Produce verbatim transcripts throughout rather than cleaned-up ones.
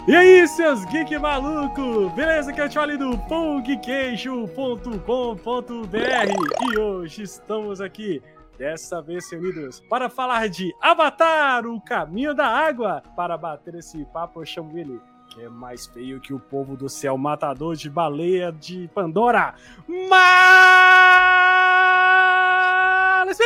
E aí, seus geek maluco? Beleza? Que eu te falei do pongqueixo ponto com ponto b r e hoje estamos aqui, dessa vez reunidos, para falar de Avatar, o Caminho da Água. Para bater esse papo, eu chamo ele, que é mais feio que o povo do céu, matador de baleia de Pandora, mas...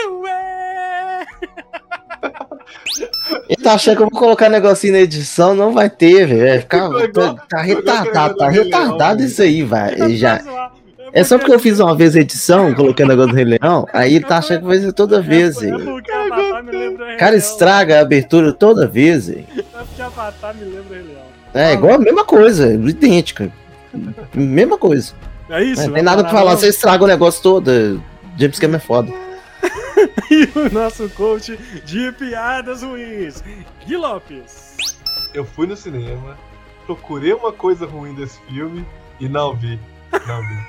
Ele tá achando que eu vou colocar negocinho na edição, não vai ter, velho. Ficar, tá, tá retardado, tá retardado isso aí, velho. Já. É só porque eu fiz uma vez a edição, coloquei o negócio do Rei Leão, aí ele tá achando que vai ser toda vez, velho. Cara, estraga a abertura toda vez, velho. É porque Avatar me lembra Rei Leão. É, igual a mesma coisa, idêntica. Mesma coisa. É isso? Não tem nada pra falar, você estraga o negócio todo. James Cameron é foda. E o nosso coach de piadas ruins, Gui Lopes. Eu fui no cinema, procurei uma coisa ruim desse filme e não vi. Não vi.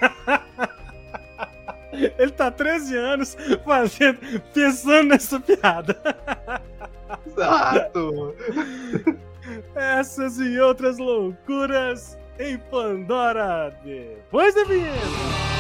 Ele tá treze anos fazendo, pensando nessa piada. Exato. Essas e outras loucuras em Pandora depois da vinheta.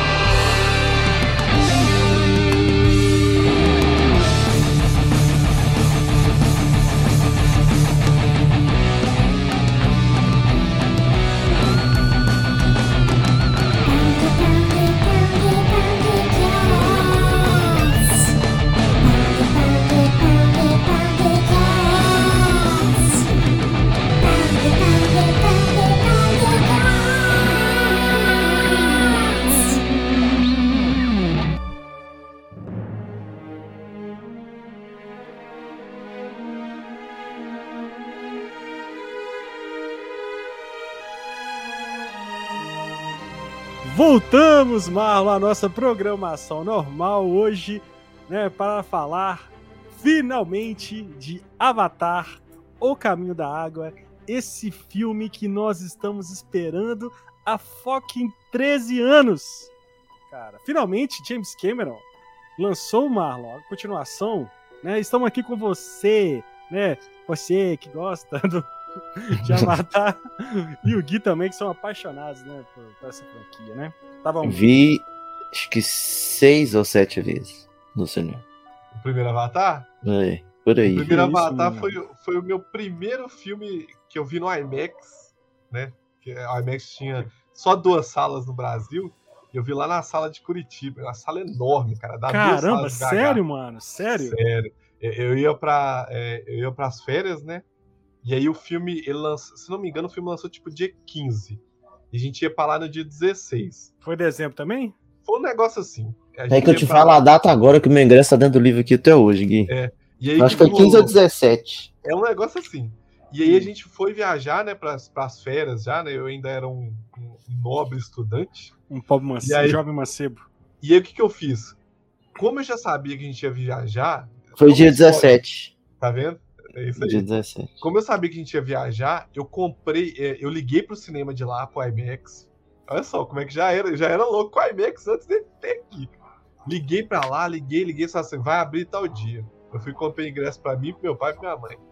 Voltamos, Marlon, à nossa programação normal hoje, né, para falar finalmente de Avatar, O Caminho da Água, esse filme que nós estamos esperando há fucking treze anos. Cara, finalmente James Cameron lançou, Marlon, a continuação, né? Estamos aqui com você, né? Você que gosta do de Avatar e o Gui também, que são apaixonados, né, por, por essa franquia, né? Tava um... Vi acho que seis ou sete vezes no cinema. O primeiro Avatar? É, por aí. O primeiro isso, Avatar mano. foi, foi o meu primeiro filme que eu vi no IMAX, né? Que a IMAX tinha só duas salas no Brasil. E eu vi lá na sala de Curitiba, uma sala enorme, cara. Dá duas Caramba, salas de sério, mano? Sério? Sério. Eu ia para é, eu ia pras férias, né? E aí o filme, ele lançou, se não me engano, o filme lançou tipo dia quinze. E a gente ia pra lá no dia dezesseis. Foi dezembro também? Foi um negócio assim. É que eu te falo lá a data agora, que o meu ingresso tá dentro do livro aqui até hoje, Gui. É. E aí, acho que foi quinze ou dezessete. É um negócio assim. E aí a gente foi viajar, né, pras, pras férias já, né? Eu ainda era um, um nobre estudante. Um pobre mancebo, aí, jovem mancebo. E aí o que que eu fiz? Como eu já sabia que a gente ia viajar... Foi dia dezessete. Tá vendo? É isso aí. Dia dezessete. Como eu sabia que a gente ia viajar, eu comprei, eu liguei pro cinema de lá, pro IMAX. Olha só, como é que já era, já era louco com o IMAX antes de ter aqui. Liguei pra lá, liguei, liguei, só assim, vai abrir tal dia. Eu fui comprei ingresso pra mim, pro meu pai e pra minha mãe.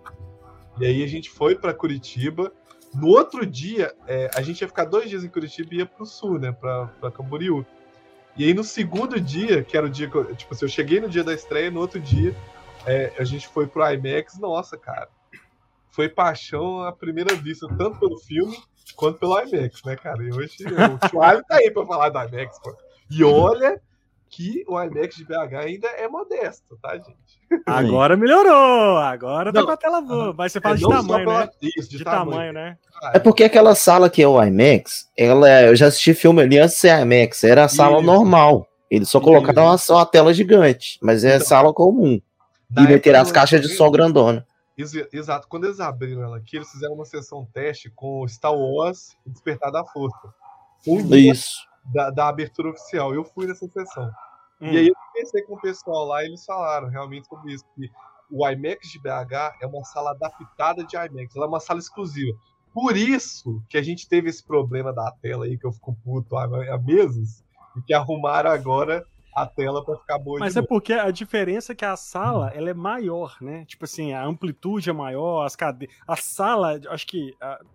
E aí a gente foi pra Curitiba. No outro dia, é, a gente ia ficar dois dias em Curitiba e ia pro sul, né, pra, pra Camboriú. E aí no segundo dia, que era o dia que eu, tipo assim, eu cheguei no dia da estreia, no outro dia, É, a gente foi pro IMAX, nossa, cara. Foi paixão à primeira vista, tanto pelo filme quanto pelo IMAX, né, cara? E hoje o Charlie tá aí pra falar do IMAX, pô. E olha que o IMAX de B H ainda é modesto, tá, gente? Agora melhorou, agora tá Não, com a tela boa. Mas você fala é, de não tamanho, só pela- né? Isso, de, De tamanho. tamanho, né? Ah, É porque aquela sala que é o IMAX, ela, eu já assisti filme ali antes de ser IMAX, era a sala Isso. normal. Eles só colocaram uma, só uma tela gigante, mas é Então, sala comum. na E meteram época as do caixas de lançamento- som grandona. Ex- Exato, quando eles abriram ela aqui, eles fizeram uma sessão teste com Star Wars e Despertar da Força. Um dia Isso. da, da abertura oficial. Eu fui nessa sessão. Hum. E aí eu conversei com o pessoal lá e eles falaram realmente sobre isso, que o IMAX de B H é uma sala adaptada de IMAX, ela é uma sala exclusiva. Por isso que a gente teve esse problema da tela aí, que eu fico puto há, há meses, e que arrumaram agora a tela para ficar boa. Mas de é novo. porque a diferença é que a sala ela é maior, né? Tipo assim, a amplitude é maior, as cadeiras. A sala, acho que. A...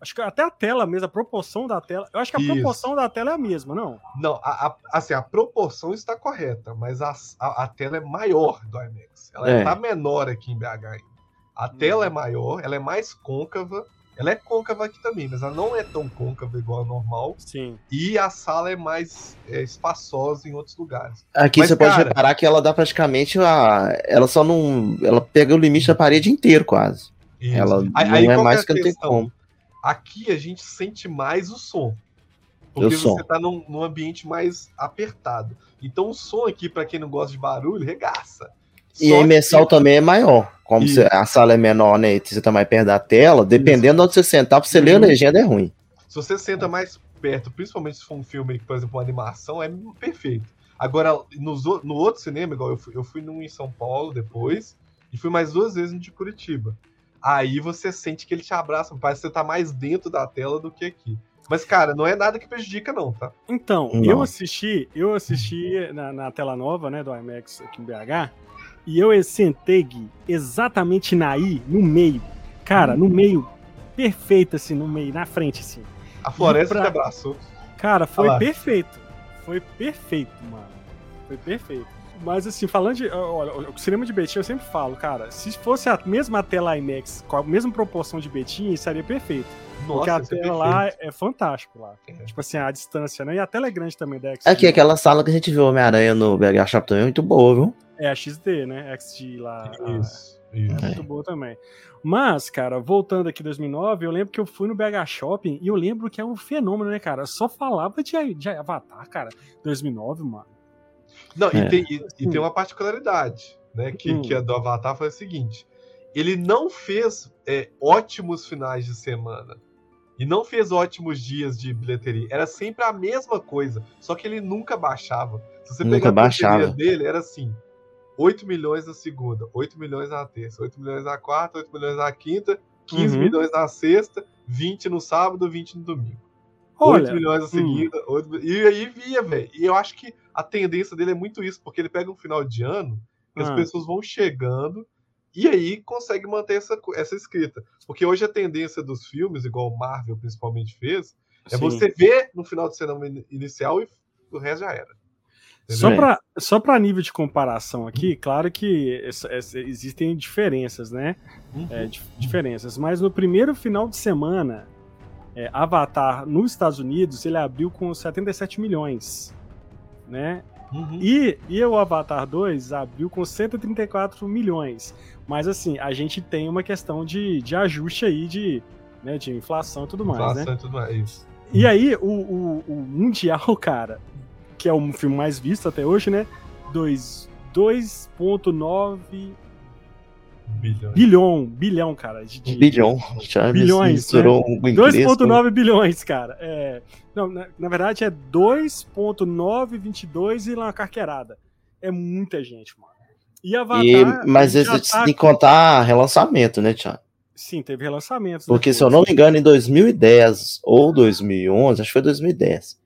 Acho que até a tela mesmo, a proporção da tela. Eu acho que a Isso. proporção da tela é a mesma, não? Não, a, a, assim, a proporção está correta, mas a, a, a tela é maior do IMAX. Ela É. está menor aqui em B H ainda. A tela Uhum. é maior, ela é mais côncava. Ela é côncava aqui também, mas ela não é tão côncava igual a normal. Sim. E a sala é mais é, espaçosa em outros lugares. Aqui Mas, você pode cara, reparar que ela dá praticamente a. Ela só não. Ela pega o limite da parede inteiro, quase. isso. Ela Aí- não aí é qual mais que que é a não tem questão? como. Aqui a gente sente mais o som. Porque O som. você tá num, num ambiente mais apertado. Então o som aqui, pra quem não gosta de barulho, regaça. E Só a imersão que- também é maior. Como Isso. você- a sala é menor, né? E você tá mais perto da tela, dependendo de onde você sentar, pra você ler a Uhum. legenda é ruim. Se você senta mais perto, principalmente se for um filme, por exemplo, uma animação, é perfeito. Agora, nos o- no outro cinema, igual eu fui, eu fui num em São Paulo depois, e fui mais duas vezes no de Curitiba. Aí você sente que ele te abraça, parece que você tá mais dentro da tela do que aqui. Mas, cara, não é nada que prejudica, não, tá? Então, Não. eu assisti, eu assisti na, na tela nova, né, do IMAX aqui em B H, e eu sentei, Gui, exatamente na I, no meio. Cara, no meio, perfeito, assim, no meio, na frente, assim. A floresta pra- te abraçou. Cara, foi Olha lá. perfeito. Foi perfeito, mano. Foi perfeito. Mas assim, falando de. Olha, o cinema de Betim eu sempre falo, cara, se fosse a mesma tela IMAX, com a mesma proporção de Betim, seria perfeito. Porque a Nossa, isso é tela lá perfeito. é fantástico lá. É. Tipo assim, a distância, né? E a tela é grande também da X D. Aqui, aquela sala que a gente viu Homem-Aranha no B H Shop também é muito boa, viu? É a X D, né? X D lá. a- Isso, isso. É muito boa também. Mas, cara, voltando aqui em dois mil e nove, eu lembro que eu fui no B H Shopping e eu lembro que é um fenômeno, né, cara? Só falava de, de Avatar, cara. dois mil e nove, mano. Não, É. e, tem, e, e tem uma particularidade, né? Que, Hum. que a do Avatar foi a seguinte: ele não fez é, ótimos finais de semana. E não fez ótimos dias de bilheteria. Era sempre a mesma coisa. Só que ele nunca baixava. Se você Nunca pegar a bilheteria baixava. dele, era assim: oito milhões na segunda, oito milhões na terça, oito milhões na quarta, oito milhões na quinta, quinze Uhum. milhões na sexta, vinte no sábado, vinte no domingo. Olha, oito milhões na seguida, oito e aí via, velho. E eu acho que a tendência dele é muito isso, porque ele pega um final de ano que as Ah. pessoas vão chegando e aí consegue manter essa, co- essa escrita. Porque hoje a tendência dos filmes, igual o Marvel principalmente fez, é sim. você ver no final de cinema in- inicial e o resto já era. Só É. para só pra nível de comparação aqui, claro que essa- essa- existem diferenças, né? Uhum. É, dif- diferenças. Mas no primeiro final de semana, é, Avatar nos Estados Unidos, ele abriu com setenta e sete milhões, né? Uhum. E, e o Avatar dois abriu com cento e trinta e quatro milhões. Mas assim, a gente tem uma questão de, de ajuste aí, de, né, de inflação e tudo mais, Inflação né? e tudo mais. Isso. E aí, o, o, o Mundial, cara, que é o filme mais visto até hoje, né? dois vírgula nove Bilhões. bilhão, bilhão, cara. De, de- Bilhão. Já Bilhões, misturou o inglês. dois vírgula com- nove bilhões, cara. É, não, na, na verdade é dois vírgula novecentos e vinte e dois e lá uma carqueirada. É muita gente, mano. E Avatar. E, mas ele já esse tá- tem que contar relançamento, né, Thiago? Sim, teve relançamentos. Porque, depois. se eu não me engano, em dois mil e dez ou dois mil e onze, acho que foi dois mil e dez,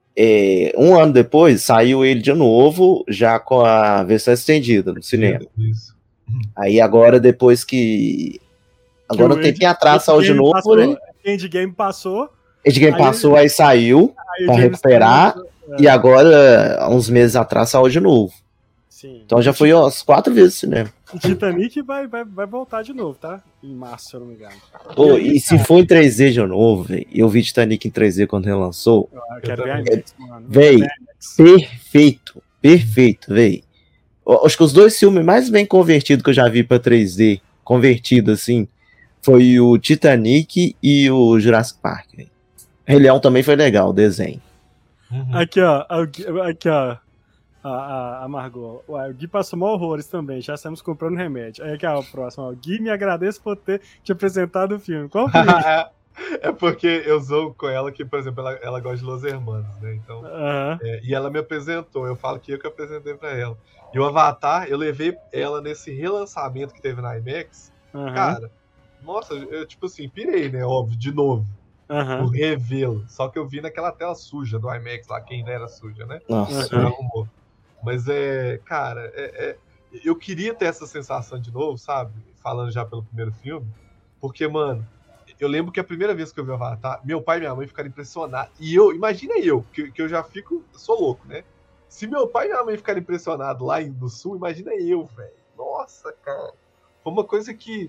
é, um ano depois, saiu ele de novo, já com a versão estendida no cinema. Isso. Aí agora, depois que... Agora Que um o tempinho End- atrás saiu de Endgame novo, passou, né? Endgame passou. Endgame Aí- passou, aí saiu, Aí o pra James recuperar, Cameron- e agora, há uns meses atrás, saiu de novo. Sim. Então já foi umas quatro vezes no cinema. E Titanic vai, vai, vai voltar de novo, tá? Em março, se eu não me engano. Pô, aí, e se for em três D de novo, velho, eu vi Titanic em três D quando relançou, Eu quero ver também. a IMAX, mano. Véi, Eu quero ver a IMAX. perfeito, perfeito, véi. Eu acho que os dois filmes mais bem convertidos que eu já vi pra três D, convertido assim, foi o Titanic e o Jurassic Park, véi. Rei Leão também foi legal, o desenho. Uhum. Aqui, ó. Aqui, ó. A, a, a Margot. Ué, o Gui passou mal horrores também. Já estamos comprando remédio. Aí aqui, ó, o próximo. Ó. Gui, me agradeço por ter te apresentado o filme. Qual filme? É porque eu sou com ela que, por exemplo, ela, ela gosta de Los Hermanos, né? Então, Aham. é, e ela me apresentou, eu falo que eu que apresentei pra ela. E o Avatar, eu levei ela nesse relançamento que teve na IMAX. Aham. Cara, nossa, eu tipo assim, pirei, né? Óbvio, de novo. Aham. O revê-lo. Só que eu vi naquela tela suja do IMAX lá, que ainda era suja, né? Nossa, Aham. Ela arrumou. Mas é, cara, é, é- eu queria ter essa sensação de novo, sabe? Falando já pelo primeiro filme. Porque, mano, eu lembro que a primeira vez que eu vi o Avatar, meu pai e minha mãe ficaram impressionados. E eu, imagina eu, que, que eu já fico, sou louco, né? Se meu pai e minha mãe ficarem impressionados lá no Sul, imagina eu, velho. Nossa, cara. Foi uma coisa que,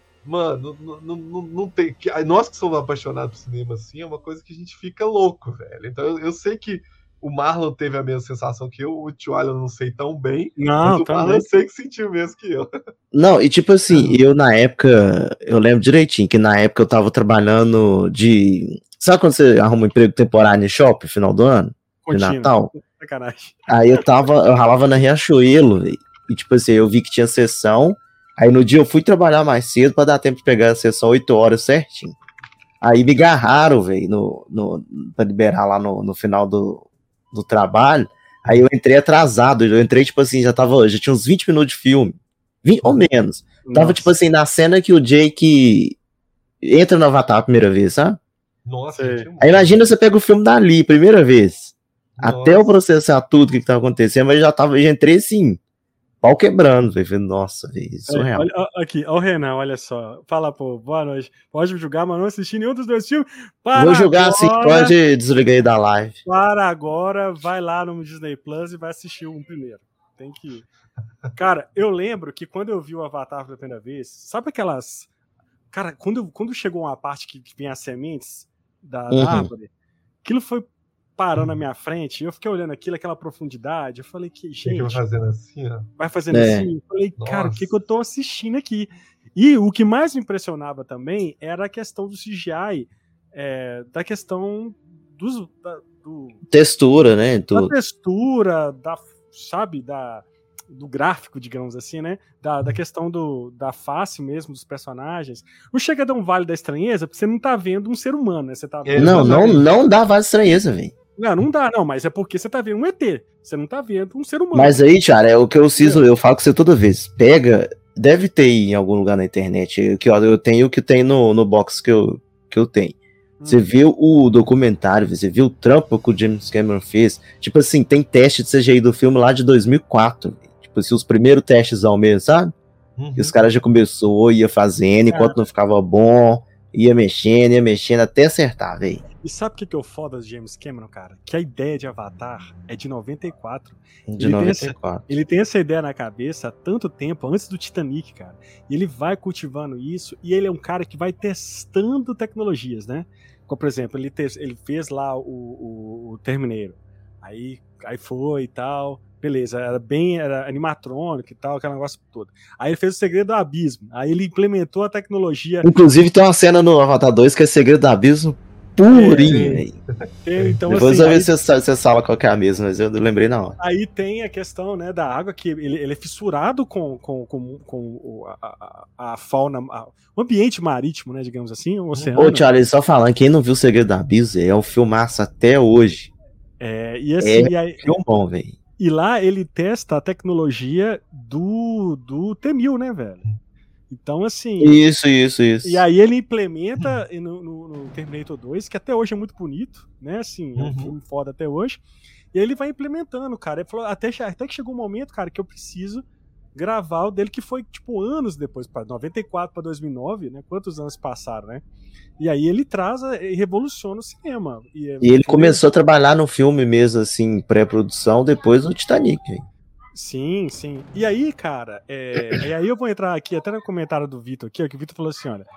mano, não, não, não, não tem... Que, nós que somos apaixonados por cinema, assim, é uma coisa que a gente fica louco, velho. Então eu, eu sei que o Marlon teve a mesma sensação que eu, o Tio eu não sei tão bem, não, mas o Marlon eu sei que sentiu mesmo que eu. Não, e tipo assim, eu na época, eu lembro direitinho que na época eu tava trabalhando de... Sabe quando você arruma um emprego temporário em shopping, final do ano? Contínuo. De Natal? Sacanagem. Aí eu tava, eu ralava na Riachuelo, véio, e tipo assim, eu vi que tinha sessão, aí no dia eu fui trabalhar mais cedo pra dar tempo de pegar a sessão oito horas certinho. Aí me agarraram, velho, no, no, pra liberar lá no, no final do... do trabalho, aí eu entrei atrasado, eu entrei, tipo assim, já tava, já tinha uns vinte minutos de filme, vinte ou menos, tava, Nossa. tipo assim, na cena que o Jake entra no Avatar a primeira vez, sabe? Nossa, aí imagina você pega o filme dali, primeira vez, Nossa. até eu processar tudo que que tava acontecendo, mas já tava, já entrei assim, pau quebrando, véio. Nossa, véio, isso é real. Olha, aqui, ó o Renan, olha só, fala, pô, boa noite, pode julgar, mas não assisti nenhum dos dois filmes, para Vou julgar agora, assim, pode desligar aí da live. Para agora, vai lá no Disney Plus e vai assistir um primeiro, tem que ir. Cara, eu lembro que quando eu vi o Avatar pela primeira vez, sabe aquelas, cara, quando, quando chegou uma parte que, que vem as sementes da, uhum. da árvore, aquilo foi parando na minha frente, eu fiquei olhando aquilo, aquela profundidade, eu falei que, gente... Que vai fazendo assim, ó. Vai fazendo é. assim, eu falei, cara, Nossa. o que, que eu tô assistindo aqui? E o que mais me impressionava também era a questão do C G I, é, da questão dos... Da, do, textura, né? Da textura, da, sabe, da, do gráfico, digamos assim, né? Da, da questão do, da face mesmo dos personagens. Não chega a dar um vale da estranheza, porque você não tá vendo um ser humano, né? Você tá vendo... Não, não, não dá vale da estranheza, velho. Não, não dá, não, mas é porque você tá vendo um E T, você não tá vendo um ser humano. Mas aí, cara, é o que eu preciso, eu falo com você toda vez, pega, deve ter em algum lugar na internet, que ó, eu tenho o que tem no, no box que eu, que eu tenho. Hum. Você viu o documentário, você viu o trampo que o James Cameron fez, tipo assim, tem teste de C G I do filme lá de dois mil e quatro, tipo assim, os primeiros testes ao mesmo, sabe? Uhum. E os caras já começou, ia fazendo, enquanto ah. não ficava bom, ia mexendo, ia mexendo, até acertar, velho. E sabe o que, que eu foda do James Cameron, cara? Que a ideia de Avatar é de noventa e quatro. De ele noventa e quatro. Tem essa, ele tem essa ideia na cabeça há tanto tempo, antes do Titanic, cara. E ele vai cultivando isso, e ele é um cara que vai testando tecnologias, né? Como, por exemplo, ele, te, ele fez lá o, o, o Terminator. Aí, aí foi e tal... Beleza, era bem era animatrônico e tal, aquele negócio todo. Aí ele fez o Segredo do Abismo. Aí ele implementou a tecnologia... Inclusive tem uma cena no Avatar dois que é Segredo do Abismo purinho, é, então, depois assim, eu ver aí... se você, você fala qual que é a mesma, mas eu lembrei na hora. Aí tem a questão, né, da água, que ele, ele é fissurado com, com, com, com a, a, a fauna, a, o ambiente marítimo, né, digamos assim, o oceano. Ô, Charlie, só falando, quem não viu o Segredo do Abismo, é um filmaço até hoje. É, e assim... É aí... filme bom, velho. E lá ele testa a tecnologia do, do T mil, né, velho? Então, assim... Isso, isso, isso. E aí ele implementa no, no, no Terminator dois, que até hoje é muito bonito, né? Assim, é um filme foda até hoje. E aí ele vai implementando, cara. Ele falou, até, até que chegou um momento, cara, que eu preciso gravar o dele, que foi, tipo, anos depois, para noventa e quatro para dois mil e nove, né? Quantos anos passaram, né? E aí ele traz e revoluciona o cinema. E, e ele começou a trabalhar no filme mesmo, assim, pré-produção, depois do Titanic, hein? Sim, sim. E aí, cara, é, e aí eu vou entrar aqui até no comentário do Vitor aqui, ó, que o Vitor falou assim, olha,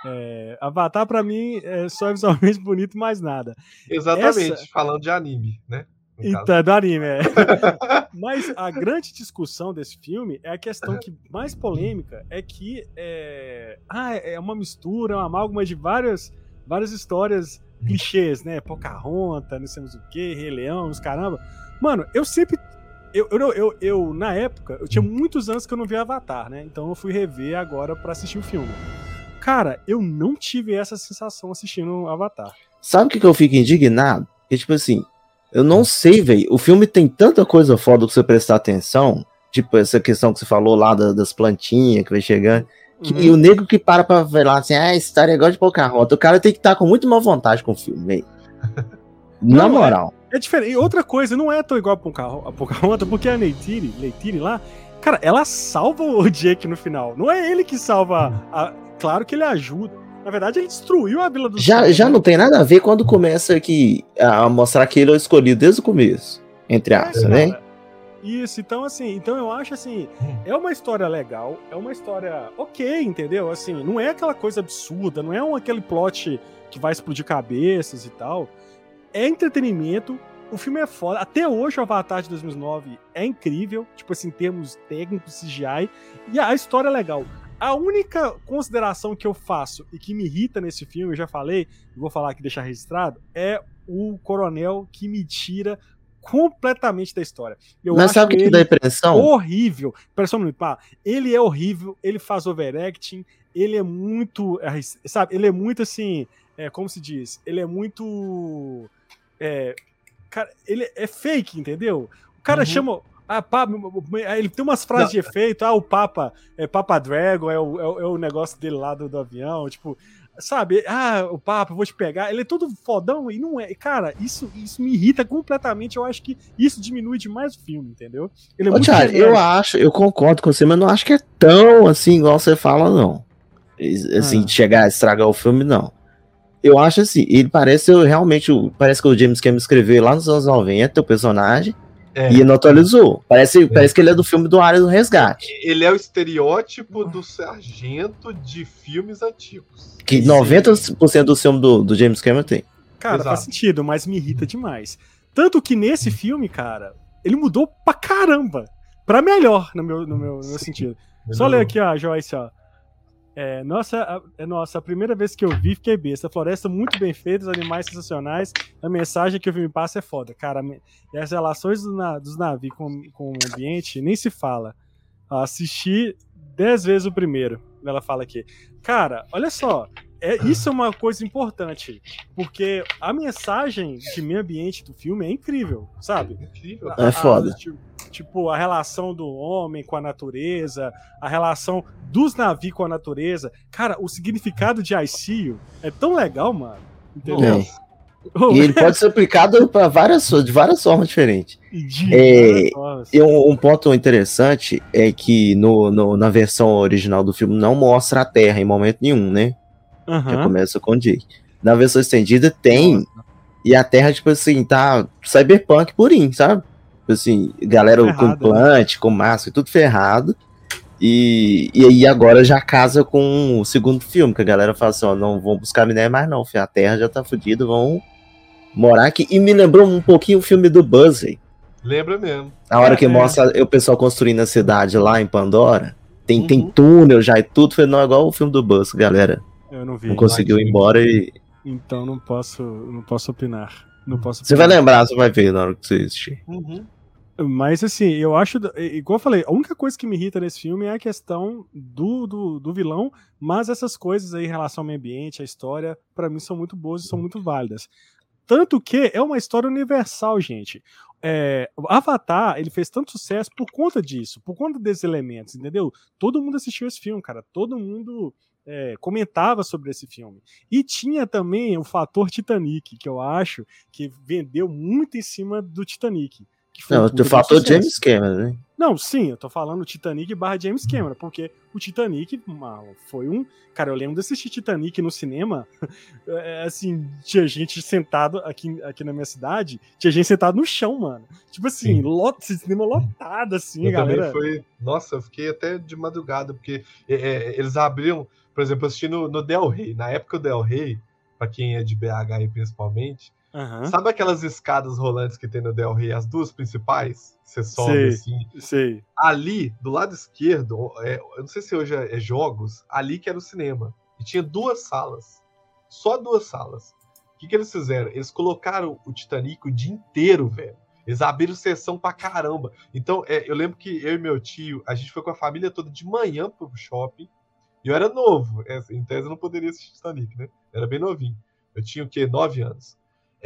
é, Avatar pra mim é só visualmente bonito, mais nada. Exatamente, Essa... falando de anime, né? Então, é do anime, é. Mas a grande discussão desse filme é a questão que mais polêmica é que é, ah, é uma mistura, uma amálgama de várias, várias histórias clichês, né? Pocahontas, não sei o que, Rei Leão, os caramba. Mano, eu sempre... Eu, eu, eu, eu, na época, eu tinha muitos anos que eu não via Avatar, né? Então eu fui rever agora pra assistir o filme. Cara, eu não tive essa sensação assistindo Avatar. Sabe o que, que eu fico indignado? Que, tipo assim, eu não sei, velho. O filme tem tanta coisa foda pra você prestar atenção. Tipo, essa questão que você falou lá da, das plantinhas que vai chegando. Que, uhum. E o nego que para pra ver lá assim, ah, a história é igual de Pocahontas. O cara tem que estar com muito má vontade com o filme, velho. Na moral. É, é diferente. E outra coisa, não é tão igual a Pocahontas, porque a Neytiri, Neytiri lá, cara, ela salva o Jake no final. Não é ele que salva. A... Claro que ele ajuda. Na verdade, a gente destruiu a Vila do já, Sul. Já não tem nada a ver quando começa aqui a mostrar que ele é o escolhido desde o começo. Entre aspas, é, né? Isso, então assim, então eu acho assim, é uma história legal, é uma história ok, entendeu? Assim, não é aquela coisa absurda, não é um, aquele plot que vai explodir cabeças e tal. É entretenimento, o filme é foda. Até hoje o Avatar de dois mil e nove é incrível, tipo assim, em termos técnicos, C G I, e a história é legal. A única consideração que eu faço e que me irrita nesse filme, eu já falei, vou falar aqui, deixar registrado, é o coronel que me tira completamente da história. Eu Mas acho sabe o que ele dá impressão? horrível. Impressão muito, pá. Ele é horrível, ele faz overacting, ele é muito, sabe, ele é muito assim, é, como se diz, ele é muito, é, cara, ele é fake, entendeu? O cara uhum. chama, ah, pá, ele tem umas frases Não. de efeito, ah, o Papa, é Papa Dragon, é o, é o, é o negócio dele lá do, do avião, tipo, sabe, ah, o Papa, eu vou te pegar, ele é todo fodão e não é, cara, isso, isso me irrita completamente, eu acho que isso diminui demais o filme, entendeu? Ele é Ô, muito Thiago, eu acho, eu concordo com você, mas não acho que é tão assim igual você fala, não. Assim, ah. de chegar a estragar o filme, não. Eu acho assim, ele parece realmente, parece que o James Cameron escreveu lá nos anos noventa, o personagem, é. e não atualizou. Parece, é. parece que ele é do filme do Área do Resgate. Ele é o estereótipo do sargento de filmes antigos. Que Sim. noventa por cento do filme do, do James Cameron tem. Cara, Exato. faz sentido, mas me irrita demais. Tanto que nesse filme, cara, ele mudou pra caramba. Pra melhor, no meu, no meu, no meu sentido. Só ler aqui, ó, Joyce, ó. É, nossa, a, é, nossa, a primeira vez que eu vi, fiquei besta. A floresta muito bem feita, os animais sensacionais. A mensagem que o filme passa é foda. Cara, e as relações do na, dos navios com, com o ambiente nem se fala. Assisti dez vezes o primeiro. Ela fala aqui. Cara, olha só. É, isso é uma coisa importante. Porque a mensagem de meio ambiente do filme é incrível, sabe? Incrível. É foda. A, tipo, tipo, a relação do homem com a natureza, a relação dos navios com a natureza. Cara, o significado de I See You é tão legal, mano. Entendeu? É. E ele pode ser aplicado para várias, de várias formas diferentes. De é, várias e um, um ponto interessante é que no, no, na versão original do filme não mostra a Terra em momento nenhum, né? Uhum. Já começa com o Jake. Na versão estendida tem. Nossa. E a Terra, tipo assim, tá cyberpunk purinho, sabe? Tipo assim, galera ferrado, com implante, né? Com máscara, tudo ferrado. E, e aí agora já casa com o segundo filme, que a galera fala assim, ó, não vão buscar minério mais não, filho, a Terra já tá fodida, vão morar aqui. E me lembrou um pouquinho o filme do Buzz, aí. Lembra mesmo. A hora é, que é. mostra o pessoal construindo a cidade lá em Pandora, tem, uhum. tem túnel já e tudo, foi não igual o filme do Buzz, galera. Eu não vi. Não conseguiu ir embora e... Então não posso, não posso opinar. Não posso opinar. Você vai lembrar, você vai ver na hora que você assistir. Uhum. Mas assim, eu acho, igual eu falei, a única coisa que me irrita nesse filme é a questão do, do, do vilão, mas essas coisas aí em relação ao meio ambiente, a história, pra mim são muito boas e são muito válidas. Tanto que é uma história universal, gente. É, Avatar, ele fez tanto sucesso por conta disso, por conta desses elementos, entendeu? Todo mundo assistiu esse filme, cara. Todo mundo é, comentava sobre esse filme. E tinha também o fator Titanic, que eu acho que vendeu muito em cima do Titanic. Que foi não, tu falou James Cameron, né? Não, sim, eu tô falando Titanic barra James Cameron, porque o Titanic mano, foi um... Cara, eu lembro de assistir Titanic no cinema, assim, tinha gente sentado aqui, aqui na minha cidade, tinha gente sentado no chão, mano. Tipo assim, lot, cinema lotado, assim, eu galera. Foi... Nossa, eu fiquei até de madrugada, porque é, é, eles abriram, por exemplo, eu assisti no, no Del Rey, na época o Del Rey, pra quem é de B H aí principalmente, Uhum. sabe aquelas escadas rolantes que tem no Del Rey, as duas principais? Você sobe sei, assim. Sei. Ali, do lado esquerdo, é, eu não sei se hoje é jogos, ali que era o cinema. E tinha duas salas. Só duas salas. O que, que eles fizeram? Eles colocaram o Titanic o dia inteiro, velho. Eles abriram sessão pra caramba. Então, é, eu lembro que eu e meu tio, a gente foi com a família toda de manhã pro shopping. E eu era novo. É, em tese eu não poderia assistir Titanic, né? Eu era bem novinho. Eu tinha o quê? Nove anos.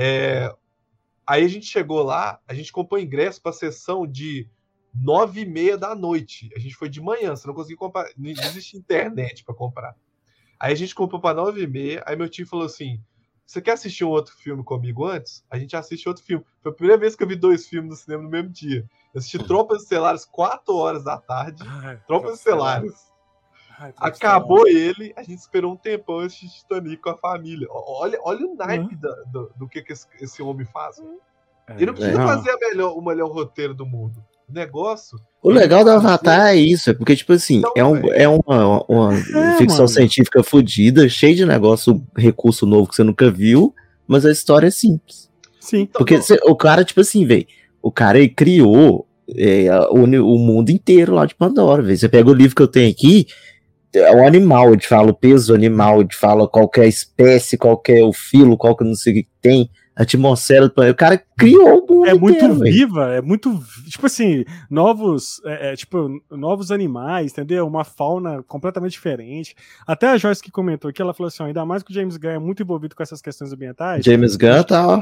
É, aí a gente chegou lá, a gente comprou ingresso para a sessão de nove e meia da noite. A gente foi de manhã, você não conseguia comprar, não existe internet para comprar. Aí a gente comprou para nove e meia, aí meu tio falou assim, você quer assistir um outro filme comigo antes? A gente assiste outro filme. Foi a primeira vez que eu vi dois filmes no cinema no mesmo dia. Eu assisti Tropas Estelares quatro horas da tarde. Ai, Tropas Estelares. Ai, acabou ele, a gente esperou um tempão esse Titanic com a família. Olha, olha o naipe Uhum. da, do, do que, que esse, esse homem faz. É, Ele não precisa não. fazer a melhor, o melhor roteiro do mundo. O negócio... O ele legal do fazer- Avatar é isso, é porque, tipo assim, Não, é, um, velho. é uma, uma É, ficção mano. científica fodida, cheia de negócio, recurso novo que você nunca viu, mas a história é simples. Sim. Então, Porque não, cê- o cara, tipo assim, velho, o cara ele criou é, o, uni- o mundo inteiro lá de Pandora, velho. Você pega o livro que eu tenho aqui, é o animal, ele fala o peso do animal, ele fala qualquer espécie, qualquer o filo, qual que não sei o que tem, a atmosfera do planeta. O cara criou o mundo É muito inteiro, velho. viva, é muito, vi- tipo assim, novos, é, é, tipo, novos animais, entendeu? Uma fauna completamente diferente. Até a Joyce que comentou aqui, ela falou assim, ó, ainda mais que o James Gunn é muito envolvido com essas questões ambientais. James Gunn tá, ó.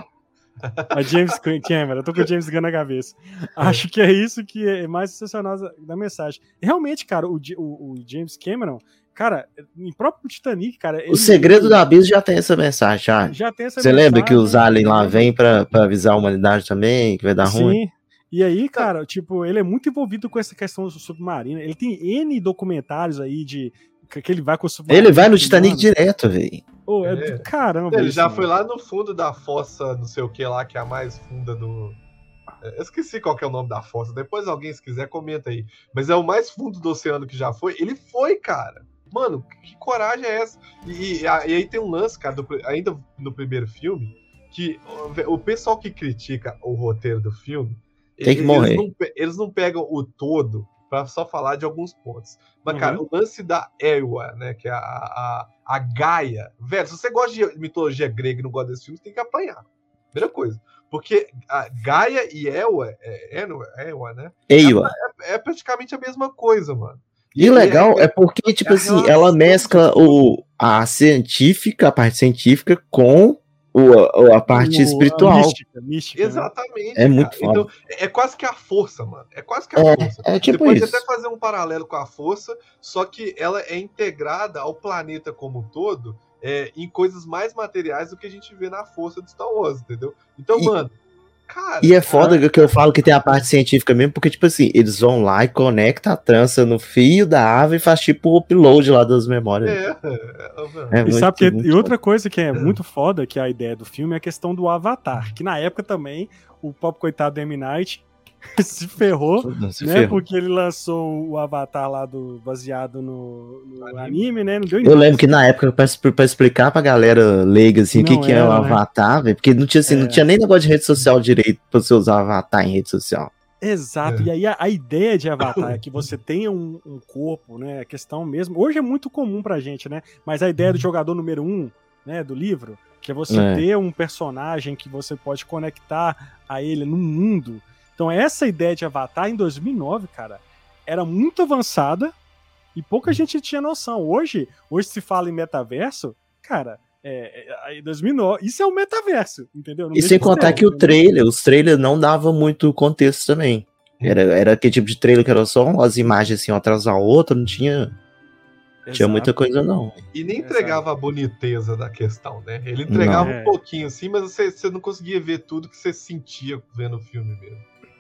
A James Cameron, eu tô com o James Gunn na cabeça. Acho que é isso que é mais sensacional da mensagem. Realmente, cara, o, o, o James Cameron, cara, em próprio Titanic, cara... O Segredo do Abismo já tem essa mensagem, já. já tem essa Você mensagem, lembra que os aliens lá né? vêm pra, pra avisar a humanidade também, que vai dar ruim? Sim. E aí, cara, tipo, ele é muito envolvido com essa questão submarina. Ele tem N documentários aí de que ele vai com o submarino. Ele vai no Titanic direto, velho. Oh, é, É. do caramba. Ele isso, já mano. foi lá no fundo da fossa, não sei o que lá, que é a mais funda do... Eu esqueci qual que é o nome da fossa. Depois alguém, se quiser, comenta aí. Mas é o mais fundo do oceano que já foi. Ele foi, cara. Mano, que coragem é essa? E, e, e aí tem um lance, cara, do, ainda no primeiro filme, que o, o pessoal que critica o roteiro do filme, Tem que eles, morrer. Não, eles não pegam o todo pra só falar de alguns pontos. Mas, Uhum. cara, o lance da Ewa, né, que é a, a, a Gaia. Velho, se você gosta de mitologia grega e não gosta desse filme, você tem que apanhar. Primeira coisa. Porque a Gaia e Ewa, é, Ewa, Ewa, né? Ewa. É, é praticamente a mesma coisa, mano. E o legal é porque, tipo é a assim, relação ela mescla o, a científica, a parte científica, com o, a parte O- a espiritual. mística, mística, né? Exatamente. É muito cara. foda. Então, é quase que a força, mano. É quase que a É, força. é tipo Você pode isso. até fazer um paralelo com a força, só que ela é integrada ao planeta como um todo, é, em coisas mais materiais do que a gente vê na força do Star Wars, entendeu? Então, E- mano, cara. E é foda que eu falo que tem a parte científica mesmo, porque, tipo assim, eles vão lá e conectam a trança no fio da árvore e faz tipo o upload lá das memórias. É, é, mano. É E, muito, sabe que, muito e outra coisa que é muito foda, que é a ideia do filme, é a questão do Avatar. Que na época também, o pobre coitado do M. Night se ferrou, foda. Se né? ferrou. Porque ele lançou o Avatar lá do, baseado no, no anime, né? Não deu Eu lembro que na época, pra, pra explicar pra galera leiga assim, o que, Não que é o era, né? Avatar, velho, porque não tinha, assim, É. não tinha nem negócio de rede social direito pra você usar Avatar em rede social. Exato, É. e aí a, a ideia de Avatar é que você tenha um, um corpo, né? A questão mesmo. Hoje é muito comum pra gente, né? Mas a ideia do jogador número um, né? Do livro, que é você É. ter um personagem que você pode conectar a ele no mundo. Então, essa ideia de Avatar em dois mil e nove, cara, era muito avançada e pouca gente tinha noção. Hoje, hoje se fala em metaverso, cara. É, é, em dois mil e nove, isso é um metaverso, entendeu? Não E deixa sem de contar ser, que o entendeu? trailer, os trailers não davam muito contexto também. Era, era aquele tipo de trailer que era só umas imagens assim, uma atrás da outra, não tinha, tinha Exato. muita coisa não. E nem entregava a boniteza da questão, né? Ele Não. entregava É. um pouquinho assim, mas você, você não conseguia ver tudo que você sentia vendo o filme mesmo.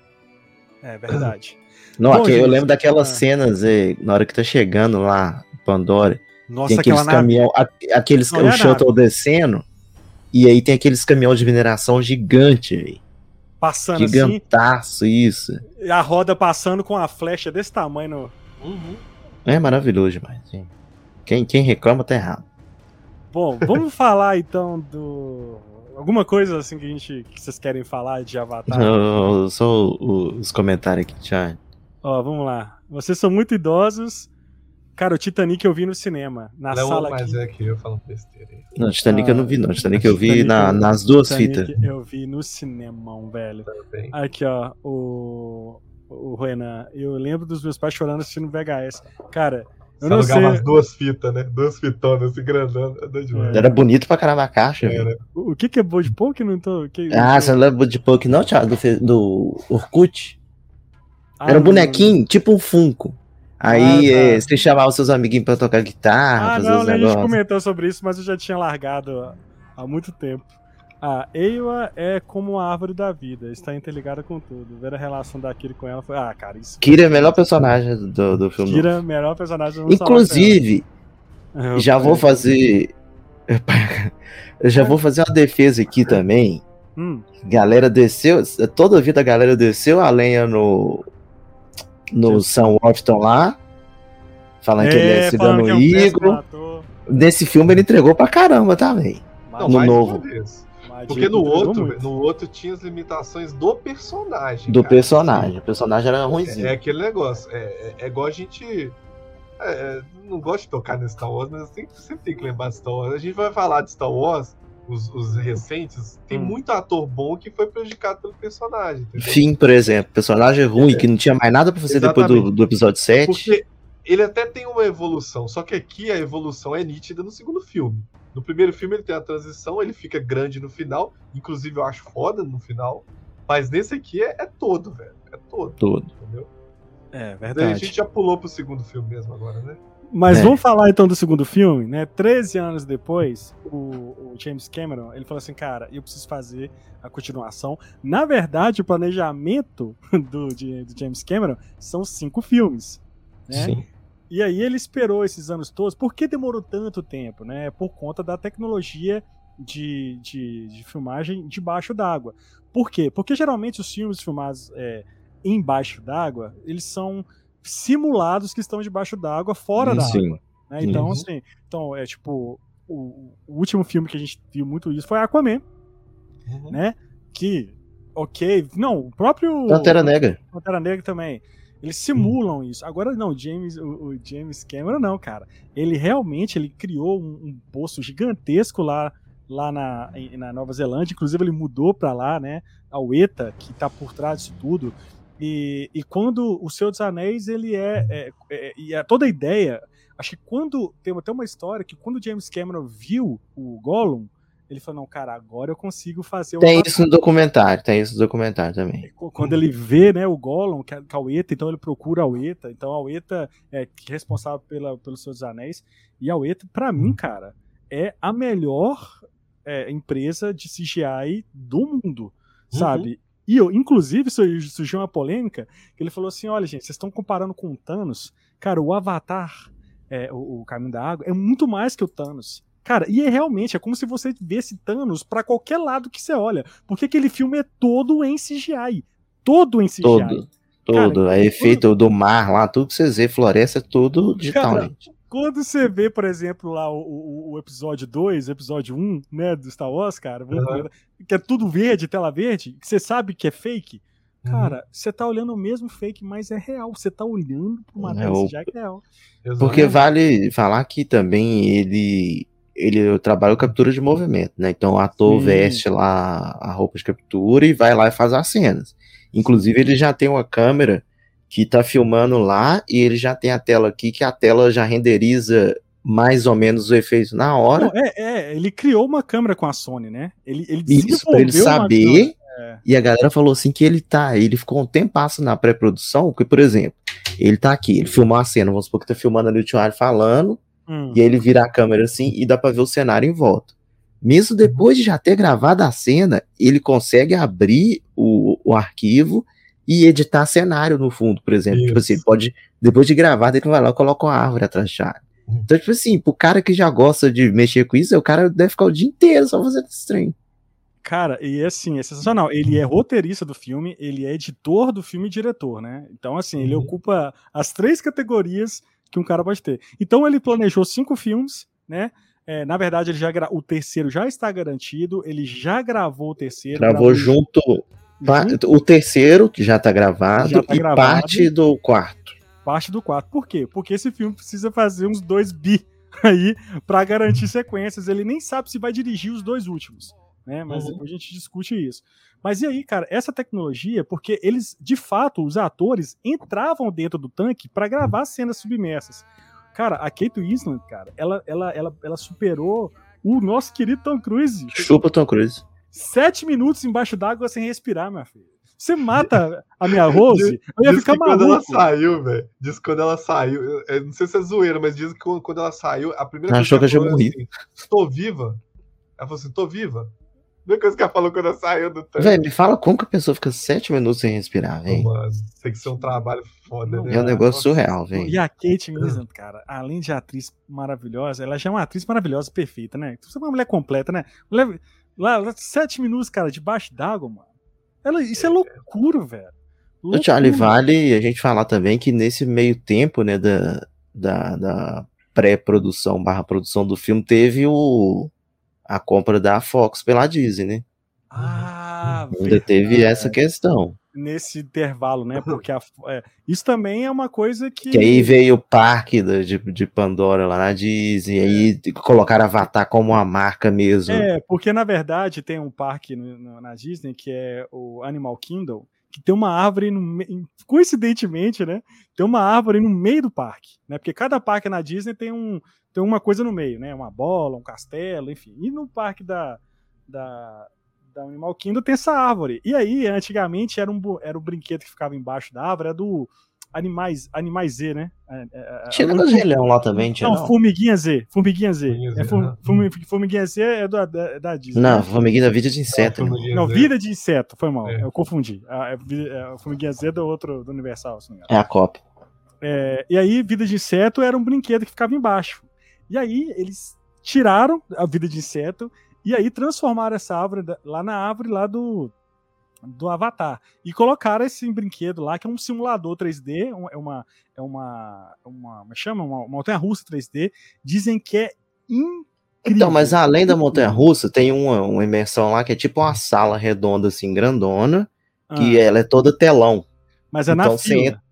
É verdade. Não, Bom, aqui, eu gente, lembro daquelas ah. cenas, eh, na hora que tá chegando lá, Pandora, Nossa, tem aqueles aquela nave. caminhão, a- aqueles, Não, é o a shuttle descendo, e aí tem aqueles caminhão de mineração gigante, velho. Passando assim, Gigantaço, isso. e a roda passando com a flecha desse tamanho. No... Uhum. É maravilhoso demais, gente. Quem, quem reclama tá errado. Bom, vamos falar então do. Alguma coisa assim que a gente. Que vocês querem falar de Avatar? Não, só o- os comentários aqui, já. Ó, vamos lá. Vocês são muito idosos. Cara, o Titanic eu vi no cinema. Na Ela é sala um mais aqui. é que eu falando besteira aí. Não, Titanic eu não vi, não. Titanic eu vi Titanic na- eu- nas duas Titanic fitas. Eu vi no cinemão, velho. Também. Aqui, ó. O. O Renan. Eu lembro dos meus pais chorando assistindo V H S. Cara, eu Você não sei. alugava as duas fitas, né? Duas fitonas assim, grandão. É doido demais. Era bonito pra caramba a caixa, velho. Era. O o que, que é boa de pouco? Não tô. Que, Ah, você não lembra de pouco não, Thiago? Do, fe- do Orkut? Ah, Era um não, bonequinho, tipo um Funko. Aí Ah, tá. eh, você chamava seus amiguinhos pra tocar guitarra, Ah, fazer não, os né, a gente negócios. comentou sobre isso, mas eu já tinha largado há, há muito tempo. A Eywa é como a árvore da vida, está interligada com tudo. Ver a relação da Kira com ela foi. Ah, cara, isso. Kira é o melhor personagem do, do filme. Kira é o melhor personagem do Inclusive, já vou fazer. Eu já vou fazer uma defesa aqui também. Hum. Galera desceu. Toda a vida a galera desceu a lenha no. No Sam Worthington lá. Falando é, que ele é cigano íntegro. Nesse filme ele entregou pra caramba também. Não, no novo. Porque no outro, no outro tinha as limitações do personagem. Do cara. personagem. O personagem era ruimzinho. É, é aquele negócio. É, é, é igual a gente. É, não gosto de tocar nesse Star Wars, mas sempre, sempre tem que lembrar de Star Wars. A gente vai falar de Star Wars, os, os recentes. Tem hum. muito ator bom que foi prejudicado pelo personagem. Entendeu? Finn, por exemplo. Personagem ruim, é. que não tinha mais nada pra fazer Exatamente. depois do, do episódio sete. Porque ele até tem uma evolução, só que aqui a evolução é nítida no segundo filme. No primeiro filme ele tem a transição, ele fica grande no final, inclusive eu acho foda no final, mas nesse aqui é, é todo, velho, é todo. Todo. Entendeu? É, verdade. Daí a gente já pulou pro segundo filme mesmo agora, né? Mas é. vamos falar então do segundo filme, né? treze anos depois, o, o James Cameron, ele falou assim, cara, eu preciso fazer a continuação. Na verdade, o planejamento do, de, do James Cameron são cinco filmes, né? Sim. E aí ele esperou esses anos todos. Por que demorou tanto tempo, né? Por conta da tecnologia de, de, de filmagem debaixo d'água. Por quê? Porque geralmente os filmes filmados é, embaixo d'água, eles são simulados que estão debaixo d'água, fora da água. Né? Então, uhum. assim, então, é tipo, o, o último filme que a gente viu muito isso foi Aquaman, uhum. né? Que, ok, não, o próprio... Pantera Negra. Pantera Negra também. Eles simulam isso. Agora não, James, o, o James Cameron não, cara. Ele realmente ele criou um, um poço gigantesco lá, lá na, em, na Nova Zelândia. Inclusive ele mudou pra lá, né? A Weta, que tá por trás disso tudo. E, e quando o Senhor dos Anéis, ele é, é, é, é, é toda a ideia. Acho que quando tem até uma história que quando o James Cameron viu o Gollum, ele falou, não, cara, agora eu consigo fazer... Tem isso no documentário, tem isso no documentário também. Quando ele vê, né, o Gollum, que é a Weta, então ele procura a Weta, então a Weta é responsável pela, pelo Senhor dos Anéis, e a Weta, pra mim, cara, é a melhor é, empresa de C G I do mundo, sabe? Uhum. E eu, inclusive, surgiu uma polêmica, que ele falou assim, olha, gente, vocês estão comparando com o Thanos, cara, o Avatar, é, o, o Caminho da Água, é muito mais que o Thanos. Cara, e é realmente, é como se você visse Thanos pra qualquer lado que você olha. Porque aquele filme é todo em C G I. Todo em C G I. Todo, todo. Cara, é tudo... efeito do mar lá, tudo que você vê, floresta, é tudo digital, cara, gente. Quando você vê, por exemplo, lá o, o, o episódio dois, o episódio um, né, do Star Wars, cara, uhum. que é tudo verde, tela verde, que você sabe que é fake, cara, uhum. você tá olhando o mesmo fake, mas é real. Você tá olhando pra uma tela C G I que é real. Porque vale falar que também ele... ele trabalha captura de movimento, né? Então o ator Sim. veste lá a roupa de captura e vai lá e faz as cenas. Inclusive ele já tem uma câmera que tá filmando lá e ele já tem a tela aqui que a tela já renderiza mais ou menos o efeito na hora. Não, é, é, ele criou uma câmera com a Sony, né? Ele, ele Isso, pra ele saber. É. E a galera falou assim que ele tá, ele ficou um tempasso na pré-produção, porque, por exemplo, ele tá aqui, ele filmou a cena, vamos supor que tá filmando ali o Tio falando, Hum. e aí ele vira a câmera assim e dá pra ver o cenário em volta. Mesmo depois de já ter gravado a cena, ele consegue abrir o, o arquivo e editar cenário no fundo, por exemplo. Isso. Tipo assim, pode, depois de gravar, ele vai lá e coloca uma árvore atrás de chave. Hum. Então, tipo assim, pro cara que já gosta de mexer com isso, o cara deve ficar o dia inteiro só fazendo esse trem. Cara, e assim, é sensacional. Ele é roteirista do filme, ele é editor do filme e diretor, né? Então, assim, ele uhum. ocupa as três categorias que um cara pode ter. Então ele planejou cinco filmes, né? É, na verdade, ele já gra... o terceiro já está garantido, ele já gravou o terceiro. Gravou, gravou junto, junto o terceiro, que já está gravado, já tá e gravado, parte do quarto. Parte do quarto. Por quê? Porque esse filme precisa fazer uns dois bi aí para garantir sequências. Ele nem sabe se vai dirigir os dois últimos, né? Mas uhum. depois a gente discute isso. Mas e aí, cara, essa tecnologia, porque eles, de fato, os atores entravam dentro do tanque para gravar cenas submersas. Cara, a Kate Winslet, cara, ela, ela, ela, ela superou o nosso querido Tom Cruise. Chupa Tom Cruise. Sete minutos embaixo d'água sem respirar, minha filha. Você mata a minha Rose, eu ia diz ficar que maluco. Quando ela saiu, velho, diz que quando ela saiu, eu, eu não sei se é zoeira, mas diz que quando ela saiu, a primeira Achou coisa que eu tinha morrido. Assim, tô viva. Ela falou assim, tô viva. Não é coisa que ela falou quando ela saiu do tanque. Velho, me fala como que a pessoa fica sete minutos sem respirar, velho. Mano, tem que ser um trabalho foda, né? É um negócio surreal, velho. E a Kate Winslet, cara, além de atriz maravilhosa, ela já é uma atriz maravilhosa, perfeita, né? Você é uma mulher completa, né? Mulher, lá, lá, sete minutos, cara, debaixo d'água, mano. Ela, isso é, é loucura, velho. O Charlie vale a gente falar também que nesse meio tempo, né, da, da, da pré-produção barra produção do filme, teve o a compra da Fox pela Disney, né? Ah, ainda verdade. Teve essa questão. Nesse intervalo, né? Porque a, é, isso também é uma coisa que... Que aí veio o parque da, de, de Pandora lá na Disney, é. Aí colocaram Avatar como uma marca mesmo. É, porque na verdade tem um parque no, no, na Disney que é o Animal Kingdom, que tem uma árvore, no, coincidentemente, né? Tem uma árvore no meio do parque, né? Porque cada parque na Disney tem, um, tem uma coisa no meio, né? Uma bola, um castelo, enfim. E no parque da, da, da Animal Kingdom tem essa árvore. E aí, antigamente, era um, era um brinquedo que ficava embaixo da árvore, era do Animais, Animais Z, né? Tinha negócio de leão lá também, tinha não? Não, Formiguinha Z. Formiguinha Z. Formiguinha, é, Z, Formiguinha Z é da, da, da Disney. Não, né? Formiguinha da Vida de Inseto. Não, né? não, Vida de Inseto, foi mal. É. Eu confundi. A, a, a Formiguinha Z é do outro, do Universal. Assim, é a cópia. É, e aí, Vida de Inseto era um brinquedo que ficava embaixo. E aí, eles tiraram a Vida de Inseto e aí transformaram essa árvore lá na árvore lá do, do Avatar. E colocaram esse brinquedo lá, que é um simulador três D, é uma, é uma, uma, uma chama? Uma montanha-russa três D. Dizem que é incrível. Então, mas além da montanha-russa, tem uma, uma imersão lá que é tipo uma sala redonda, assim, grandona, que ah. ela é toda telão. Mas é então, na fila. Entra...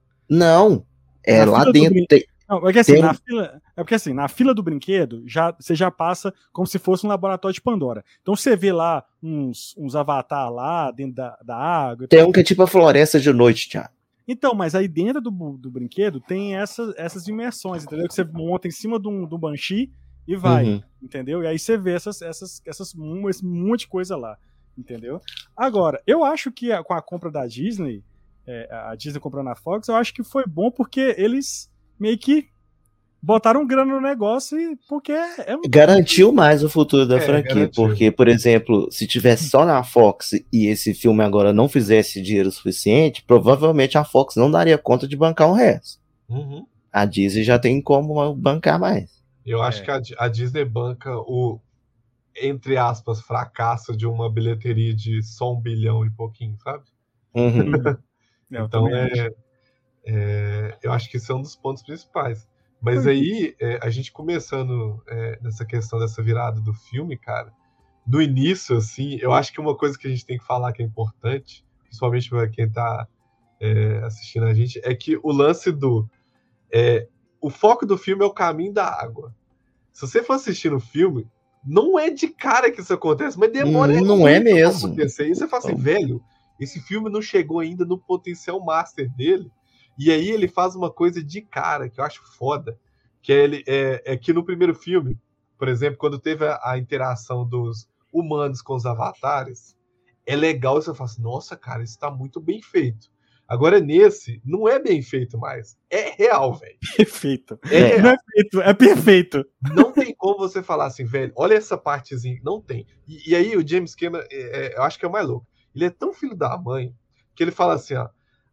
Não, é na lá dentro. Brin... Tem... Não, porque assim, tem... na fila... É porque assim, na fila do brinquedo, já, você já passa como se fosse um laboratório de Pandora. Então você vê lá uns, uns avatar lá dentro da, da água. Tem um que é tipo a floresta de noite, Thiago. Então, mas aí dentro do, do brinquedo tem essa, essas imersões, entendeu? Que você monta em cima de um, de um Banshee e vai, uhum. entendeu? E aí você vê essas, essas, essas, um, esse monte de coisa lá, entendeu? Agora, eu acho que a, com a compra da Disney, é, a Disney comprando a Fox, eu acho que foi bom porque eles meio que botaram grana no negócio e porque é um... garantiu mais o futuro da é, franquia, garantiu. Porque, por exemplo, se tivesse só na Fox e esse filme agora não fizesse dinheiro suficiente, provavelmente a Fox não daria conta de bancar o resto. Uhum. A Disney já tem como bancar mais. Eu acho é. que a, a Disney banca o, entre aspas, fracasso de uma bilheteria de só um bilhão e pouquinho, sabe? Uhum. Então, é, é, eu acho que esse é um dos pontos principais. Mas aí, é, a gente começando é, nessa questão dessa virada do filme, cara, no início, assim, eu acho que uma coisa que a gente tem que falar que é importante, principalmente para quem tá é, assistindo a gente, é que o lance do... É, o foco do filme é o caminho da água. Se você for assistir no filme, não é de cara que isso acontece, mas demora hum, Não é mesmo. acontecer. E você fala assim, velho, esse filme não chegou ainda no potencial master dele. E aí ele faz uma coisa de cara, que eu acho foda, que é, ele, é, é que no primeiro filme, por exemplo, quando teve a, a interação dos humanos com os avatares, é legal, você fala assim, nossa, cara, isso tá muito bem feito. Agora, nesse, não é bem feito mais. É real, velho. Perfeito. É, real. Não é feito, é perfeito. Não tem como você falar assim, velho, olha essa partezinha. Não tem. E, e aí o James Cameron, é, é, eu acho que é o mais louco. Ele é tão filho da mãe, que ele fala assim, ó,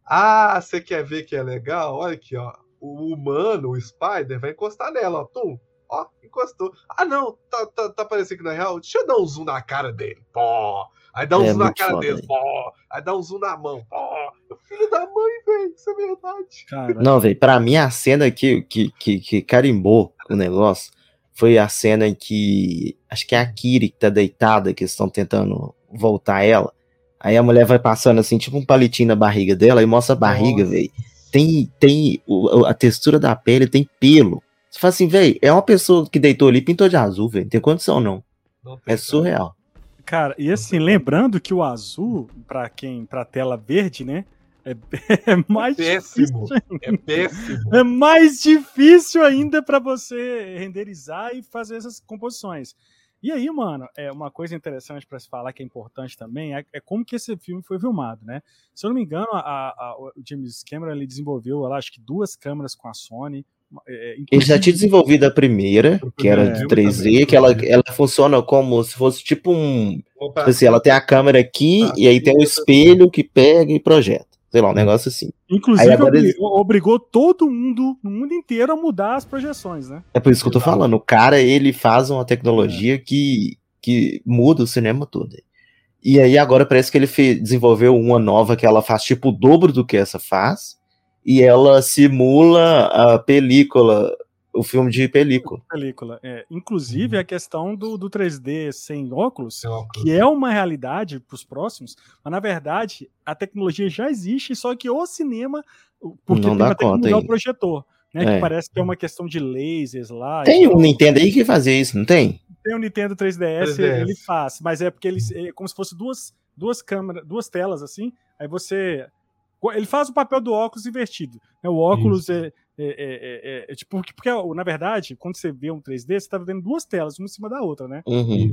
ah, você quer ver que é legal? Olha aqui, ó. O humano, o Spider, vai encostar nela, ó. Tum. Ó, encostou. Ah, não, tá, tá, tá parecendo que não é real. Deixa eu dar um zoom na cara dele. Pó. Aí dá um é, zoom na cara dele. Pó. Aí dá um zoom na mão. Pó. Filho da mãe, velho. Isso é verdade. Cara. Não, velho, pra mim a cena que, que, que, que carimbou o negócio foi a cena em que acho que é a Kiri que tá deitada, que estão tentando voltar ela. Aí a mulher vai passando assim, tipo um palitinho na barriga dela e mostra a barriga, velho. Tem, tem o, a textura da pele, tem pelo. Você fala assim, velho, é uma pessoa que deitou ali e pintou de azul, velho. Não tem condição, não. não tem é surreal. Cara, e assim, lembrando que o azul, pra quem, pra tela verde, né? É, é mais é péssimo. É péssimo. É mais difícil ainda pra você renderizar e fazer essas composições. E aí, mano, é uma coisa interessante para se falar que é importante também é, é como que esse filme foi filmado, né? Se eu não me engano, a, a, o James Cameron ele desenvolveu, eu acho que duas câmeras com a Sony. É, ele já tinha desenvolvido a primeira, que era de três D, que ela, ela funciona como se fosse tipo um, Tipo assim, ela tem a câmera aqui ah, e aí tem o espelho que pega e projeta. Sei lá, um negócio assim. Inclusive, agora obrig... eles... obrigou todo mundo, no mundo inteiro, a mudar as projeções, né? É por isso que eu tô falando. O cara, ele faz uma tecnologia é. que, que muda o cinema todo. E aí agora parece que ele fez, desenvolveu uma nova que ela faz tipo o dobro do que essa faz. E ela simula a película, o filme de película. Película, é. Inclusive a questão do, do três D sem óculos, óculos, que é uma realidade para os próximos, mas na verdade a tecnologia já existe, só que o cinema, porque não tem dá até que conta mudar aí. o projetor, né? É. Que parece que é uma questão de lasers lá. Tem um Nintendo aí que fazia isso, não tem? Tem o Nintendo três D S, três D S. Ele faz, mas é porque ele é como se fosse duas, duas câmeras, duas telas assim, aí você... Ele faz o papel do óculos invertido. Né? O óculos é, é, é, é, é tipo... Porque, na verdade, quando você vê um três D, você tá vendo duas telas, uma em cima da outra, né? Uhum.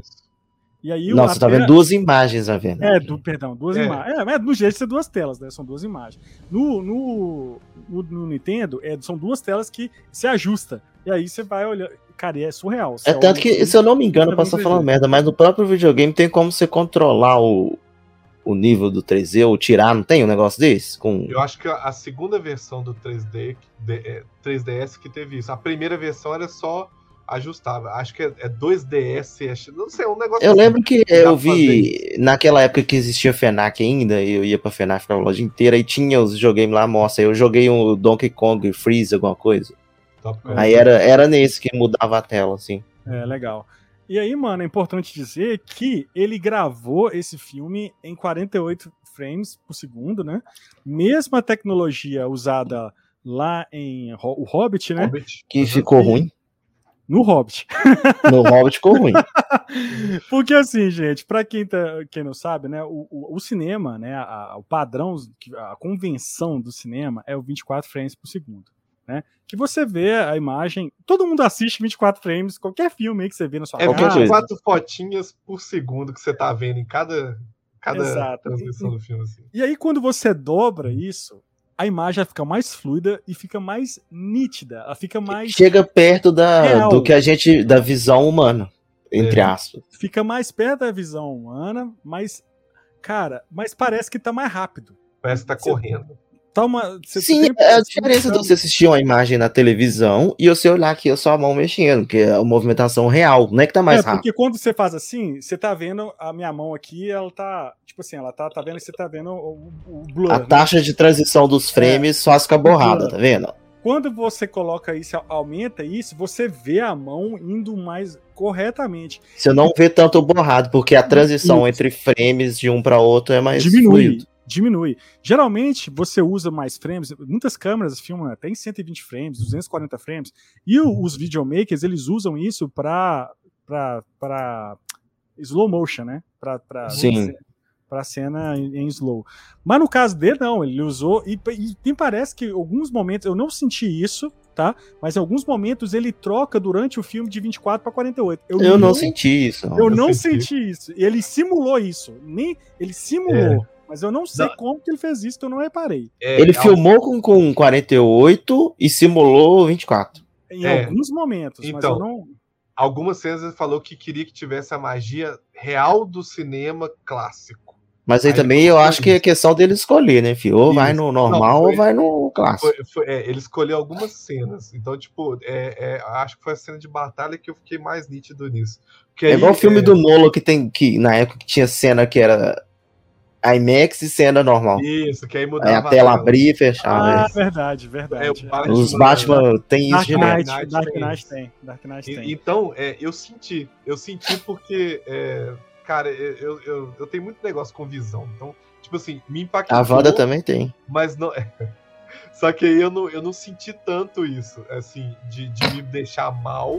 E aí, Nossa, você tá vendo duas imagens, na verdade. É, do, perdão, duas é. imagens. É, é, no jeito de ser duas telas, né? São duas imagens. No, no, no, no Nintendo, é, são duas telas que se ajustam. E aí você vai olhar... Cara, é surreal. É tanto que, se eu não me engano, eu posso estar falando merda, mas no próprio videogame tem como você controlar o... o nível do três D, ou tirar, não tem um negócio desse? Com... Eu acho que a segunda versão do três D, três D S que teve isso. A primeira versão era só ajustável. Acho que é dois D S, não sei, um negócio Eu assim. lembro que eu vi, naquela época que existia FENAC ainda, eu ia pra FENAC, ficava a loja inteira, e tinha os videogames lá, mostra, eu joguei um Donkey Kong Freeze, alguma coisa. Top, aí era, era nesse que mudava a tela, assim. É, legal. E aí, mano, é importante dizer que ele gravou esse filme em quarenta e oito frames por segundo, né? Mesma tecnologia usada lá em O Hobbit, né? Hobbit. Que ficou ruim. No Hobbit. No Hobbit ficou ruim. Porque assim, gente, pra quem, tá, quem não sabe, né? O, o, o cinema, né? A, a, o padrão, a convenção do cinema é o vinte e quatro frames por segundo. Né? Que você vê a imagem, todo mundo assiste vinte e quatro frames, qualquer filme aí que você vê na sua casa. É vinte e quatro fotinhas por segundo que você tá vendo em cada, cada Exato. transmissão e, do filme. Assim. E aí quando você dobra isso, a imagem fica mais fluida e fica mais nítida, ela fica mais... Chega perto da, do que a gente, da visão humana, entre é. aspas. Fica mais perto da visão humana, mas, cara, mas parece que tá mais rápido. Parece que tá você... correndo. Tá uma, você, Sim, você é a diferença de você assistir uma imagem na televisão e você olhar aqui a sua mão mexendo, que é a movimentação real, não é que tá mais é, rápido. Porque quando você faz assim, você tá vendo a minha mão aqui, ela tá, tipo assim, ela tá, tá vendo, você tá vendo o, o blur. A né? taxa de transição dos frames é, só fica borrada, tá vendo? Quando você coloca isso, aumenta isso, você vê a mão indo mais corretamente. Você não vê tanto borrado, porque a transição isso. entre frames de um para outro é mais diminui. fluido. Diminui. Geralmente, você usa mais frames, muitas câmeras filmam até em cento e vinte frames, duzentos e quarenta frames, e o, os videomakers, eles usam isso para para slow motion, né? Para para cena em, em slow. Mas no caso dele, não, ele usou, e, e me parece que em alguns momentos, eu não senti isso, tá? Mas em alguns momentos ele troca durante o filme de vinte e quatro para quarenta e oito. Eu, eu não, não senti isso. Não. Eu não senti. senti isso. Ele simulou isso. Nem, ele simulou. É. Mas eu não sei não. como que ele fez isso, que eu não reparei. É, ele é filmou algo... com, com quarenta e oito e simulou vinte e quatro. Em é. alguns momentos, então, mas eu não... Algumas cenas ele falou que queria que tivesse a magia real do cinema clássico. Mas aí, aí também eu acho isso. que é questão dele escolher, né, filho? Ou isso. vai no normal não, foi, ou vai no clássico. Foi, foi, é, ele escolheu algumas cenas. Então, tipo, é, é, acho que foi a cena de batalha que eu fiquei mais nítido nisso. Porque é aí, igual o filme do Nolan que tem, que na época que tinha cena que era... IMAX e cena normal. Isso, que aí mudava. Aí a tela abria e fechava. Ah, é. verdade, verdade. É, Os Batman né? tem isso de Dark Knight, Dark Knight tem. Dark Knight e, tem. Então, é, eu senti. Eu senti porque, é, cara, eu, eu, eu tenho muito negócio com visão. Então, tipo assim, me impactou. A Wanda também tem. Mas não. Só que aí eu não, eu não senti tanto isso, assim, de, de me deixar mal.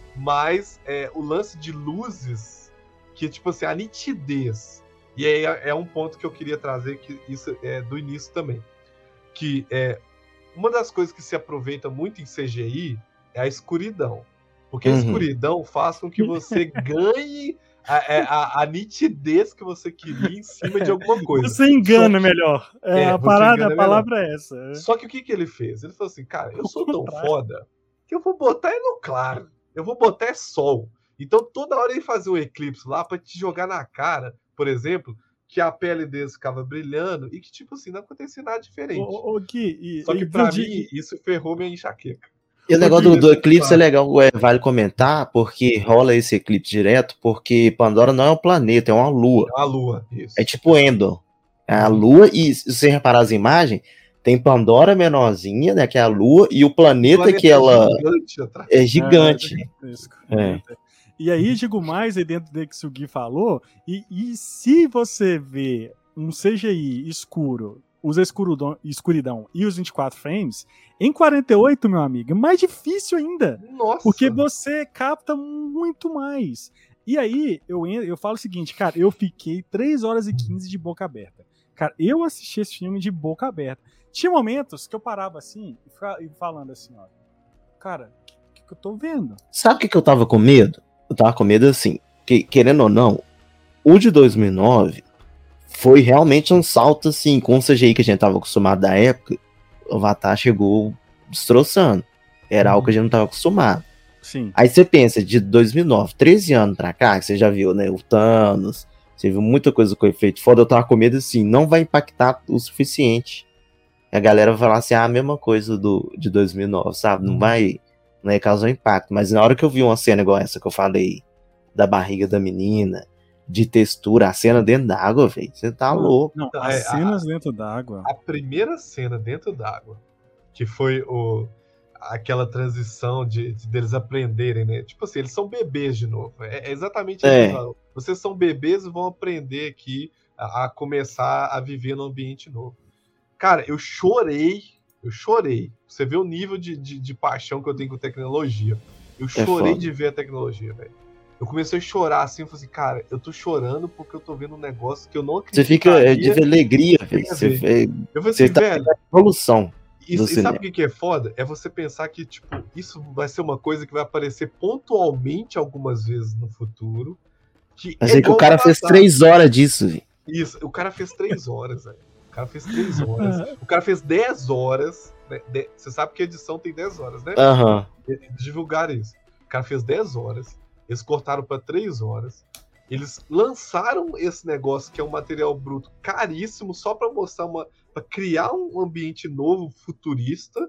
Mas é, o lance de luzes, que, tipo assim, a nitidez. E aí é um ponto que eu queria trazer, que isso é do início também. Que é uma das coisas que se aproveita muito em C G I é a escuridão. Porque uhum. a escuridão faz com que você ganhe a, a, a nitidez que você queria em cima de alguma coisa. Você engana que, melhor. É, é, a parada, a palavra melhor. é essa. É. Só que o que, que ele fez? Ele falou assim, cara, eu sou tão foda que eu vou botar é no claro. Eu vou botar é sol. Então toda hora ele fazia um eclipse lá pra te jogar na cara, por exemplo, que a pele deles ficava brilhando e que, tipo assim, não acontecia nada diferente. Ô, ô, Gui, e, Só que e, pra de... mim, isso ferrou minha enxaqueca. E o negócio do, do eclipse é legal, é, vale comentar, porque rola esse eclipse direto, porque Pandora não é um planeta, é uma lua. É uma lua, isso. É tipo Endor. É a lua, e se você reparar as imagens, tem Pandora menorzinha, né, que é a lua, e o planeta, o planeta que ela gigante é gigante. É, é. E aí, digo mais, aí dentro do que o Gui falou, e, e se você vê um C G I escuro, usa escuridão, escuridão e os vinte e quatro frames, em quarenta e oito, meu amigo, é mais difícil ainda. Nossa. Porque você capta muito mais. E aí, eu, eu falo o seguinte, cara, eu fiquei três horas e quinze de boca aberta. Cara, eu assisti esse filme de boca aberta. Tinha momentos que eu parava assim, e falando assim, ó, cara, o que, que eu tô vendo? Sabe o que, que eu tava com medo? Eu tava com medo assim, que, querendo ou não, o de dois mil e nove foi realmente um salto assim, com o C G I que a gente tava acostumado da época, o Avatar chegou destroçando. Era uhum. algo que a gente não tava acostumado. Sim. Aí você pensa, de dois mil e nove, treze anos pra cá, que você já viu, né, o Thanos, você viu muita coisa com efeito foda, eu tava com medo assim, não vai impactar o suficiente. E a galera vai falar assim, ah, a mesma coisa do, de dois mil e nove, sabe? Não vai, não vai causar impacto. Mas na hora que eu vi uma cena igual essa que eu falei, da barriga da menina, de textura, a cena dentro d'água, velho, você tá não, louco. Não, as é, cenas a, dentro d'água. A primeira cena dentro d'água, que foi o, aquela transição de, de deles aprenderem, né? Tipo assim, eles são bebês de novo. É, é exatamente é. isso. Vocês são bebês e vão aprender aqui a, a começar a viver num ambiente novo. Cara, eu chorei, eu chorei. Você vê o nível de, de, de paixão que eu tenho com tecnologia. Eu chorei é de ver a tecnologia, velho. Eu comecei a chorar assim, eu falei assim, cara, eu tô chorando porque eu tô vendo um negócio que eu não acredito. Você fica de alegria, velho. Você, vê, eu falei assim, você tá velho, evolução. E, e sabe o que, que é foda? É você pensar que, tipo, isso vai ser uma coisa que vai aparecer pontualmente algumas vezes no futuro. Que Mas é é que o cara fez três horas disso, velho. Isso, o cara fez três horas, velho. O cara fez três horas. O cara fez dez horas. Né? De... Você sabe que a edição tem dez horas, né? Aham. Uhum. Divulgaram isso. O cara fez dez horas. Eles cortaram para três horas. Eles lançaram esse negócio que é um material bruto caríssimo só para mostrar uma, para criar um ambiente novo, futurista.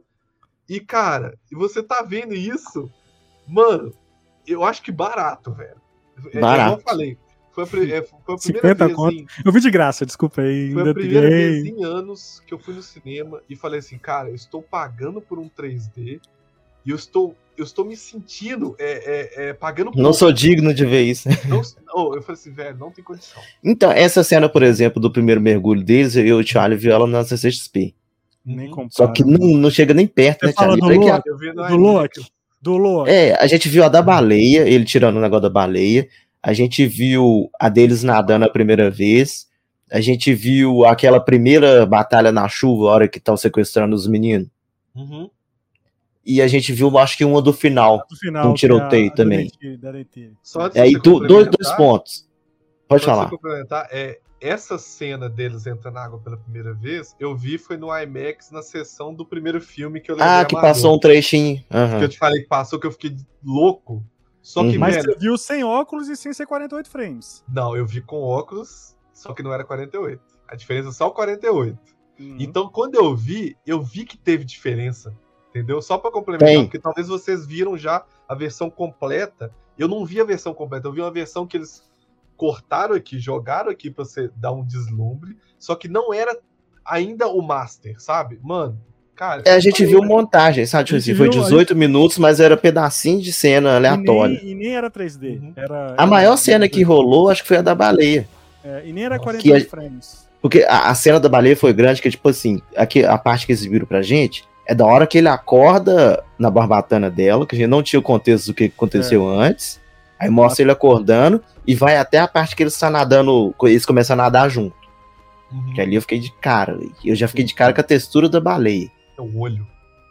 E cara, e você tá vendo isso, mano? Eu acho que barato, velho. Barato. É, como eu falei, foi a, é, foi a primeira vez conto. Em, eu vi de graça, desculpa aí. Foi a primeira vez em anos que eu fui no cinema e falei assim, cara, eu estou pagando por um três D e eu estou eu estou me sentindo é, é, é, pagando por... Não sou digno de ver isso. Não, oh, eu falei assim, velho, não tem condição. Então, essa cena, por exemplo, do primeiro mergulho deles, eu e o Charlie viu ela na C C X P. Nem compara, Só que não, não chega nem perto, Você né, fala Charlie? do Loki? A... Do Loki? Do Loki? É, a gente viu a da baleia, ele tirando o negócio da baleia. A gente viu a deles nadando a primeira vez. A gente viu aquela primeira batalha na chuva, a hora que estão sequestrando os meninos. Uhum. E a gente viu, acho que uma do final, do final um tiroteio é a, também. Da D T. Só é, e tu, dois, dois pontos. Pode só falar. Complementar, é, essa cena deles entrando na água pela primeira vez, eu vi foi no IMAX na sessão do primeiro filme que eu levei. Ah, que passou um trechinho. Uhum. Que eu te falei que passou, que eu fiquei louco. Só que, uhum. Mas velho, você viu sem óculos e sem ser quarenta e oito frames. Não, eu vi com óculos, só que não era quarenta e oito. A diferença é só o quarenta e oito. Uhum. Então, quando eu vi, eu vi que teve diferença. Entendeu? Só para complementar, Tem. porque talvez vocês viram já a versão completa. Eu não vi a versão completa, eu vi uma versão que eles cortaram aqui, jogaram aqui para você dar um deslumbre, só que não era ainda o master, sabe? Mano, cara... É, a gente viu montagem, sabe? Tipo assim, foi dezoito gente... minutos, mas era pedacinho de cena aleatória. E nem, e nem era três D. Uhum. Era, a era maior cena que rolou, acho que foi a da baleia. É, e nem era quarenta e oito a... frames. Porque a, a cena da baleia foi grande, que tipo assim, aqui, a parte que eles viram pra gente... É da hora que ele acorda na barbatana dela, que a gente não tinha o contexto do que aconteceu é. antes. Aí mostra ele acordando e vai até a parte que eles estão nadando, eles começam a nadar junto. Uhum. Que ali eu fiquei de cara, véio. Eu já fiquei de cara com a textura da baleia. É o olho.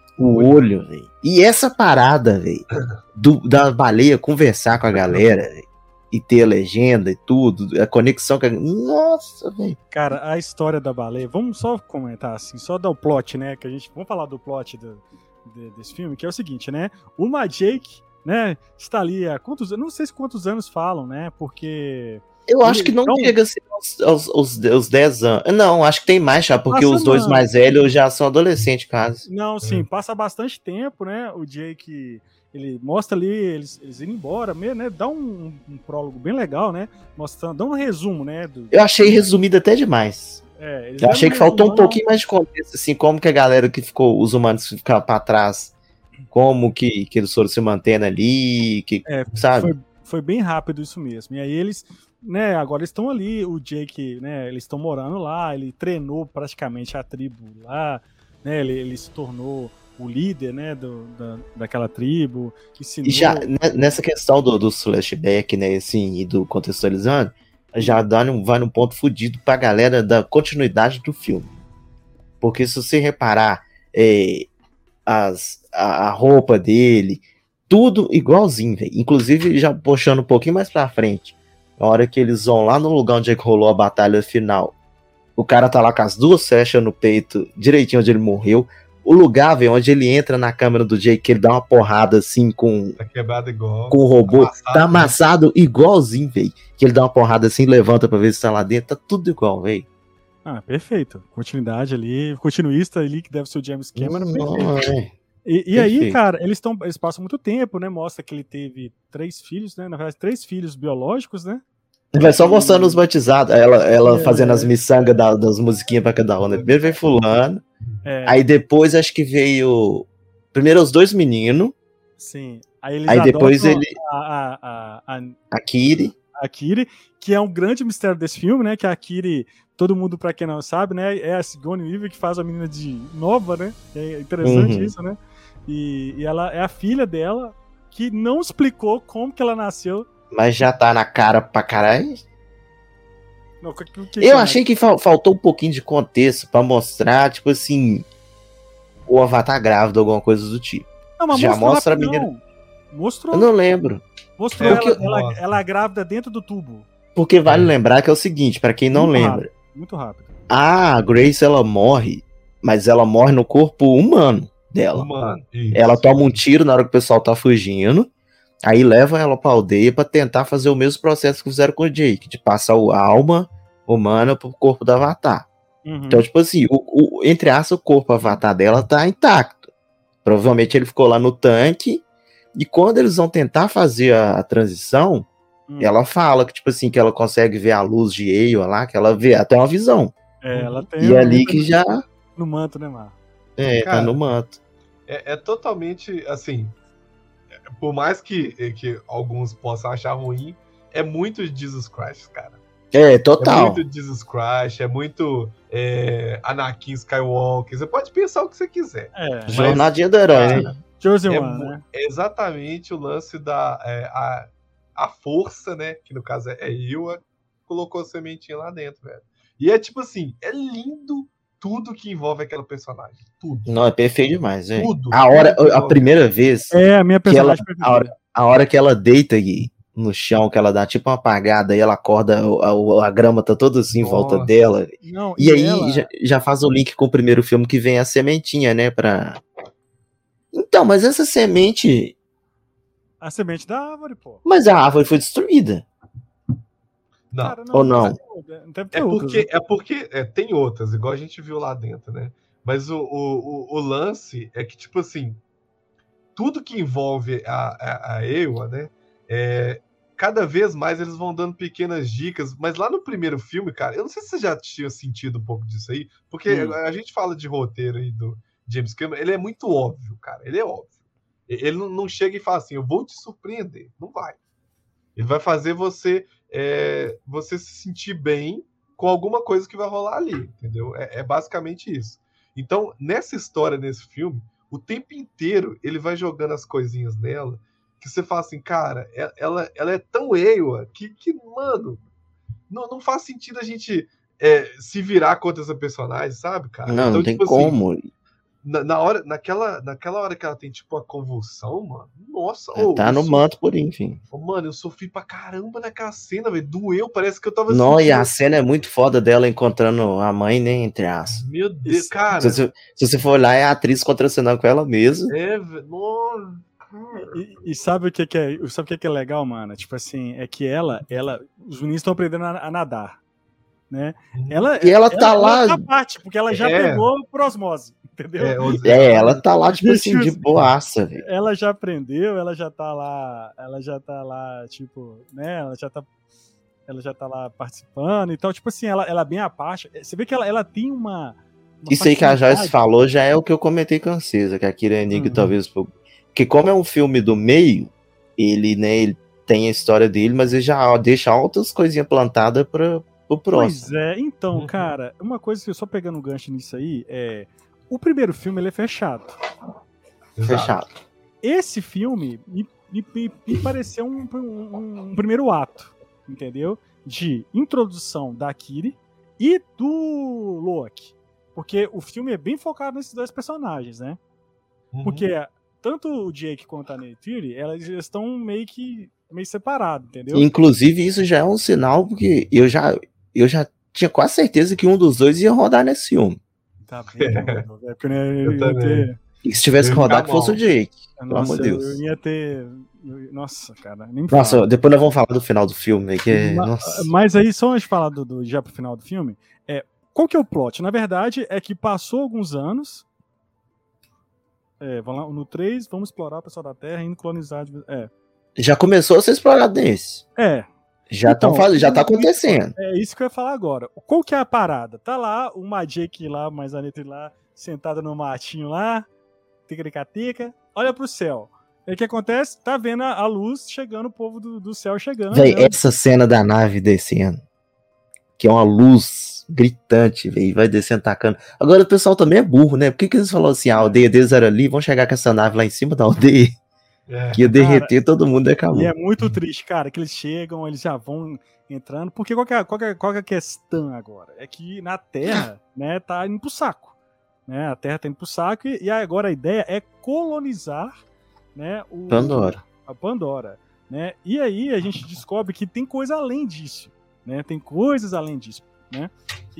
O olho, velho. E essa parada, velho, da baleia conversar com a galera, véio, e ter a legenda e tudo, a conexão com a... Nossa, velho. Cara, a história da baleia, vamos só comentar assim, só dar o plot, né, que a gente, vamos falar do plot do, de, desse filme, que é o seguinte, né, o Majake, né, está ali há quantos anos, não sei se quantos anos falam, né, porque... Eu acho que não então, chega assim aos, aos, aos, aos dez anos. Não, acho que tem mais já, porque os dois não. mais velhos já são adolescentes, quase. Não, sim, é. passa bastante tempo, né, o Jake... Ele mostra ali, eles, eles indo embora, mesmo, né? Dá um, um prólogo bem legal, né? Mostrando, dá um resumo, né? Do... Eu achei resumido até demais. É, eu achei que um faltou um pouquinho mais de contexto, assim, como que a galera que ficou, os humanos que ficaram pra trás, como que, que eles foram se mantendo ali, que, é, sabe? Foi, foi bem rápido isso mesmo. E aí eles, né, agora eles estão ali, o Jake, né, eles estão morando lá, ele treinou praticamente a tribo lá, né? Ele, ele se tornou o líder, né, do, da, daquela tribo, ensinou... E já, nessa questão do, do flashback, né, assim, e do contextualizando, já dá num, vai num ponto fodido pra galera da continuidade do filme. Porque se você reparar, é, as, a, a roupa dele, tudo igualzinho, velho. Inclusive, já puxando um pouquinho mais pra frente, na hora que eles vão lá no lugar onde é que rolou a batalha final, o cara tá lá com as duas flechas no peito, direitinho onde ele morreu. O lugar, velho, onde ele entra na câmera do Jake, que ele dá uma porrada assim com, tá quebrado igual, com o robô, amassado, tá amassado né? igualzinho, velho. Que ele dá uma porrada assim, levanta pra ver se tá lá dentro, tá tudo igual, velho. Ah, perfeito. Continuidade ali, continuista ali, que deve ser o James Cameron, Não, perfeito. É. E, e aí, cara, eles, tão, eles passam muito tempo, né? Mostra que ele teve três filhos, né? Na verdade, três filhos biológicos, né? Vai só mostrando os batizados, ela, ela é. fazendo as miçangas da, das musiquinhas pra cada um. Primeiro veio fulano, é. aí depois acho que veio... Primeiro os dois meninos. Sim. Aí, eles aí depois ele... A, a, a, a, a Kiri. A Kiri, que é um grande mistério desse filme, né? Que a Kiri, todo mundo, pra quem não sabe, né? É a Sigourney Weaver que faz a menina de nova, né? É interessante uhum. isso, né? E, e ela é a filha dela, que não explicou como que ela nasceu. Mas já tá na cara pra caralho. Não, que, que, eu que achei é? que fal- faltou um pouquinho de contexto pra mostrar, tipo assim, o Avatar grávido, alguma coisa do tipo. Não, mas já mostra rapidão. a menina. Mostrou. Eu não lembro. Mostrou é, ela, ela, ela grávida dentro do tubo. Porque vale é. lembrar que é o seguinte, pra quem não muito lembra. Rápido, muito rápido. A Grace, ela morre, mas ela morre no corpo humano dela. Humano, ela toma um tiro na hora que o pessoal tá fugindo. Aí leva ela pra aldeia pra tentar fazer o mesmo processo que fizeram com o Jake, de passar a alma humana pro corpo do Avatar. Uhum. Então, tipo assim, o, o, entre aspas, o corpo Avatar dela tá intacto. Provavelmente ele ficou lá no tanque, e quando eles vão tentar fazer a, a transição, uhum. ela fala que, tipo assim, que ela consegue ver a luz de Ewa lá, que ela vê até uma visão. É, ela tem. E ali que já... No manto, né, Mar? É, Cara, tá no manto. É, é totalmente, assim... Por mais que, que alguns possam achar ruim, é muito Jesus Christ, cara. É, total. É muito Jesus Christ, é muito é, Anakin Skywalker. Você pode pensar o que você quiser. É, Jornadinha do herói, né? Chosen é, One, né? É exatamente o lance da é, a, a força, né? Que no caso é Ewa, colocou a sementinha lá dentro, velho. E é tipo assim, é lindo tudo que envolve aquela personagem. Tudo. Não, é perfeito demais, velho. Tudo. A hora, tudo a primeira vez. É, a minha personagem que ela, a, hora, a hora que ela deita aqui no chão, que ela dá tipo uma apagada e ela acorda, a, a, a grama tá toda assim em Nossa. volta dela. Não, e, e aí ela... já, já faz o link com o primeiro filme que vem a sementinha, né? Pra... Então, mas essa semente. A semente da árvore, pô. Mas a árvore foi destruída. Não. Cara, não. Ou não? Deve ter é, outras, porque, né? é porque é, tem outras, igual a gente viu lá dentro, né? Mas o, o, o, o lance é que, tipo assim, tudo que envolve a, a, a Ewa, né? É, cada vez mais eles vão dando pequenas dicas. Mas lá no primeiro filme, cara, eu não sei se você já tinha sentido um pouco disso aí, porque hum. a, a gente fala de roteiro aí do James Cameron, ele é muito óbvio, cara. Ele é óbvio. Ele não, não chega e fala assim, eu vou te surpreender. Não vai. Ele vai fazer você, é, você se sentir bem com alguma coisa que vai rolar ali, entendeu? É, é basicamente isso. Então, nessa história, nesse filme, o tempo inteiro ele vai jogando as coisinhas nela que você fala assim, cara, ela, ela é tão Ewa que, que mano, não, não faz sentido a gente é, se virar contra essa personagem, sabe, cara? Não, então, não tem tipo, como. Assim, na, na, hora, naquela, naquela hora que ela tem, tipo, a convulsão, mano, nossa. É, oh, tá no sofri... manto, por enfim. Oh, mano, eu sofri pra caramba naquela cena, velho. Doeu, parece que eu tava Não, sentindo... e a cena é muito foda dela encontrando a mãe, né, entre as. Meu Deus, cara. Se, se, se você for olhar, é a atriz contracenando com ela mesma. É, velho. E, e sabe o que, que é? Sabe o que, que é legal, mano? Tipo assim, é que ela, ela, os meninos estão aprendendo a, a nadar, né? Ela, e ela, ela tá ela, lá. Ela tá parte, porque ela já é. pegou por osmose, entendeu? É, é, ela tá lá, tipo assim, de boaça, velho. Ela já aprendeu, ela já tá lá, ela já tá lá, tipo, né? Ela já tá, ela já tá lá participando e tal. Tipo assim, ela, ela é bem à parte. Você vê que ela, ela tem uma. uma Isso aí que a Joyce falou já é o que eu comentei com a Cisa, que a Kira Nick uhum. talvez. Porque como é um filme do meio, ele, né, ele tem a história dele, mas ele já deixa outras coisinhas plantadas para o próximo. Pois é, então, uhum. cara, uma coisa que eu só pegando um gancho nisso aí é. O primeiro filme ele é fechado. Fechado. Esse filme me, me, me pareceu um, um, um primeiro ato, entendeu? De introdução da Kiri e do Loki. Porque o filme é bem focado nesses dois personagens, né? Uhum. Porque tanto o Jake quanto a Neytiri, elas estão meio que meio separados, entendeu? Inclusive, isso já é um sinal, porque eu já, eu já tinha quase certeza que um dos dois ia rodar nesse filme. Tá bem, é. É porque, né, eu ia ter... E se tivesse que rodar, que fosse o Jake. Pelo Nossa, amor de Deus. Eu ia ter. Nossa, cara, nem me Nossa, fala. depois nós vamos falar do final do filme. Que... mas, Nossa. mas aí, só antes de falar do, do, já pro final do filme, é, qual que é o plot? Na verdade, é que passou alguns anos. É, vamos lá, no três, vamos explorar o pessoal da Terra indo colonizar. É. Já começou a ser explorado nesse. É. Já, então, fazendo, já tá acontecendo. É isso que eu ia falar agora. Qual que é a parada? Tá lá, uma Jake lá, mais a Neytiri lá, sentada no matinho lá, tica-tica, olha pro céu. E o que acontece? Tá vendo a luz chegando, o povo do, do céu chegando. Véi, né? Essa cena da nave descendo, que é uma luz gritante, véi, vai descendo, tacando. Agora o pessoal também é burro, né? Por que, que eles falaram assim, a aldeia deles era ali, vão chegar com essa nave lá em cima da aldeia? É. Que ia derreter, cara, todo mundo e acabou. E é muito triste, cara, que eles chegam, eles já vão entrando, porque qual que é, qual que é, qual que é a questão agora? É que na Terra, né, tá indo pro saco. Né, a Terra tá indo pro saco e, e agora a ideia é colonizar, né, o, Pandora. a Pandora. Né? E aí a gente descobre que tem coisa além disso. Né? Tem coisas além disso. Né?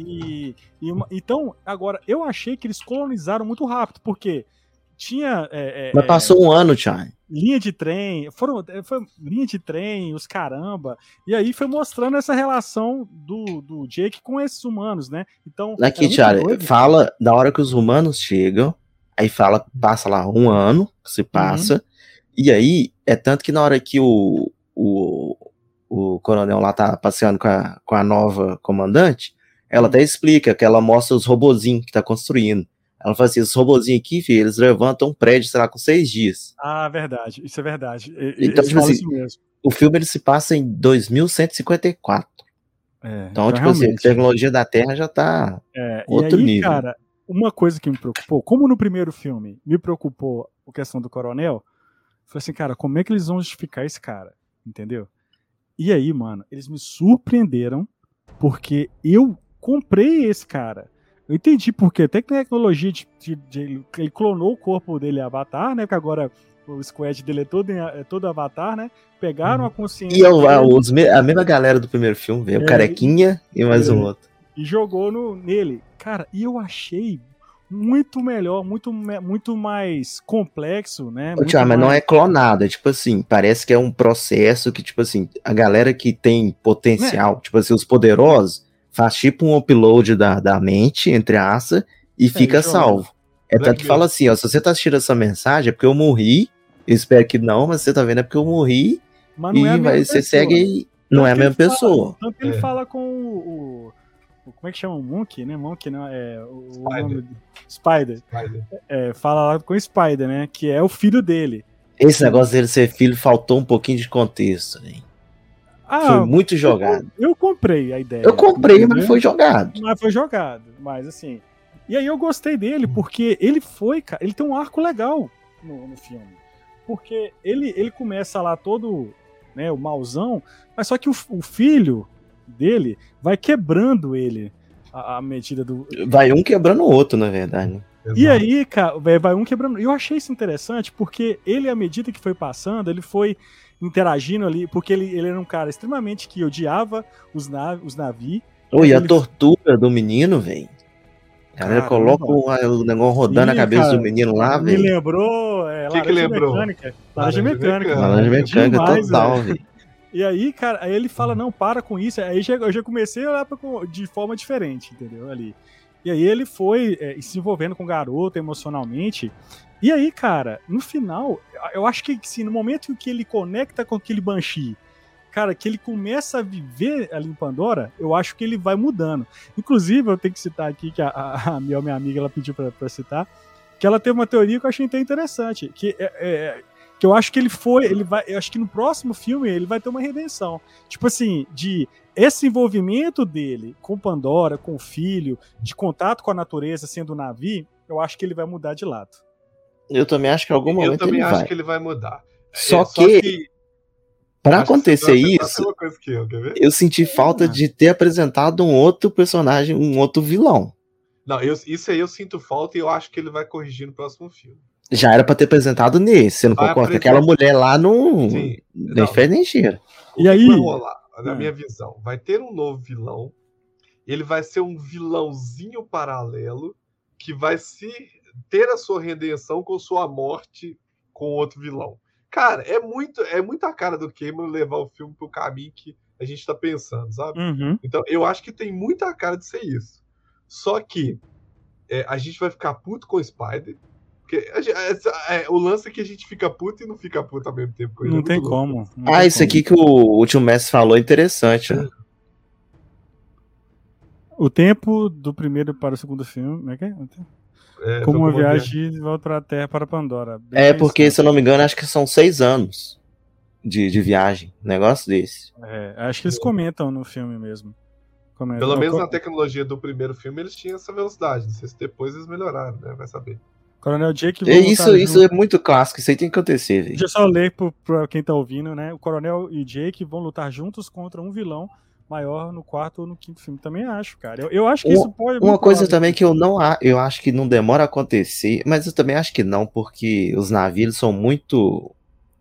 E, e uma, então, agora, eu achei que eles colonizaram muito rápido, porque tinha... É, Mas passou é, um ano, Charlie. Linha de trem, foram, foi linha de trem, os caramba, e aí foi mostrando essa relação do, do Jake com esses humanos, né? Então, aqui, Charlie, fala da hora que os humanos chegam, aí fala, passa lá um ano, que se passa, uhum. E aí, é tanto que na hora que o, o, o coronel lá tá passeando com a, com a nova comandante, ela uhum. até explica que ela mostra os robozinhos que tá construindo. Ela fala assim, esses robozinhos aqui, filho, eles levantam um prédio, sei lá, com seis dias. Ah, verdade. Isso é verdade. Então, tipo assim, o filme ele se passa em dois mil cento e cinquenta e quatro. É, então, então, tipo assim, a tecnologia da Terra já tá é, outro e aí, nível. Cara, uma coisa que me preocupou, como no primeiro filme me preocupou a questão do coronel, foi assim, cara, como é que eles vão justificar esse cara? Entendeu? E aí, mano, eles me surpreenderam, porque eu comprei esse cara. Eu entendi porque até que a tecnologia de, de, de, ele clonou o corpo dele Avatar, né? Que agora o squad dele é todo, é todo Avatar, né? Pegaram a consciência. E eu, a, os, a mesma galera do primeiro filme, veio, é, o Carequinha e, e mais é, um outro. E jogou no, nele. Cara, e eu achei muito melhor, muito, muito mais complexo, né? Ô, Tchau, mais... mas não é clonado, é tipo assim, parece que é um processo que, tipo assim, a galera que tem potencial, né? Tipo assim, os poderosos. Faz tipo um upload da, da mente, entre aspas, e é, fica salvo. É tanto que fala assim, ó, se você tá assistindo essa mensagem é porque eu morri, eu espero que não, mas você tá vendo é porque eu morri, mas não e é a vai, você segue aí, não é a mesma pessoa. Tanto que ele é. fala com o, o, como é que chama? O Monkey, né? Monkey, não, é o Spider. Nome de, Spider. Spider. É, fala lá com o Spider, né? Que é o filho dele. Esse negócio dele ser filho faltou um pouquinho de contexto, né? Ah, foi muito jogado. Eu, eu comprei a ideia. Eu comprei, mas foi jogado. Mas foi jogado. Mas assim. E aí eu gostei dele, porque ele foi, cara. Ele tem um arco legal no, no filme. Porque ele, ele começa lá todo, né, o mauzão, mas só que o, o filho dele vai quebrando ele à, à medida do. Vai um quebrando o outro, na verdade. E Exato. Aí, cara, vai um quebrando. Eu achei isso interessante, porque ele, à medida que foi passando, ele foi interagindo ali, porque ele, ele era um cara extremamente que odiava os, nav os navios. Oh, e a ele... tortura do menino, velho. A galera coloca o, o negócio rodando Sim, na cabeça cara, do menino lá, velho. Me lembrou é, é que que lembrou? Mecânica. Laranja Mecânica. Laranja Mecânica Demais, total, velho. E aí, cara, aí ele fala, não, para com isso. Aí já, eu já comecei a olhar pra, de forma diferente, entendeu? Ali. E aí ele foi é, se envolvendo com o garoto emocionalmente. E aí, cara, no final, eu acho que assim, no momento que ele conecta com aquele Banshee, cara, que ele começa a viver ali em Pandora, eu acho que ele vai mudando. Inclusive, eu tenho que citar aqui, que a, a, a minha amiga ela pediu pra, pra citar, que ela teve uma teoria que eu achei até interessante, que é, é que eu acho que ele foi, ele vai, eu acho que no próximo filme ele vai ter uma redenção. Tipo assim, de esse envolvimento dele com Pandora, com o filho, de contato com a natureza sendo o navio, eu acho que ele vai mudar de lado. Eu também acho que em algum momento Eu também ele acho vai. que ele vai mudar. Só, é, que, só que pra acontecer isso, uma coisa que eu, quer ver? eu senti falta de ter apresentado um outro personagem, um outro vilão. Não, eu, isso aí eu sinto falta e eu acho que ele vai corrigir no próximo filme. Já era pra ter apresentado nesse, você não Vai concorda? apresentar- Aquela mulher lá não, Sim. nem Não. fez nem cheira. O E que aí- que vai rolar? Na Hum. minha visão, vai ter um novo vilão. Ele vai ser um vilãozinho paralelo que vai se ter a sua redenção com sua morte com outro vilão. Cara, é muito, é muito a cara do Cameron levar o filme pro caminho que a gente tá pensando, sabe? Uhum. Então, eu acho que tem muita cara de ser isso. Só que é, a gente vai ficar puto com o Spider. Porque a gente- é, é, o lance é que a gente fica puto e não fica puto ao mesmo tempo. com ele. Não É tem muito louco. como. não Ah, tem isso como. aqui que o último mestre falou é interessante. Ó. O tempo do primeiro para o segundo filme, como é que é? É, Como tô uma com viagem de volta para a Terra para Pandora. Bem É porque, pensado. se eu não me engano, acho que são seis anos de, de viagem. Um negócio desse. É, acho que eles comentam no filme mesmo. Comentam. Pelo Não, menos co- na tecnologia do primeiro filme eles tinham essa velocidade. Não sei se depois eles melhoraram, né? Vai saber. Coronel Jake É, vão isso, lutar isso junto- é muito clássico, isso aí tem que acontecer, velho. Deixa eu só ler pro- pra quem tá ouvindo, né? O Coronel e Jake vão lutar juntos contra um vilão maior no quarto ou no quinto filme. Também acho, cara. Eu, eu acho que Uma- isso pode. Uma muito coisa provável. também que eu não a- eu acho que não demora a acontecer, mas eu também acho que não, porque os navios são muito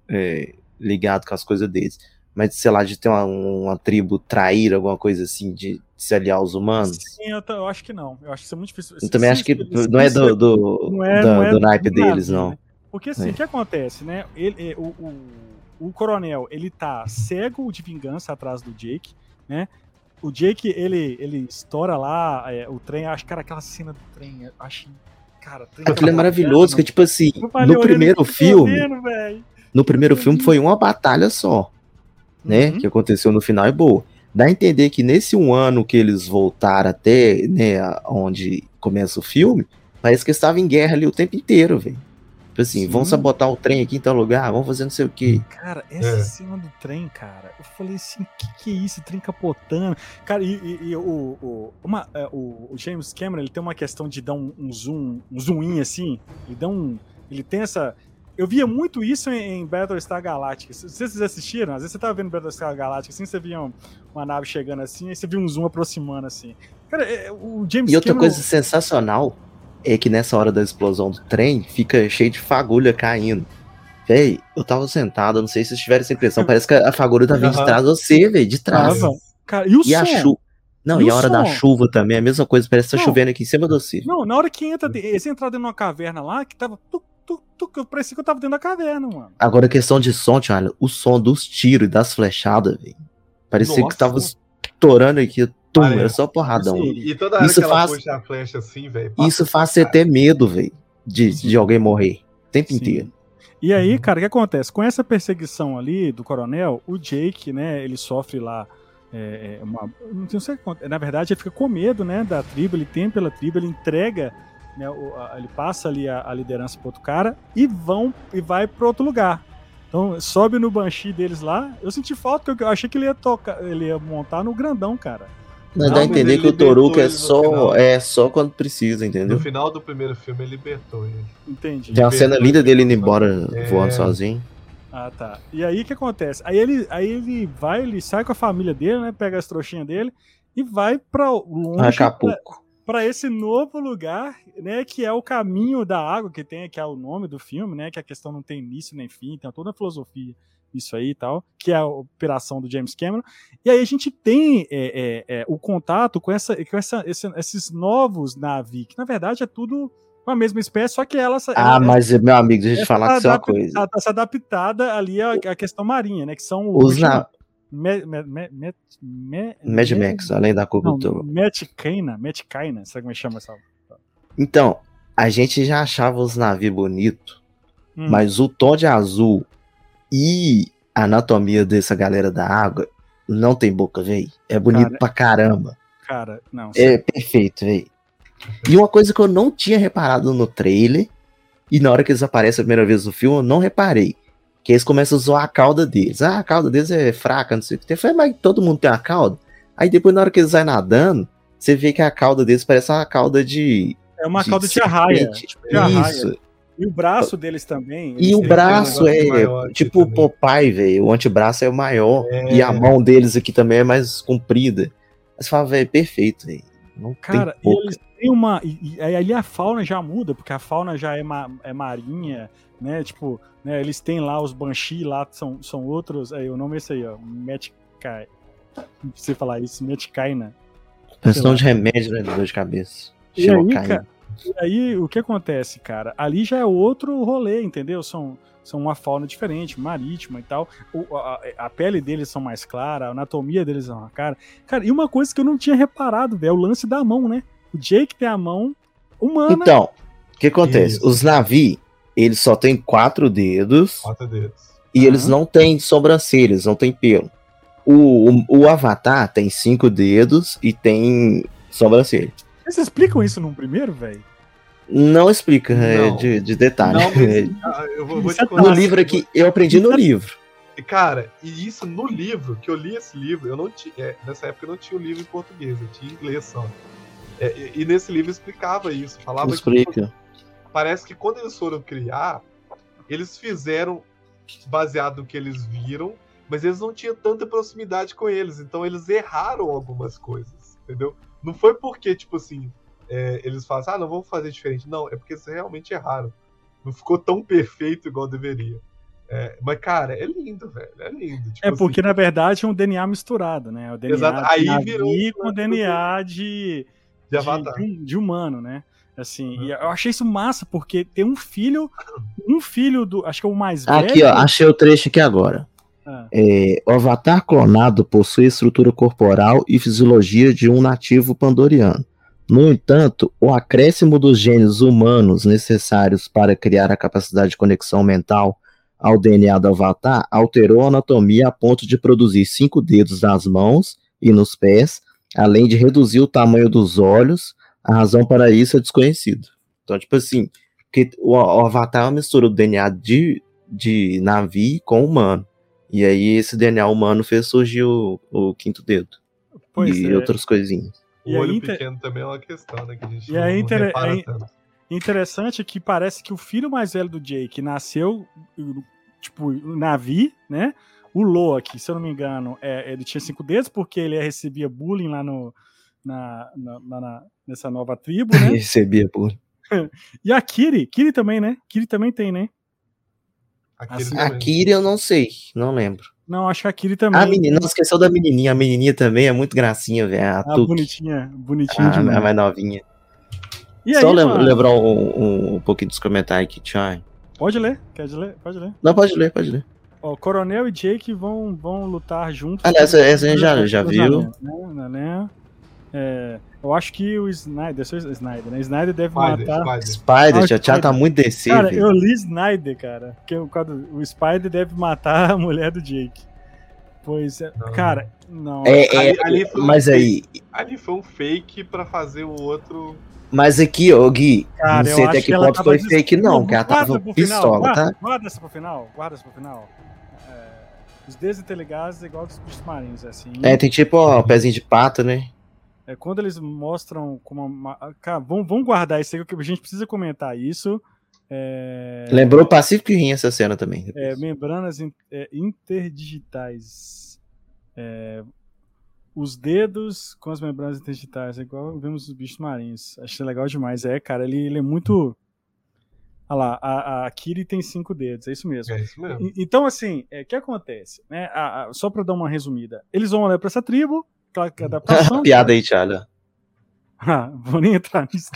é, ligados com as coisas deles. Mas, sei lá, de ter uma, uma tribo traíra, alguma coisa assim, de se aliar aos humanos. Sim, eu, ta- eu acho que não. Eu acho que isso é muito difícil. Eu também Se- acho que se- não é se- do, do, não é- da- não é do naipe do deles, navio, não. né? Porque assim, É. o que acontece, né? Ele, é, o, o, o coronel, ele tá cego de vingança atrás do Jake, né? O Jake, ele, ele estoura lá é, o trem, acho que era aquela cena do trem, eu acho, cara, trem Aquilo é maravilhoso, que tipo assim, Eu falei, no olhando primeiro aqui, tô filme, vendo, velho. no primeiro Eu filme vi. foi uma batalha só, né, Uhum. que aconteceu no final e boa. Dá a entender que nesse um ano que eles voltaram até, né, onde começa o filme, parece que eles estavam em guerra ali o tempo inteiro, velho. Tipo assim, Sim. vamos sabotar o trem aqui em tal lugar, vamos fazer não sei o quê. Cara, essa É. cena do trem, cara, eu falei assim, que que é isso, trem capotando? Cara, e, e- e o, o, uma, é, o, o James Cameron, ele tem uma questão de dar um, um zoom, um zoom in assim, ele dá um, ele tem essa... Eu via muito isso em, em Battlestar Galactica. Se vocês assistiram, às vezes você tava vendo Battlestar Galactica, assim, você via um- uma nave chegando assim, aí você via um zoom aproximando assim. Cara, é, o James E outra Cameron... coisa sensacional é que nessa hora da explosão do trem, fica cheio de fagulha caindo. Véi, eu tava sentado, eu não sei se vocês tiveram essa impressão, parece que a fagulha tá vindo de Aham. trás de você, velho, de trás. Tava. Cara, e o E a som? chuva. Não, E e, o a hora da som? chuva também, é a mesma coisa, parece que tá Não. chovendo aqui em cima de você. Não, na hora que entra, eles entraram dentro de uma caverna lá, que tava... Tuc, tuc, tuc, eu parecia que eu tava dentro da caverna, mano. Agora, questão de som, olha, o som dos tiros e das flechadas, velho. Parecia Nossa. que tava estourando aqui, tum, Parece. era só porradão. E, e toda hora Isso que ela faz- puxa a flecha assim, velho. Isso faz você ter medo, velho, de, Sim. de alguém morrer. O tempo Sim. inteiro. E aí, cara, o que acontece? Com essa perseguição ali do coronel, o Jake, né, ele sofre lá é, é, uma... Não tenho sei o que acontece. Na verdade, ele fica com medo, né, da tribo, ele tem pela tribo, ele entrega, né, o- a- ele passa ali a, a liderança pro outro cara e vão e vai pro outro lugar. Então, sobe no Banshee deles lá. Eu senti falta, porque eu achei que ele ia tocar, ele ia montar no grandão, cara. Mas Não, dá a mas entender ele que o libertou Toruko é ele no só, final. é só quando precisa, No entendeu? final do primeiro filme ele libertou ele. Entendi. Tem uma cena libertou linda ele. dele indo embora É. voando sozinho. Ah, tá. E aí o que acontece? Aí ele, aí ele vai, ele sai com a família dele, né? Pega as trouxinhas dele e vai pra longe pra, Acapulco. pra esse novo lugar, né? Que é o caminho da água, que tem que é o nome do filme, né? Que a questão não tem início nem fim, tem toda a filosofia isso aí e tal, que é a operação do James Cameron. E aí a gente tem é, é, é, o contato com, essa, com essa, esse- esses novos navios, que na verdade é tudo com a mesma espécie, só que ela... Ah, ela, mas, meu amigo, deixa eu te falar tá que isso é uma coisa. Ela tá se adaptada ali à, à questão marinha, né? Que são... Os na... Me, me, me, me, me, Mad Max, além da cultura. Metcaina, Metcaina, sabe como é que chama essa? Então, a gente já achava os navios bonitos, hum. mas o tom de azul e a anatomia dessa galera da água não tem boca, velho. É bonito cara, pra caramba. Cara, não. É sim. Perfeito, velho. E uma coisa que eu não tinha reparado no trailer, e na hora que eles aparecem a primeira vez no filme, eu não reparei. Que eles começam a zoar a cauda deles. Ah, a cauda deles é fraca, não sei o que. Eu falei, mas todo mundo tem uma cauda? Aí depois, na hora que eles saem nadando, você vê que a cauda deles parece uma cauda de... É uma de cauda de arraia. Tipo, de arraia. Isso. E o braço deles também. E o braço é tipo o Popeye, velho. O antebraço é o maior. É. E a mão deles aqui também é mais comprida. Aí você fala, velho, perfeito, velho. Não Cara, tem boca. E eles têm uma... E, e ali a fauna já muda, porque a fauna já é, ma, é marinha, né? Tipo, né, eles têm lá os Banshee, lá são, são outros... Aí, o nome é esse aí, ó. Metkai. Não precisa falar isso, Metcaina. Questão de remédio, né? De dor de cabeça. E aí, cara, e aí, o que acontece, cara? Ali já é outro rolê, entendeu? São, são uma fauna diferente, marítima e tal. O, a, a pele deles são mais clara, a anatomia deles é uma cara. Cara, e uma coisa que eu não tinha reparado, velho, é o lance da mão, né? O Jake tem a mão humana. Então, o que acontece? Isso. Os Na'vi, eles só têm quatro dedos. Quatro dedos. E uhum. eles não têm sobrancelhas, não tem pelo. O, o, o Avatar tem cinco dedos e tem sobrancelha. Vocês explicam isso num primeiro, velho? Não explica, não. É de, de detalhe. Não, mas, eu vou, vou te no livro aqui, eu aprendi no livro. Cara, e isso no livro, que eu li esse livro, eu não tinha. É, nessa época eu não tinha o livro em português, eu tinha em inglês só. É, e, e nesse livro explicava isso. Falava Explica. que. Parece que quando eles foram criar, eles fizeram baseado no que eles viram, mas eles não tinham tanta proximidade com eles, então eles erraram algumas coisas, entendeu? Não foi porque, tipo assim, é, eles falam assim, ah, não, vamos fazer diferente. Não, é porque eles realmente erraram. Não ficou tão perfeito igual deveria. É, mas, cara, é lindo, velho. É lindo. Tipo é porque, assim, na verdade, é um D N A misturado, né? O D N A Exato. Aí virou com o D N A de, de, Avatar. de, de humano, né? Assim, uhum. E eu achei isso massa, porque tem um filho, um filho do, acho que é o mais velho. Aqui, ó, achei o trecho aqui agora. Ah. É, o Avatar clonado possui estrutura corporal e fisiologia de um nativo pandoriano. No entanto, o acréscimo dos genes humanos necessários para criar a capacidade de conexão mental ao D N A do Avatar alterou a anatomia a ponto de produzir cinco dedos nas mãos e nos pés, além de reduzir o tamanho dos olhos. A razão para isso é desconhecida. Então, tipo assim, que o, o Avatar é uma mistura do D N A de, de Na'vi com humano. E aí esse D N A humano fez surgir o, o quinto dedo. Pois e é. outras coisinhas. O e olho inter... pequeno também é uma questão, né? Que a gente e não, é inter... não repara é tanto. Interessante que parece que o filho mais velho do Jake nasceu, tipo, Na'vi, né? O Loki, se eu não me engano, é, ele tinha cinco dedos porque ele recebia bullying lá no, na, na, na, nessa nova tribo, né? recebia bullying. E a Kiri, Kiri também, né? Kiri também tem, né? Assim, a Kiri eu não sei, não lembro. Não, acho que a Kiri também. A menina, não esqueceu da menininha, a menininha também é muito gracinha, velho. A ah, bonitinha, bonitinha a, a mais novinha. E Só aí, lembrar lembra um, um, um pouquinho dos comentários aqui, tchau. Pode ler, quer ler? Pode ler. Não, pode ler, pode ler. Ó, o Coronel e Jake vão, vão lutar juntos. Aliás, essa, essa a gente já, já viu. Né? Né? É, eu acho que o Snyder, eu sou Snyder, né? Snyder deve Spider, matar. Spider, Spider já, já tá muito descer. Cara, velho. eu li Snyder, cara. Porque o, o Spider deve matar a mulher do Jake. Pois é, não. Cara, não. É, é, ali, ali foi mas um aí. Fake, ali foi um fake pra fazer o outro. Mas aqui, ô Gui, cara, não sei até que ponto foi des... fake, não, porque ela tava pistola, guarda, tá? Guarda essa pro final, guarda essa pro final. É, os dedos interligados é igual dos bichos marinhos, assim. É, tem tipo ó, um pezinho de pato, né? É, quando eles mostram como uma... Cara, vamos, vamos guardar isso aí, que a gente precisa comentar isso. É... Lembrou o Pacífico Rim essa cena também. É, membranas in, é, interdigitais. É, os dedos com as membranas interdigitais, é igual vemos os bichos marinhos. Achei legal demais. É, cara, ele, ele é muito... Olha lá, a, a Kiri tem cinco dedos, é isso mesmo. É isso mesmo. E, então, assim, o é, que acontece? Né? A, a, só pra dar uma resumida. Eles vão olhar pra essa tribo, aquela adaptação... Piada aí, Thiago. Ah, vou nem entrar nisso,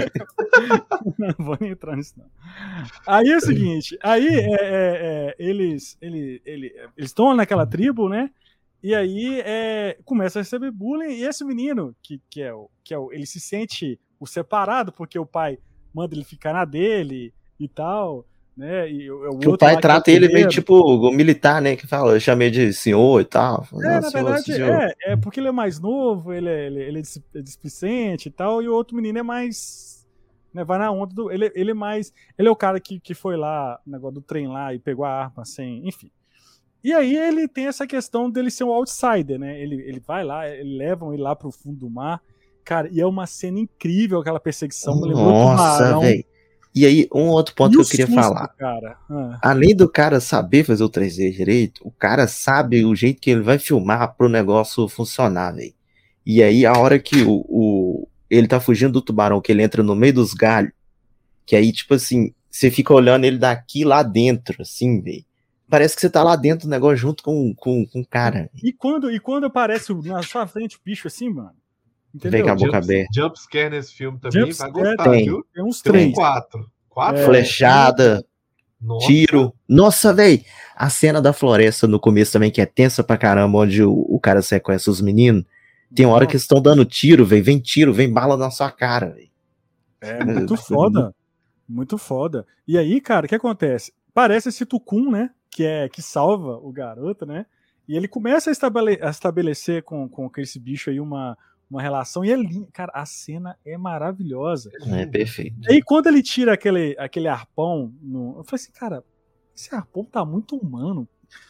não. Vou nem entrar nisso, não. Aí é o seguinte, aí é, é, é, eles ele, ele, eles estão naquela tribo, né? E aí é, começa a receber bullying, e esse menino, que, que, é o, que é o. Ele se sente o separado, porque o pai manda ele ficar na dele e tal, né? E o, o, que o pai trata ele meio tipo o militar, né? Que fala, eu chamei de senhor e tal. É, na senhor, verdade, senhor. É, é porque ele é mais novo, ele é, ele, ele é displicente e tal, e o outro menino é mais. Né, vai na onda do. Ele, ele é mais. Ele é o cara que, que foi lá, no negócio do trem lá, e pegou a arma sem. Enfim. E aí ele tem essa questão dele ser um outsider, né? Ele, ele vai lá, ele levam ele lá pro fundo do mar. Cara, e é uma cena incrível aquela perseguição. Nossa, velho. E aí, um outro ponto e que eu queria susto, falar. Cara? Ah. Além do cara saber fazer o três D direito, o cara sabe o jeito que ele vai filmar pro negócio funcionar, velho. E aí, a hora que o, o, ele tá fugindo do tubarão, que ele entra no meio dos galhos, que aí, tipo assim, você fica olhando ele daqui lá dentro, assim, velho. Parece que você tá lá dentro do negócio junto com, com, com o cara. E quando, e quando aparece na sua frente o bicho assim, mano? Entendeu? Vem com a boca aberta. Jump scare nesse filme também, Jump vai gostar, tem. viu? Tem uns três. Quatro. Quatro? É. Flechada, Nossa. Tiro. Nossa, velho. A cena da floresta no começo também, que é tensa pra caramba, onde o, o cara sequestra os meninos. Tem uma hora Nossa. que eles estão dando tiro, velho. Vem tiro, vem bala na sua cara, velho. É muito foda. Muito foda. E aí, cara, o que acontece? Parece esse Tucum, né? Que, é, que salva o garoto, né? E ele começa a, estabele a estabelecer com, com esse bicho aí uma, uma relação. E é lindo. Cara, a cena é maravilhosa. É perfeito. E aí, quando ele tira aquele, aquele arpão, no... eu falei assim, cara, esse arpão tá muito humano.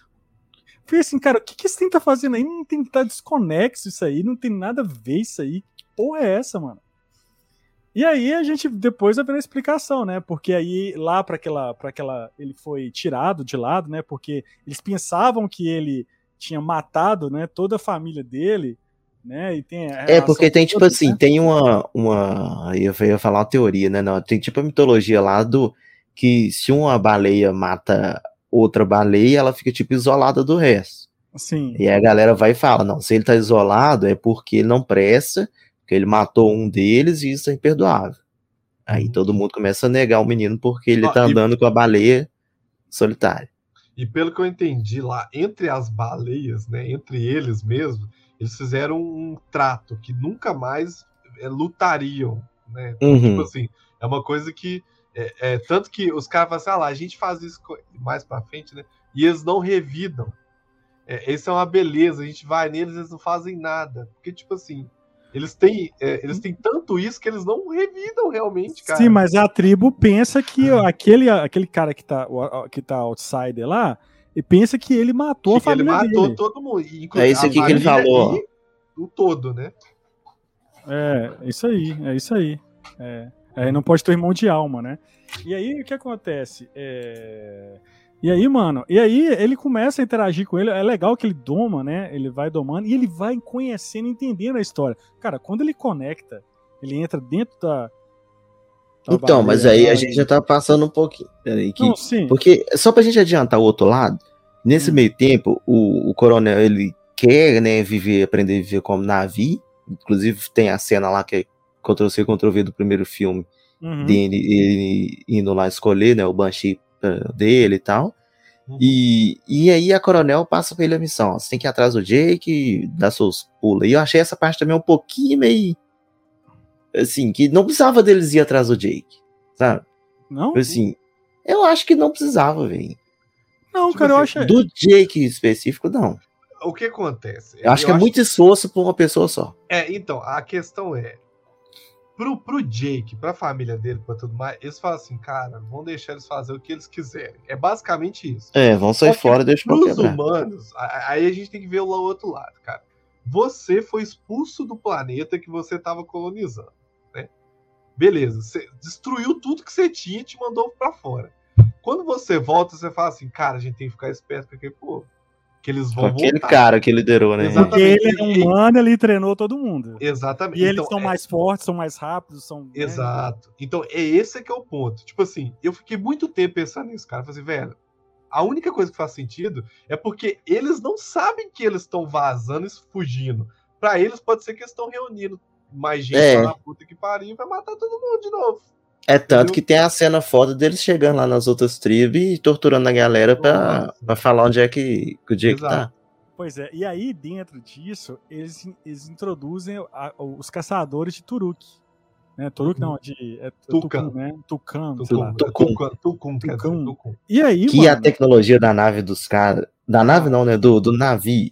Eu falei assim, cara, o que, que esse tem tá fazendo aí? Não tem que tá desconexo isso aí, não tem nada a ver isso aí. Que porra é essa, mano? E aí a gente depois vai ver a explicação, né? Porque aí lá para aquela, para aquela, ele foi tirado de lado, né? Porque eles pensavam que ele tinha matado, né? Toda a família dele, né? E tem é porque tem tipo toda, assim, né? Tem uma, uma, eu ia falar uma teoria, né? Não, tem tipo a mitologia lá do que se uma baleia mata outra baleia, ela fica tipo isolada do resto. Sim. E aí a galera vai e fala, não, se ele tá isolado é porque ele não presta. Porque ele matou um deles e isso é imperdoável. Aí todo mundo começa a negar o menino porque ele ah, tá andando e... com a baleia solitária. E pelo que eu entendi lá, entre as baleias, né, entre eles mesmo, eles fizeram um trato que nunca mais é, lutariam, né? Então, uhum. Tipo assim, é uma coisa que é, é, tanto que os caras falam assim, ah lá, a gente faz isso mais pra frente, né? E eles não revidam. É, essa é uma beleza, a gente vai neles, eles não fazem nada. Porque, tipo assim, Eles têm, é, eles têm tanto isso que eles não revidam realmente, cara. Sim, mas a tribo pensa que ah. aquele, aquele cara que tá, que tá outsider lá, e pensa que ele matou que a família dele. Ele matou dele. todo mundo. É isso aqui que ele falou. O todo, né? É, isso aí, é isso aí. É, é, não pode ter irmão de alma, né? E aí, o que acontece? É... E aí, mano, e aí ele começa a interagir com ele, é legal que ele doma, né, ele vai domando, e ele vai conhecendo, entendendo a história. Cara, quando ele conecta, ele entra dentro da... da então, baleia, mas aí né? A gente já tá passando um pouquinho, peraí, que... Não, sim. Porque, só pra gente adiantar o outro lado, nesse hum. meio tempo, o, o coronel, ele quer, né, viver, aprender a viver como navio, inclusive tem a cena lá que é Ctrl-C, Ctrl-V do primeiro filme, uhum. dele ele indo lá escolher, né, o Banshee dele e tal, uhum. e, e aí a coronel passa pra ele a missão, ó, você tem que ir atrás do Jake, dar seus pulos, e eu achei essa parte também um pouquinho meio, assim, que não precisava deles ir atrás do Jake, sabe? Não? Assim, eu acho que não precisava, velho. Não, tipo cara, assim, eu acho... Do Jake específico, não. O que acontece? Eu acho eu que é acho... muito esforço pra uma pessoa só. É, então, a questão é, Pro, pro Jake, pra família dele, pra tudo mais, eles falam assim, cara, vão deixar eles fazer o que eles quiserem. É basicamente isso. É, vão sair fora, deixa pra quebrar. Pros humanos, aí a gente tem que ver o outro lado, cara. Você foi expulso do planeta que você tava colonizando, né? Beleza, você destruiu tudo que você tinha e te mandou pra fora. Quando você volta, você fala assim, cara, a gente tem que ficar esperto com aquele povo. Que eles vão aquele voltar. cara que liderou, né? Porque ele é humano, ele treinou todo mundo. Exatamente. E eles então, são é... mais fortes, são mais rápidos, são... Exato. Né? Então, é esse que é o ponto. Tipo assim, eu fiquei muito tempo pensando nisso, cara. Eu falei assim, velho, a única coisa que faz sentido é porque eles não sabem que eles estão vazando e fugindo. Pra eles, pode ser que eles estão reunindo mais gente É. lá na puta que pariu e vai matar todo mundo de novo. É tanto Entendeu? que tem a cena foda deles chegando lá nas outras tribos e torturando a galera pra, Nossa. pra falar onde é que, que o Jake tá. Exato. Pois é, e aí dentro disso, eles, eles introduzem a- os caçadores de Turuk. Né? Turuk não, de é, Tucan. Tucum, né? Tucum, sei lá. Tucum, Tucum, Tucum, quer dizer, Tucum. Tucum. E aí, Que a mano, tecnologia da nave dos caras. Da nave não, né? Do, do navio.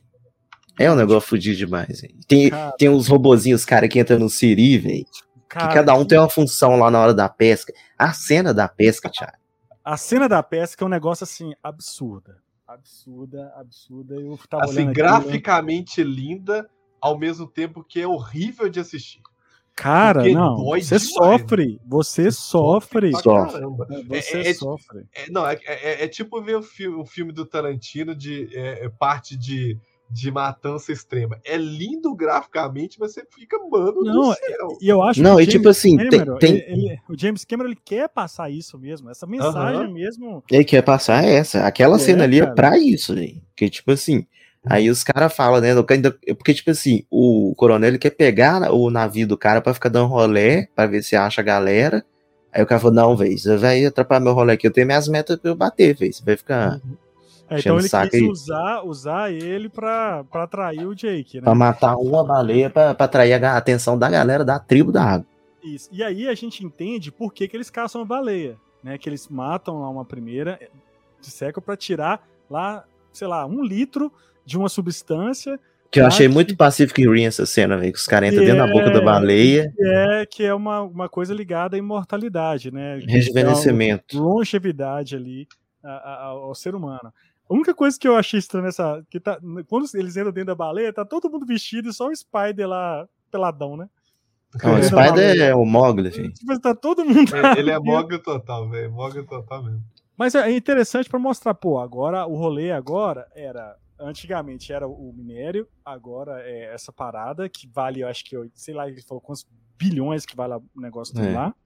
É um negócio fudido demais, velho. Tem, Cara. tem uns robozinhos, cara, que entram no Siri, velho. Que cara, cada um tem uma função lá na hora da pesca. A cena da pesca, Thiago. a cena da pesca é um negócio assim, absurda. Absurda, absurda. Eu tava Assim, olhando aqui, graficamente linda, ao mesmo tempo que é horrível de assistir. cara, porque não, dói você demais, sofre, você sofre. pra Sofre. caramba. Você É- é- sofre. É, não, é, é- é tipo ver o filme, o filme do Tarantino de é, é parte de, de matança extrema. É lindo graficamente, mas você fica, mano Não, do céu. E eu acho Não, que o e tipo James assim, tem- Cameron, tem- ele- ele- o James Cameron ele quer passar isso mesmo, essa mensagem Aham. mesmo. Ele quer passar essa. Aquela É, cena ali cara. é pra isso, velho. Porque, tipo assim, aí os caras falam, né? no- ainda- Porque, tipo assim, o coronel ele quer pegar o navio do cara pra ficar dando rolé, pra ver se acha a galera. Aí o cara falou, não, velho, você vai atrapalhar meu rolê aqui. Eu tenho minhas metas pra eu bater, velho. Você vai ficar É, enchendo então o ele saco quis aí. usar, usar ele pra, pra atrair o Jake, né? Pra matar uma baleia pra, pra atrair a atenção da galera da tribo da água. Isso. E aí a gente entende por que, que eles caçam a baleia, né? Que eles matam lá uma primeira, dissecam pra tirar lá, sei lá, um litro de uma substância Que eu Ah, achei que- muito Pacific Rim essa cena, velho. Que os caras entram que dentro da boca da é- baleia. que é, que é uma, uma coisa ligada à imortalidade, né? Rejuvenescimento. Longevidade ali a- a- ao ser humano. A única coisa que eu achei estranha nessa. Que tá, quando eles entram dentro da baleia, tá todo mundo vestido e só o Spider lá peladão, né? Não, o Dentro da Spider baleia. é o Mogli, filho. Tipo, tá todo mundo. É, ele é Mogli total, velho. Mogli total mesmo. Mas é interessante pra mostrar, pô, agora o rolê agora era. Antigamente era o minério, agora é essa parada que vale, eu acho que, eu- sei lá, ele falou quantos bilhões que vale o negócio do É. lá,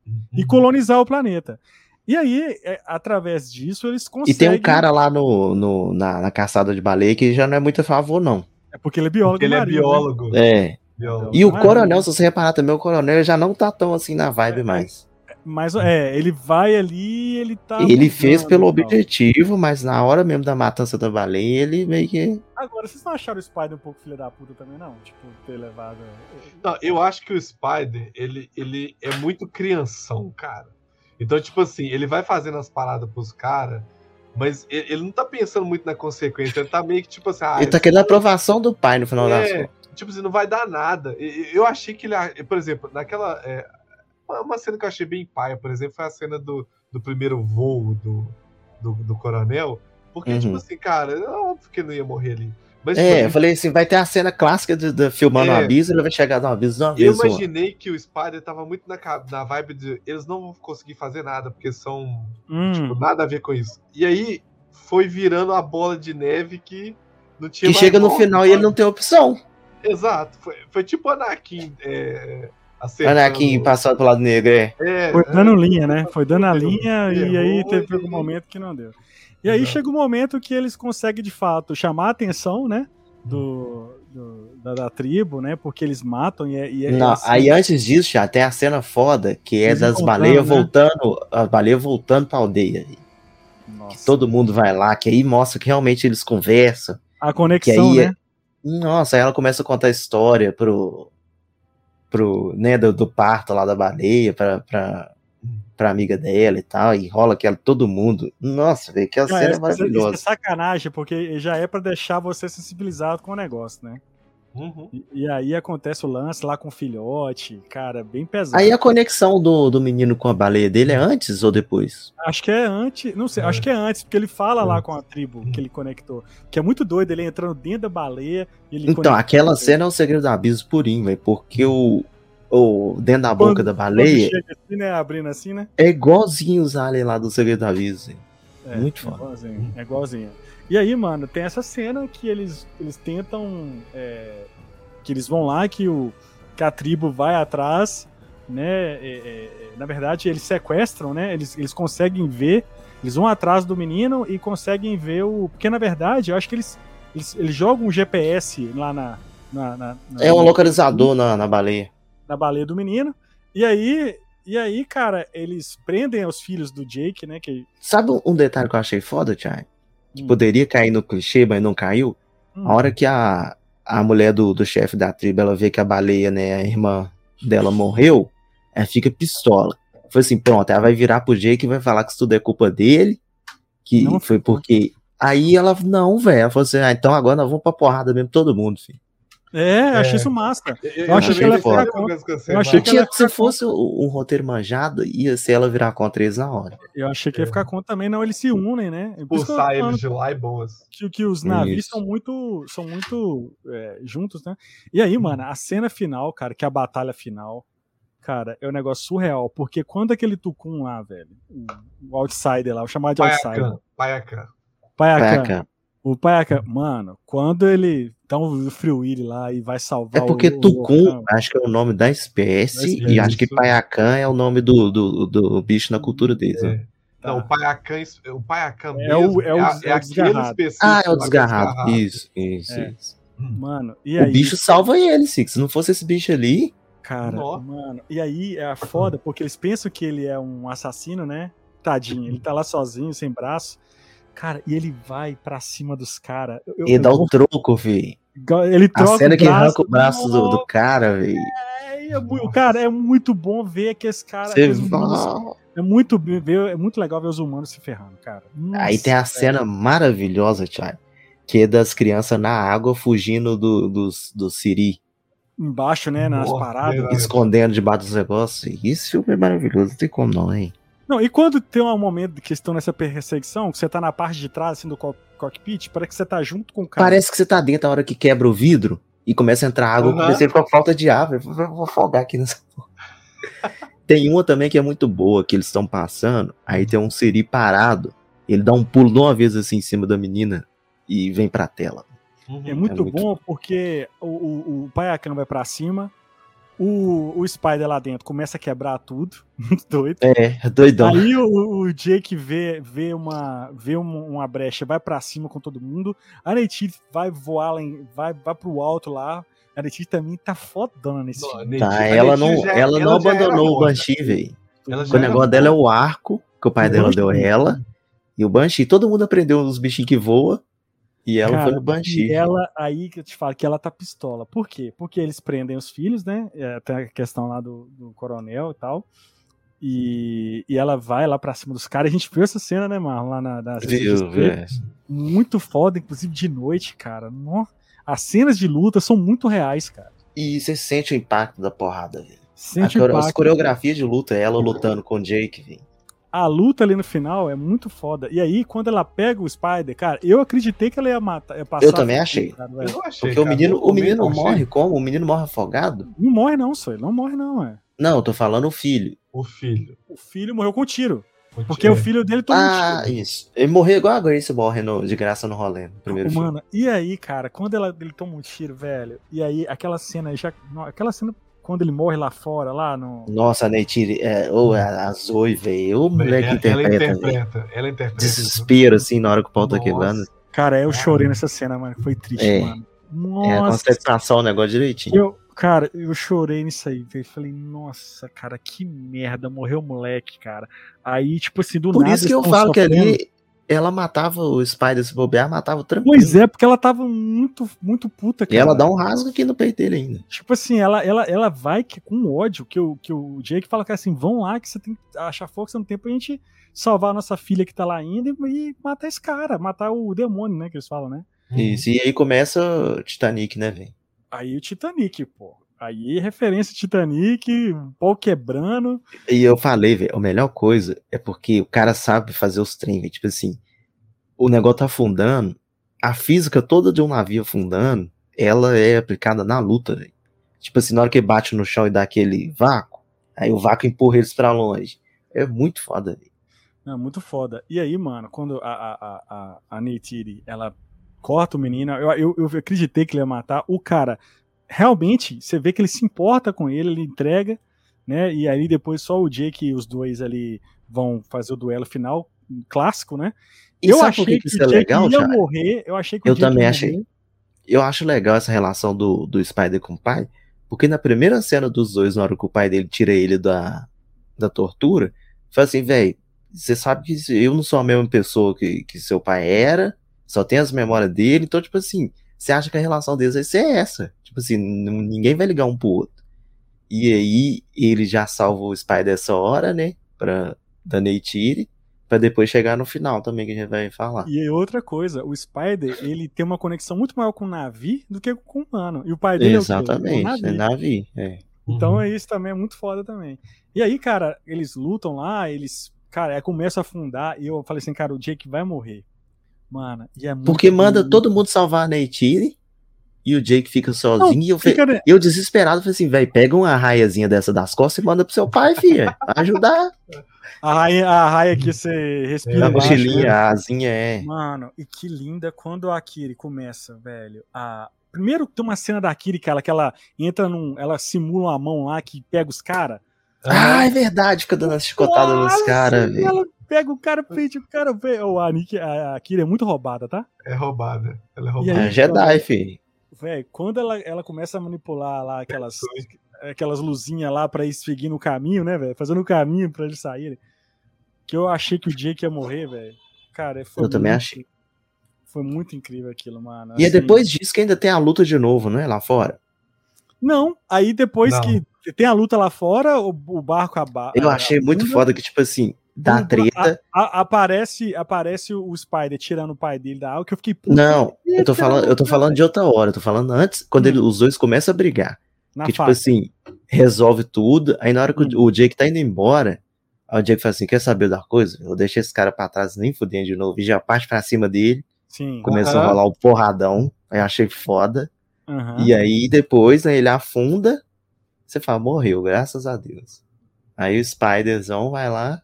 e colonizar o planeta. E aí, é, através disso, eles E conseguem. tem um cara lá no, no- na, na caçada de baleia que já não é muito a favor, não. É porque ele é biólogo. Porque ele é marinho, né? biólogo. É. biólogo. E o Mas- coronel, se você reparar também, o coronel já não tá tão assim na vibe É, mais. Mas é, ele vai ali ele tá. Ele fez mudando pelo e tal. objetivo, mas na hora mesmo da matança da baleia, ele meio que. Agora, vocês não acharam o Spider um pouco filho da puta também, não? Tipo, ter levado. Não, eu acho que o Spider, ele, ele é muito crianção, cara. Então, tipo assim, ele vai fazendo as paradas pros caras, mas ele, ele não tá pensando muito na consequência. Ele tá meio que, tipo assim... Ah, ele tá isso- querendo a aprovação do pai no final das é, contas. tipo assim, não vai dar nada. E- Eu achei que ele... Por exemplo, naquela... é, uma- uma cena que eu achei bem paia, por exemplo, foi a cena do, do primeiro voo do, do, do coronel. Porque, Uhum. tipo assim, cara, é óbvio que ele não ia morrer ali. Mas, É, tipo, eu falei assim, vai ter a cena clássica de, de filmando É. um abismo, ele vai chegar no abismo de uma Eu vez só. imaginei que o Spider tava muito na, ca- na vibe de eles não vão conseguir fazer nada, porque são Hum, tipo, nada a ver com isso. E aí foi virando a bola de neve que não tinha Que mais chega no volta, final e sabe? ele não tem opção. Exato. Foi, foi tipo o Anakin é, acertando. Anakin passando pro lado negro, é. É, Foi é, dando linha, né? Foi dando a Errou, linha e aí errou teve e- algum momento que não deu. E aí Exato. chega o momento que eles conseguem, de fato, chamar a atenção, né? Do, do- da, da tribo, né? Porque eles matam e é. E é Não, assim, aí antes disso já tem a cena foda, que é Eles das encontrando, baleias né? voltando, as baleias voltando pra aldeia. nossa. Todo mundo vai lá, que aí mostra que realmente eles conversam. A Que conexão, aí, né? é- nossa, aí ela começa a contar a história pro, pro né, do, do parto lá da baleia, pra, pra, pra amiga dela e tal, e rola aquela, todo mundo. Nossa, velho, aquela Cara, cena é isso- isso é maravilhosa. sacanagem, porque já é pra deixar você sensibilizado com o negócio, né? Uhum. E, e aí acontece o lance lá com o filhote, cara, bem pesado. Aí a conexão do, do menino com a baleia dele é antes ou depois? Acho que é antes, não sei, É. acho que é antes, porque ele fala lá Antes. com a tribo que ele conectou. Que é muito doido, ele entrando dentro da baleia e ele Então, conecta- aquela cena é o segredo do abismo purinho, velho, porque o, o dentro da boca Quando- da quando baleia chega assim, né, abrindo assim, né? é igualzinho os aliens lá do segredo do abismo. É, Muito é foda. igualzinho, é igualzinho. E aí, mano, tem essa cena que eles, eles tentam. é, que eles vão lá, que, o, que a tribo vai atrás, né? é, é, na verdade, eles sequestram, né? Eles, eles conseguem ver, eles vão atrás do menino e conseguem ver o. Porque, na verdade, eu acho que eles, eles, eles jogam um G P S lá na. na, na- na- É um localizador na, na baleia. na baleia do menino. E aí, e aí, cara, eles prendem os filhos do Jake, né? Que... Sabe um detalhe que eu achei foda, Thiago? Que Hum. poderia cair no clichê, mas não caiu? Hum. A hora que a, a mulher do, do chefe da tribo, ela vê que a baleia, né, a irmã dela morreu, ela fica pistola. Foi assim, pronto, ela vai virar pro Jake e vai falar que isso tudo é culpa dele, que Não foi porque... Aí ela, não, velho, ela falou assim, ah, então agora nós vamos pra porrada mesmo, todo mundo, filho. É, É. achei isso massa. Eu, Eu eu achei achei que ela ia foda. ficar contra. Eu Eu achei que ela ia Se ficar fosse um, um roteiro manjado, ia ser ela virar contra eles na hora. Eu achei que ia ficar contra também, não, eles se unem, né? Por isso que eu tô Expulsar falando eles de lá e boas. que, que os navios Isso. são muito, são muito é, juntos, né? E aí, mano, a cena final, cara, que é a batalha final, cara, é um negócio surreal, porque quando aquele Tucum lá, velho, o, o Outsider lá, o chamado de Outsider, Paiacan, Paiacan. Paiacan, Paca. o Paiacan, mano, quando ele dá um Free Willy lá e vai salvar É porque o, o Tucum, Orcão, acho que é o nome da espécie, Da e acho que espécie. Paiacan é o nome do, do, do bicho na cultura deles. né? É. Não, o Paiacan, o Paiacan É mesmo o- é o a- des- é o aquele desgarrado. específico Ah, é o lá que desgarrado. Isso, isso, É. isso. Mano, e O aí, bicho salva ele, Six. Se não fosse esse bicho ali, cara, Nó. mano, e aí é a foda, porque eles pensam que ele é um assassino, né? Tadinho, ele tá lá sozinho, sem braço. Cara, e ele vai pra cima dos caras. ele dá o troco, velho. Ele A troca cena o que braço. arranca o braço do, do cara, velho. É, é mu- cara, é muito bom ver que esse cara. Você aqueles humanos- vai. é, muito, ver- é muito legal ver os humanos se ferrando, cara. Aí tem a Nossa, cena maravilhosa, Thiago, que é das crianças na água fugindo do, dos, do Siri, embaixo, né? Nas Nossa, paradas. verdade. escondendo debaixo dos negócios. Esse filme é maravilhoso, não tem como não, hein? Não, e quando tem um momento que estão nessa perseguição, que você tá na parte de trás, assim, do co- cockpit, parece que você tá junto com o cara. Parece que você tá dentro a hora que quebra o vidro e começa a entrar água. Eu Uhum. comecei com a falta de ar, velho. Vou vou afogar aqui nessa porra. Tem uma também que é muito boa, que eles estão passando, aí tem um Siri parado, ele dá um pulo de uma vez assim em cima da menina e vem pra tela. Uhum. É muito, É muito bom porque o, o, o Paiacan vai pra cima, o, o Spider lá dentro começa a quebrar tudo, muito doido. É, doidão. Aí o, o Jake vê, vê, uma, vê uma, uma brecha, vai pra cima com todo mundo. A Neytiri vai voar lá, em, vai, vai pro alto lá. A Neytiri também tá fodona nesse Não, filme. Tá, Neytiri- a ela Neytiri não, já- ela não já era abandonou o morta. Banshee, velho. Ela já O era negócio dela é morta. o arco, que o pai O dela Banshee. deu ela, e o Banshee. Todo mundo aprendeu os bichinhos que voam, e ela Cara, foi no Banshee. E ela, aí que eu te falo que ela tá pistola. Por quê? Porque eles prendem os filhos, né? É, tem a questão lá do, do coronel e tal. E, e ela vai lá pra cima dos caras. A gente viu essa cena, né, Marlon? Lá na, na Viu, velho? Muito foda, inclusive de noite, cara. Nó- As cenas de luta são muito reais, cara. E você sente o impacto da porrada, velho. Sente A o core- As impacto. coreografias de luta, ela lutando com o Jake, velho. A luta ali no final é muito foda. E aí, quando ela pega o Spider, cara, eu acreditei que ela ia matar. Ia passar Eu também a- achei. cara, Eu velho. não achei, Porque o cara. menino, No o menino momento eu achei. morre como? O menino morre afogado? Não morre, não, só. Ele não morre, não, é. Não, eu tô falando o filho. O filho. O filho morreu com tiro. O Porque tio- o filho dele tomou um Ah, tiro. isso. Ele morreu igual a Grace morre no, de graça no rolê, no primeiro filme. Mano, e aí, cara, quando ela, ele toma um tiro, velho, e aí aquela cena já. não, Aquela cena quando ele morre lá fora, lá no. Nossa, a Neytiri, é, ou a, a Zoe, velho. O moleque ela, interpreta, ela velho. interpreta, ela interpreta. Desespero, assim, na hora que o pau tá Nossa. quebrando. Cara, eu chorei nessa cena, mano. Foi triste, É. mano. É, Nossa. consegue passar o negócio direitinho. Eu, cara, eu chorei nisso aí, velho. Falei, nossa, cara, que merda, morreu o moleque, cara. Aí, tipo assim, do Por nada. isso que eu eles tão falo que sofrendo. ali ela matava o Spider se bobear, matava tranquilo. Pois é, porque ela tava muito, muito puta, E cara. ela dá um rasgo aqui no peito dele ainda. Tipo assim, ela, ela, ela vai que, com ódio, que o, que o Jake fala que assim, vão lá que você tem que achar força no tempo pra gente salvar a nossa filha que tá lá ainda e, e matar esse cara, matar o demônio, né, que eles falam, né? Isso, e aí começa Titanic, né, velho? Aí o Titanic, pô. Aí referência Titanic, pau quebrando. E eu falei, velho, a melhor coisa é porque o cara sabe fazer os trem, velho. Tipo assim, o negócio tá afundando, a física toda de um navio afundando, ela é aplicada na luta, velho. Tipo assim, na hora que ele bate no chão e dá aquele vácuo, aí o vácuo empurra eles pra longe. É muito foda, velho. É muito foda. E aí, mano, quando a, a, a, a Neytiri, ela corta o menino, eu, eu, eu acreditei que ele ia matar. O cara, realmente, você vê que ele se importa com ele, ele entrega, né? E aí depois só o Jake e os dois ali vão fazer o duelo final, clássico, né? E eu sabe achei por que, que, que isso o é Jake legal, ia Thiago? morrer, eu achei que Eu o Jake também ia achei. morrer. Eu acho legal essa relação do, do Spider com o pai, Porque na primeira cena dos dois, na hora que o pai dele tira ele da, da tortura, fala assim, velho, você sabe que eu não sou a mesma pessoa que, que seu pai era, só tem as memórias dele, então, tipo assim, você acha que a relação deles vai ser essa? Tipo assim, ninguém vai ligar um pro outro. E aí, ele já salva o Spider essa hora, né, pra, da Neytiri, pra depois chegar no final também, que a gente vai falar. E outra coisa, o Spider, ele tem uma conexão muito maior com o Navi do que com o humano. E o pai dele Exatamente, é o quê? É o Navi. É Navi, é. Então, uhum. Isso também é muito foda também. E aí, cara, eles lutam lá, eles... Cara, começa a afundar e eu falei assim, cara, o Jake vai morrer. Mano, e é muito Porque manda bonito. todo mundo salvar a Neytiri e o Jake fica sozinho. Não, e eu, fica... fe... eu desesperado, falei assim, velho, pega uma raiazinha dessa das costas e manda pro seu pai, filha, pra ajudar. A raia, a raia que você respira. É, a mochilinha, né? A asinha é. Mano, e que linda quando a Kiri começa, velho. A... Primeiro tem uma cena da Kiri, cara, que ela entra num. Ela simula uma mão lá que pega os caras. Ah, ah, é verdade, fica dando as chicotadas nos caras, velho. Ela pega o cara, prende o cara, velho. A, a, a Kiri é muito roubada, tá? É roubada. Ela é roubada. É Jedi, filho. Velho, quando ela, ela começa a manipular lá aquelas, aquelas luzinhas lá pra ir seguindo o caminho, né, velho? Fazendo o caminho pra eles saírem. Que eu achei que o Jake ia morrer, velho. Cara, foi Eu muito, também achei. Foi muito incrível aquilo, mano. E assim, é depois disso que ainda tem a luta de novo, não é? Lá fora? Não, aí depois não. que tem a luta lá fora, o, o barco aba... Eu achei muito foda que, tipo assim, dá o, treta. A, a, aparece, aparece o Spider tirando o pai dele da água, que eu fiquei puto. Não, eu tô falando, eu tô falando de outra hora, eu tô falando antes, quando hum. ele, os dois começam a brigar. Na que, faca. Tipo assim, resolve tudo, aí na hora que hum. o, o Jake tá indo embora, aí o Jake fala assim, quer saber da coisa? Eu deixei esse cara pra trás, nem fudendo de novo, e já parte pra cima dele. Sim. Começou uhum. a rolar o porradão, aí eu achei foda. Uhum. E aí depois, né, ele afunda, você fala, morreu, graças a Deus. Aí o Spiderzão vai lá,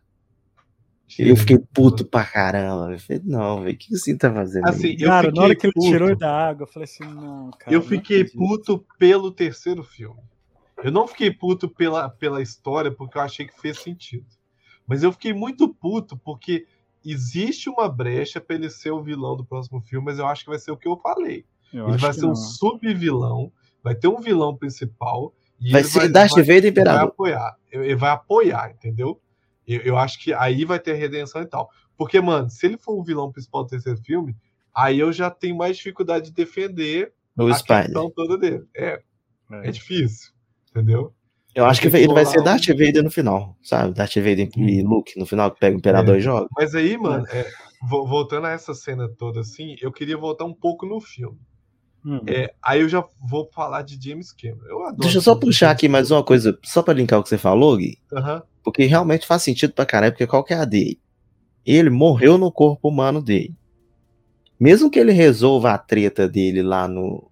e eu fiquei puto pra caramba. Eu falei, não, velho, o que você tá fazendo assim, aí? Eu cara, na hora que ele puto. tirou da água, eu falei assim, não, cara. Eu fiquei puto pelo terceiro filme. Eu não fiquei puto pela, pela história, porque eu achei que fez sentido. Mas eu fiquei muito puto, porque existe uma brecha pra ele ser o vilão do próximo filme, mas eu acho que vai ser o que eu falei. Eu ele vai ser não. um sub-vilão, vai ter um vilão principal, e vai ele ser vai, Darth vai, Vader Imperador. vai apoiar. Ele vai apoiar, entendeu? Eu, eu acho que aí vai ter redenção e tal. Porque, mano, se ele for o vilão principal do terceiro filme, aí eu já tenho mais dificuldade de defender o a Spider. questão toda dele. É, é. é difícil, entendeu? Eu acho que ele vai ser Darth Vader no final, sabe? Darth Vader e Luke no final, que pega o Imperador é. e joga. Mas aí, mano, é, voltando a essa cena toda assim, eu queria voltar um pouco no filme. Hum. É, aí eu já vou falar de James Cameron. Eu adoro. Deixa eu só puxar aqui mais uma coisa, só pra linkar o que você falou, Gui. Uhum. Porque realmente faz sentido pra caralho, porque qual que é a dele? Ele morreu no corpo humano dele. Mesmo que ele resolva a treta dele lá no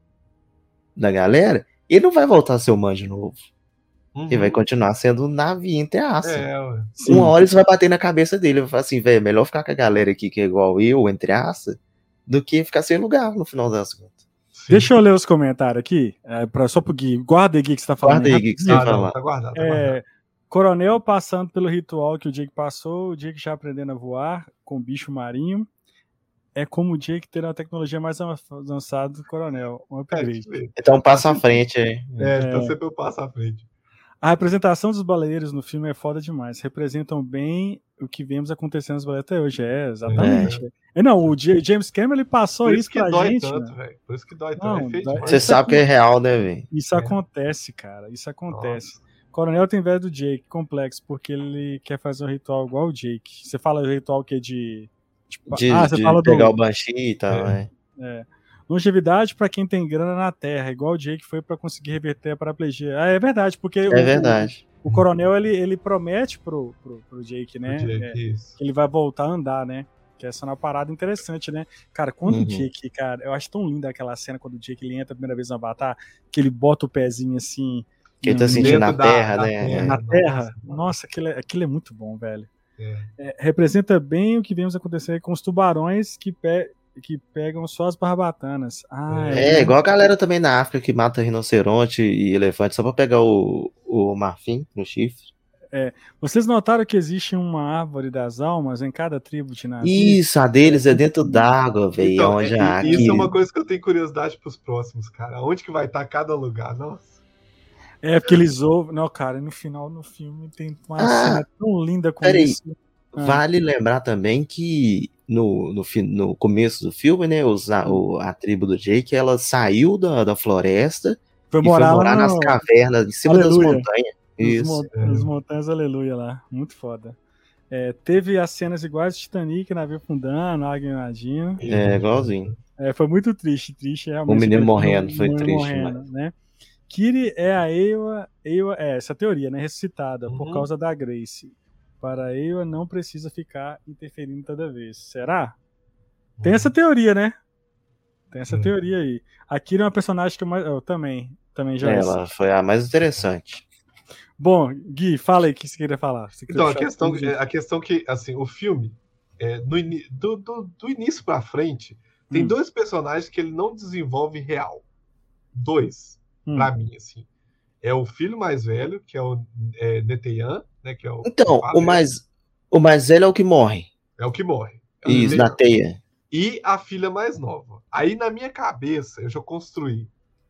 da galera, ele não vai voltar a ser humano de novo. Uhum. Ele vai continuar sendo um navio entre aspas. É, ué. Uma hora isso vai bater na cabeça dele. Vai falar assim, velho, melhor ficar com a galera aqui que é igual eu, entre aspas, do que ficar sem lugar no final das contas. Sim. Deixa eu ler os comentários aqui, é, pra, só pro Gui. Guarda aí, Gui, que você tá falando. Guarda aí, Gui, que você ah, vai falar. Tá guardado, tá é, guardado. Coronel passando pelo ritual que o Jake passou, o Jake já aprendendo a voar com o bicho marinho. É como o Jake ter uma tecnologia mais avançada do Coronel. Um upgrade. É, então passa à frente aí. É, então é. sempre eu passo à frente. A representação dos baleiros no filme é foda demais. Representam bem o que vemos acontecendo nos baleiros até hoje. É, exatamente. É. É, não, o J- James Cameron ele passou Por isso, isso que pra dói gente. Tanto, né? Por isso que dói não, tanto. É feio dói... demais. Você sabe que é real, né, velho? Isso é. acontece, cara. Isso acontece. Nossa. Coronel tem inveja do Jake, complexo, porque ele quer fazer um ritual igual o Jake. Você fala o ritual que é de... Tipo, de ah, você de fala pegar do... o Banshee e tal, né? É. Longevidade para quem tem grana na Terra, igual o Jake foi para conseguir reverter a paraplegia. Ah, é verdade, porque é o, verdade. O, o coronel ele, ele promete pro, pro, pro Jake, né? Jake, é, isso. que ele vai voltar a andar, né? Que essa é uma parada interessante, né? Cara, quando uhum. o Jake, cara, eu acho tão linda aquela cena quando o Jake ele entra a primeira vez no Avatar, que ele bota o pezinho assim. Que ele tá sentindo na terra, da, né? Na terra. Nossa, aquilo é, aquilo é muito bom, velho. É. É, representa bem o que vemos acontecer com os tubarões que, pe que pegam só as barbatanas. Ah, é, é igual a galera também na África que mata rinoceronte e elefante só pra pegar o, o marfim no chifre. É, vocês notaram que existe uma árvore das almas em cada tribo de Na'vi? Isso, a deles é dentro d'água, velho. Então, onde é, a isso é uma coisa que eu tenho curiosidade pros próximos, cara. Onde que vai estar cada lugar? Nossa. É, porque eles ouvem. Não, cara, no final no filme tem uma ah, cena tão linda com isso. Ah. Vale lembrar também que no, no, no começo do filme, né, os, a, o, a tribo do Jake, ela saiu da, da floresta foi morar, e foi morar no... nas cavernas, em cima Aleluia. das montanhas. Isso. As montanhas, aleluia lá. Muito foda. É, teve as cenas iguais de Titanic, navio afundando, água invadindo. É, igualzinho. É, foi muito triste, triste realmente. O menino morrendo, foi triste. Morrendo, né? Kiri é a Ewa, Ewa, é essa teoria, né? Ressuscitada uhum. por causa da Grace. Para a Ewa não precisa ficar interferindo toda vez. Será? Uhum. Tem essa teoria, né? Tem essa uhum. teoria aí. A Kiri é uma personagem que eu, mais, eu também, também já. Ela foi a mais interessante. Bom, Gui, fala aí o que você queria falar. Você então, a questão, a questão que, assim, o filme, é, no, do, do, do início pra frente, tem hum. dois personagens que ele não desenvolve real. Dois, hum. pra mim, assim. É o filho mais velho, que é o é, Neteyan, né, que é o... Então, o mais, o mais velho é o que morre. É o que morre. É o Isso, na teia. E a filha mais nova. Aí, na minha cabeça, eu já construí.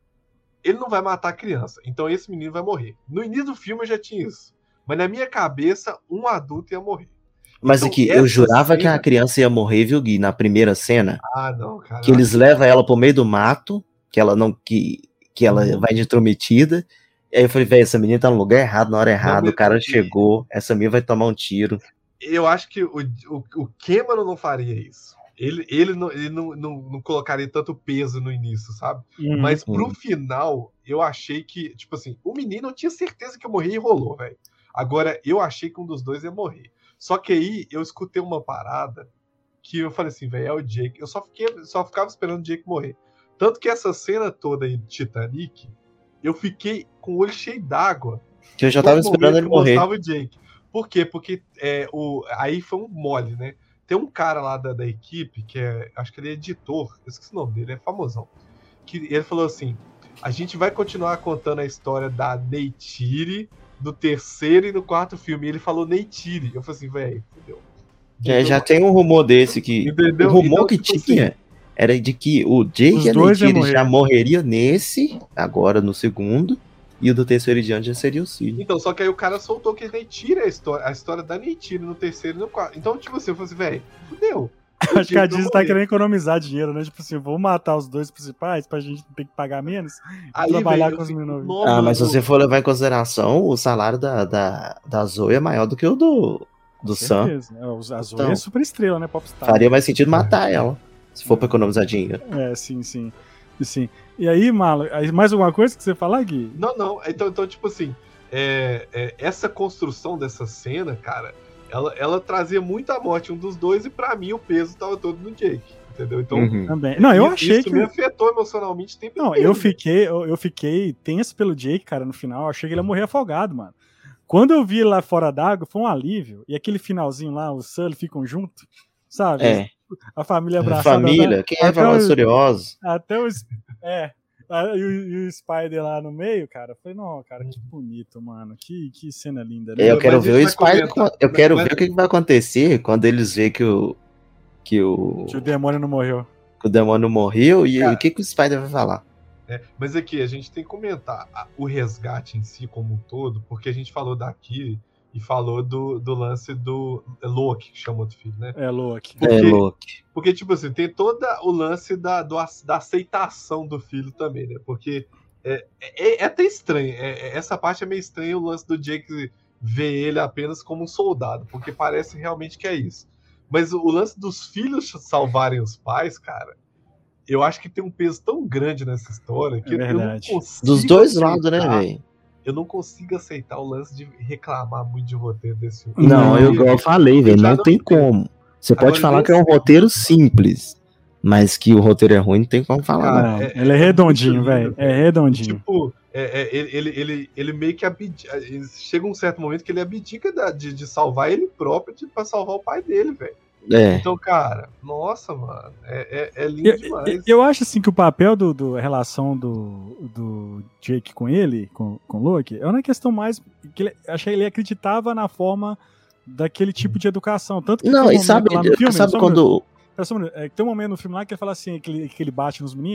Ele não vai matar a criança, então esse menino vai morrer. No início do filme eu já tinha isso. Mas na minha cabeça, um adulto ia morrer. Mas então, aqui, eu jurava cena... que a criança ia morrer, viu, Gui? Na primeira cena. Ah, não, cara. Que eles levam ela pro meio do mato, que ela não. que, que ela uhum. vai de intrometida. E aí eu falei, velho, essa menina tá no lugar errado, na hora errada, não, o cara que... chegou, essa menina vai tomar um tiro. Eu acho que o, o, o Cameron não faria isso. Ele, ele, não, ele não, não, não colocaria tanto peso no início, sabe? Uhum. Mas pro final, eu achei que, tipo assim, o menino eu tinha certeza que ia morrer e rolou, velho. Agora, eu achei que um dos dois ia morrer. Só que aí, eu escutei uma parada que eu falei assim, velho, é o Jake. Eu só, fiquei, só ficava esperando o Jake morrer. Tanto que essa cena toda aí de Titanic, eu fiquei com o olho cheio d'água. Que eu já tava esperando ele morrer. O Jake. Por quê? Porque é, o, aí foi um mole, né? Tem um cara lá da, da equipe, que é, acho que ele é editor, eu esqueci o nome dele, é famosão. Que ele falou assim, a gente vai continuar contando a história da Neytiri no terceiro e no quarto filme. E ele falou Neytiri. Eu falei assim, velho, entendeu? É, já tem um rumor desse que... Entendeu? O rumor então, que tipo tinha assim, era de que o Jake e a Neytiri já morreria nesse, agora no segundo, e o do terceiro e diante já seria o Cílio. Então, só que aí o cara soltou que Neytiri é a história, a história da Neytiri no terceiro e no quarto. Então, tipo assim, eu falei assim, velho, fudeu. Acho que a Disney tá querendo economizar dinheiro, né? Tipo assim, vou matar os dois principais pra gente não ter que pagar menos aí, trabalhar véio, com os meninos. Ah, mas se você for levar em consideração, o salário da, da, da Zoe é maior do que o do, do Sam. A Zoe então, é super estrela, né? Popstar. Faria mais sentido matar ela, se for pra economizar dinheiro. É, sim, sim. Sim. E aí, Malo, mais alguma coisa que você falar, Gui? Não, não. Então, então tipo assim, é, é, essa construção dessa cena, cara, ela, ela trazia muita morte um dos dois e pra mim o peso tava todo no Jake, entendeu? Então, uhum. Também. Não, eu achei isso que... me afetou emocionalmente o tempo Não, inteiro, eu fiquei, eu, eu fiquei tenso pelo Jake, cara, no final. Eu achei que ele ia morrer afogado, mano. Quando eu vi ele lá fora d'água, foi um alívio. E aquele finalzinho lá, os Sully ficam juntos, sabe? É. A família abraçada. Família, quem é Velozes Furiosos? Até os... É... E o, e o Spider lá no meio, cara, foi, não, cara, que bonito, mano, que, que cena linda, né? Eu quero mas ver o Spider, eu quero mas... ver o que vai acontecer quando eles verem que o que o que o demônio não morreu, que o demônio morreu e cara, o que que o Spider vai falar? É, mas aqui a gente tem que comentar a, o resgate em si como um todo, porque a gente falou daqui e falou do, do lance do Loki, que chama outro filho, né? É, Loki. Porque, é, Loki. Porque, tipo assim, tem todo o lance da, do, da aceitação do filho também, né? Porque é, é, é até estranho. É, essa parte é meio estranha, o lance do Jake ver ele apenas como um soldado, porque parece realmente que é isso. Mas o, o lance dos filhos salvarem os pais, cara, eu acho que tem um peso tão grande nessa história que é eu não consigo dos dois aceitar. lados, né, velho? Eu não consigo aceitar o lance de reclamar muito de roteiro desse filme. Não, eu, eu falei, velho, não tem como. Você pode Agora, falar que é um roteiro simples, mas que o roteiro é ruim, não tem como falar. Cara, não. É, ele é redondinho, velho. É redondinho. Tipo, é, é, ele, ele, ele, ele meio que abdica. Chega um certo momento que ele abdica da, de, de salvar ele próprio de, pra salvar o pai dele, velho. É. Então, cara, nossa, mano, é, é, é lindo eu, demais. Eu, eu acho assim que o papel do, do a relação do, do Jake com ele, com, com o Loki, é uma questão mais que ele, acho que ele acreditava na forma daquele tipo de educação, tanto que não, tem um e sabe, lá no filme, sabe quando um, é, tem um momento no filme lá que ele fala assim, que ele, que ele bate nos meninos,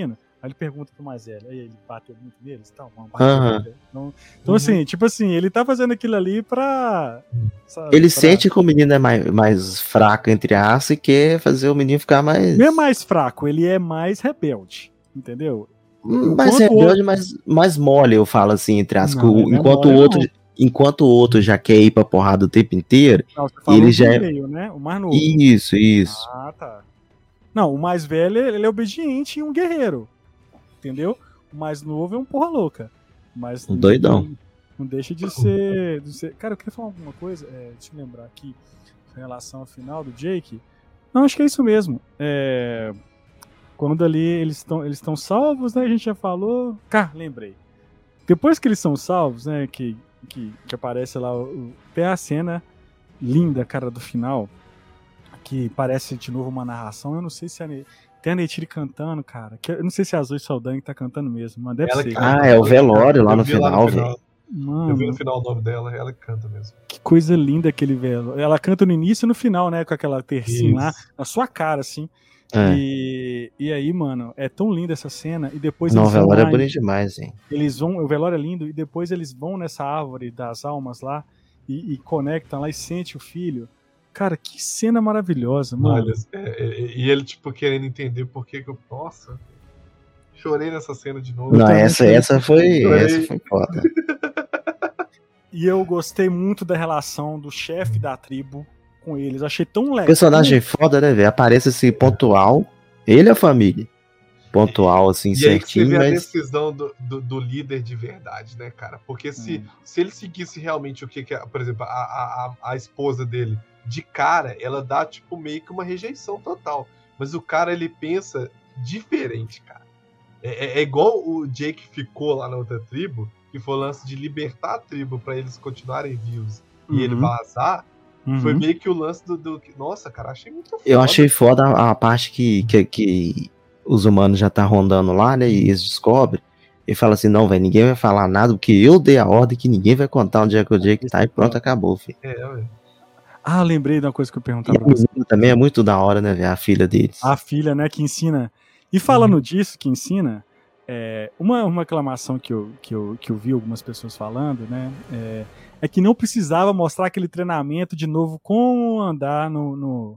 Aí ele pergunta pro mais velho, aí ele bateu muito neles e tal. Uhum. Então, então uhum. assim, tipo assim, ele tá fazendo aquilo ali pra... Sabe, ele pra... sente que o menino é mais, mais fraco, entre aspas, e quer fazer o menino ficar mais... Não é mais fraco, ele é mais rebelde, entendeu? Mais rebelde, outro... mais, mais mole, eu falo assim, entre aspas. Não, o, enquanto, é o outro, enquanto o outro já quer ir pra porrada o tempo inteiro, não, você falou ele já é... meio, né? O mais novo. Isso, isso. Ah, tá. Não, o mais velho, ele é obediente e um guerreiro. Entendeu? O mais novo é um porra louca. Mas um doidão. Não, não deixa de ser, de ser... Cara, eu queria falar alguma coisa. É, deixa eu lembrar aqui. Em relação ao final do Jake. Não, acho que é isso mesmo. É... Quando ali eles estão eles estão salvos, né? A gente já falou. Cá, lembrei. Depois que eles são salvos, né? Que, que, que aparece lá. O... Tem a cena linda, cara, do final. Que parece de novo uma narração. Eu não sei se a... Tem a Neytiri cantando, cara. Que eu não sei se é a Zoe Saldanha que tá cantando mesmo, mas deve ela ser. Ah, é o velório lá no final, velho. Mano, eu vi no final o nome dela, ela canta mesmo. Que coisa linda aquele velho. Ela canta no início e no final, né? Com aquela tercinha lá, na sua cara, assim. É. E, e aí, mano, é tão linda essa cena. E depois não, eles o velório vão é bonito demais, hein? Eles vão, o velório é lindo, e depois eles vão nessa árvore das almas lá e, e conectam lá e sente o filho. Cara, que cena maravilhosa, mano. Olha, é, é, e ele, tipo, querendo entender por que que eu... Nossa, chorei nessa cena de novo. Não, essa, essa foi essa foi foda. E eu gostei muito da relação do chefe da tribo com eles. Achei tão legal. Personagem foda, né, velho? Aparece assim, pontual. Ele e a família. Pontual, assim, e certinho. E aí você vê mas... a decisão do, do, do líder de verdade, né, cara? Porque se, hum. se ele seguisse realmente o que, que é, por exemplo, a, a, a esposa dele, de cara, ela dá, tipo, meio que uma rejeição total. Mas o cara, ele pensa diferente, cara. É, é, é igual o Jake ficou lá na outra tribo, que foi o lance de libertar a tribo pra eles continuarem vivos uhum. e ele vazar. Uhum. Foi meio que o lance do, do... Nossa, cara, achei muito foda. Eu achei foda a, a parte que, que, que os humanos já tá rondando lá, né, e eles descobrem. E fala assim, não, velho, ninguém vai falar nada, porque eu dei a ordem que ninguém vai contar onde é que o Jake tá e pronto, acabou, filho. É, velho. Ah, lembrei de uma coisa que eu perguntava e pra você. Também é muito da hora, né, velho, a filha deles. A filha, né, que ensina. E falando uhum. disso, que ensina, é, uma, uma reclamação que eu, que, eu, que eu vi algumas pessoas falando, né, é, é que não precisava mostrar aquele treinamento de novo, como andar no, no,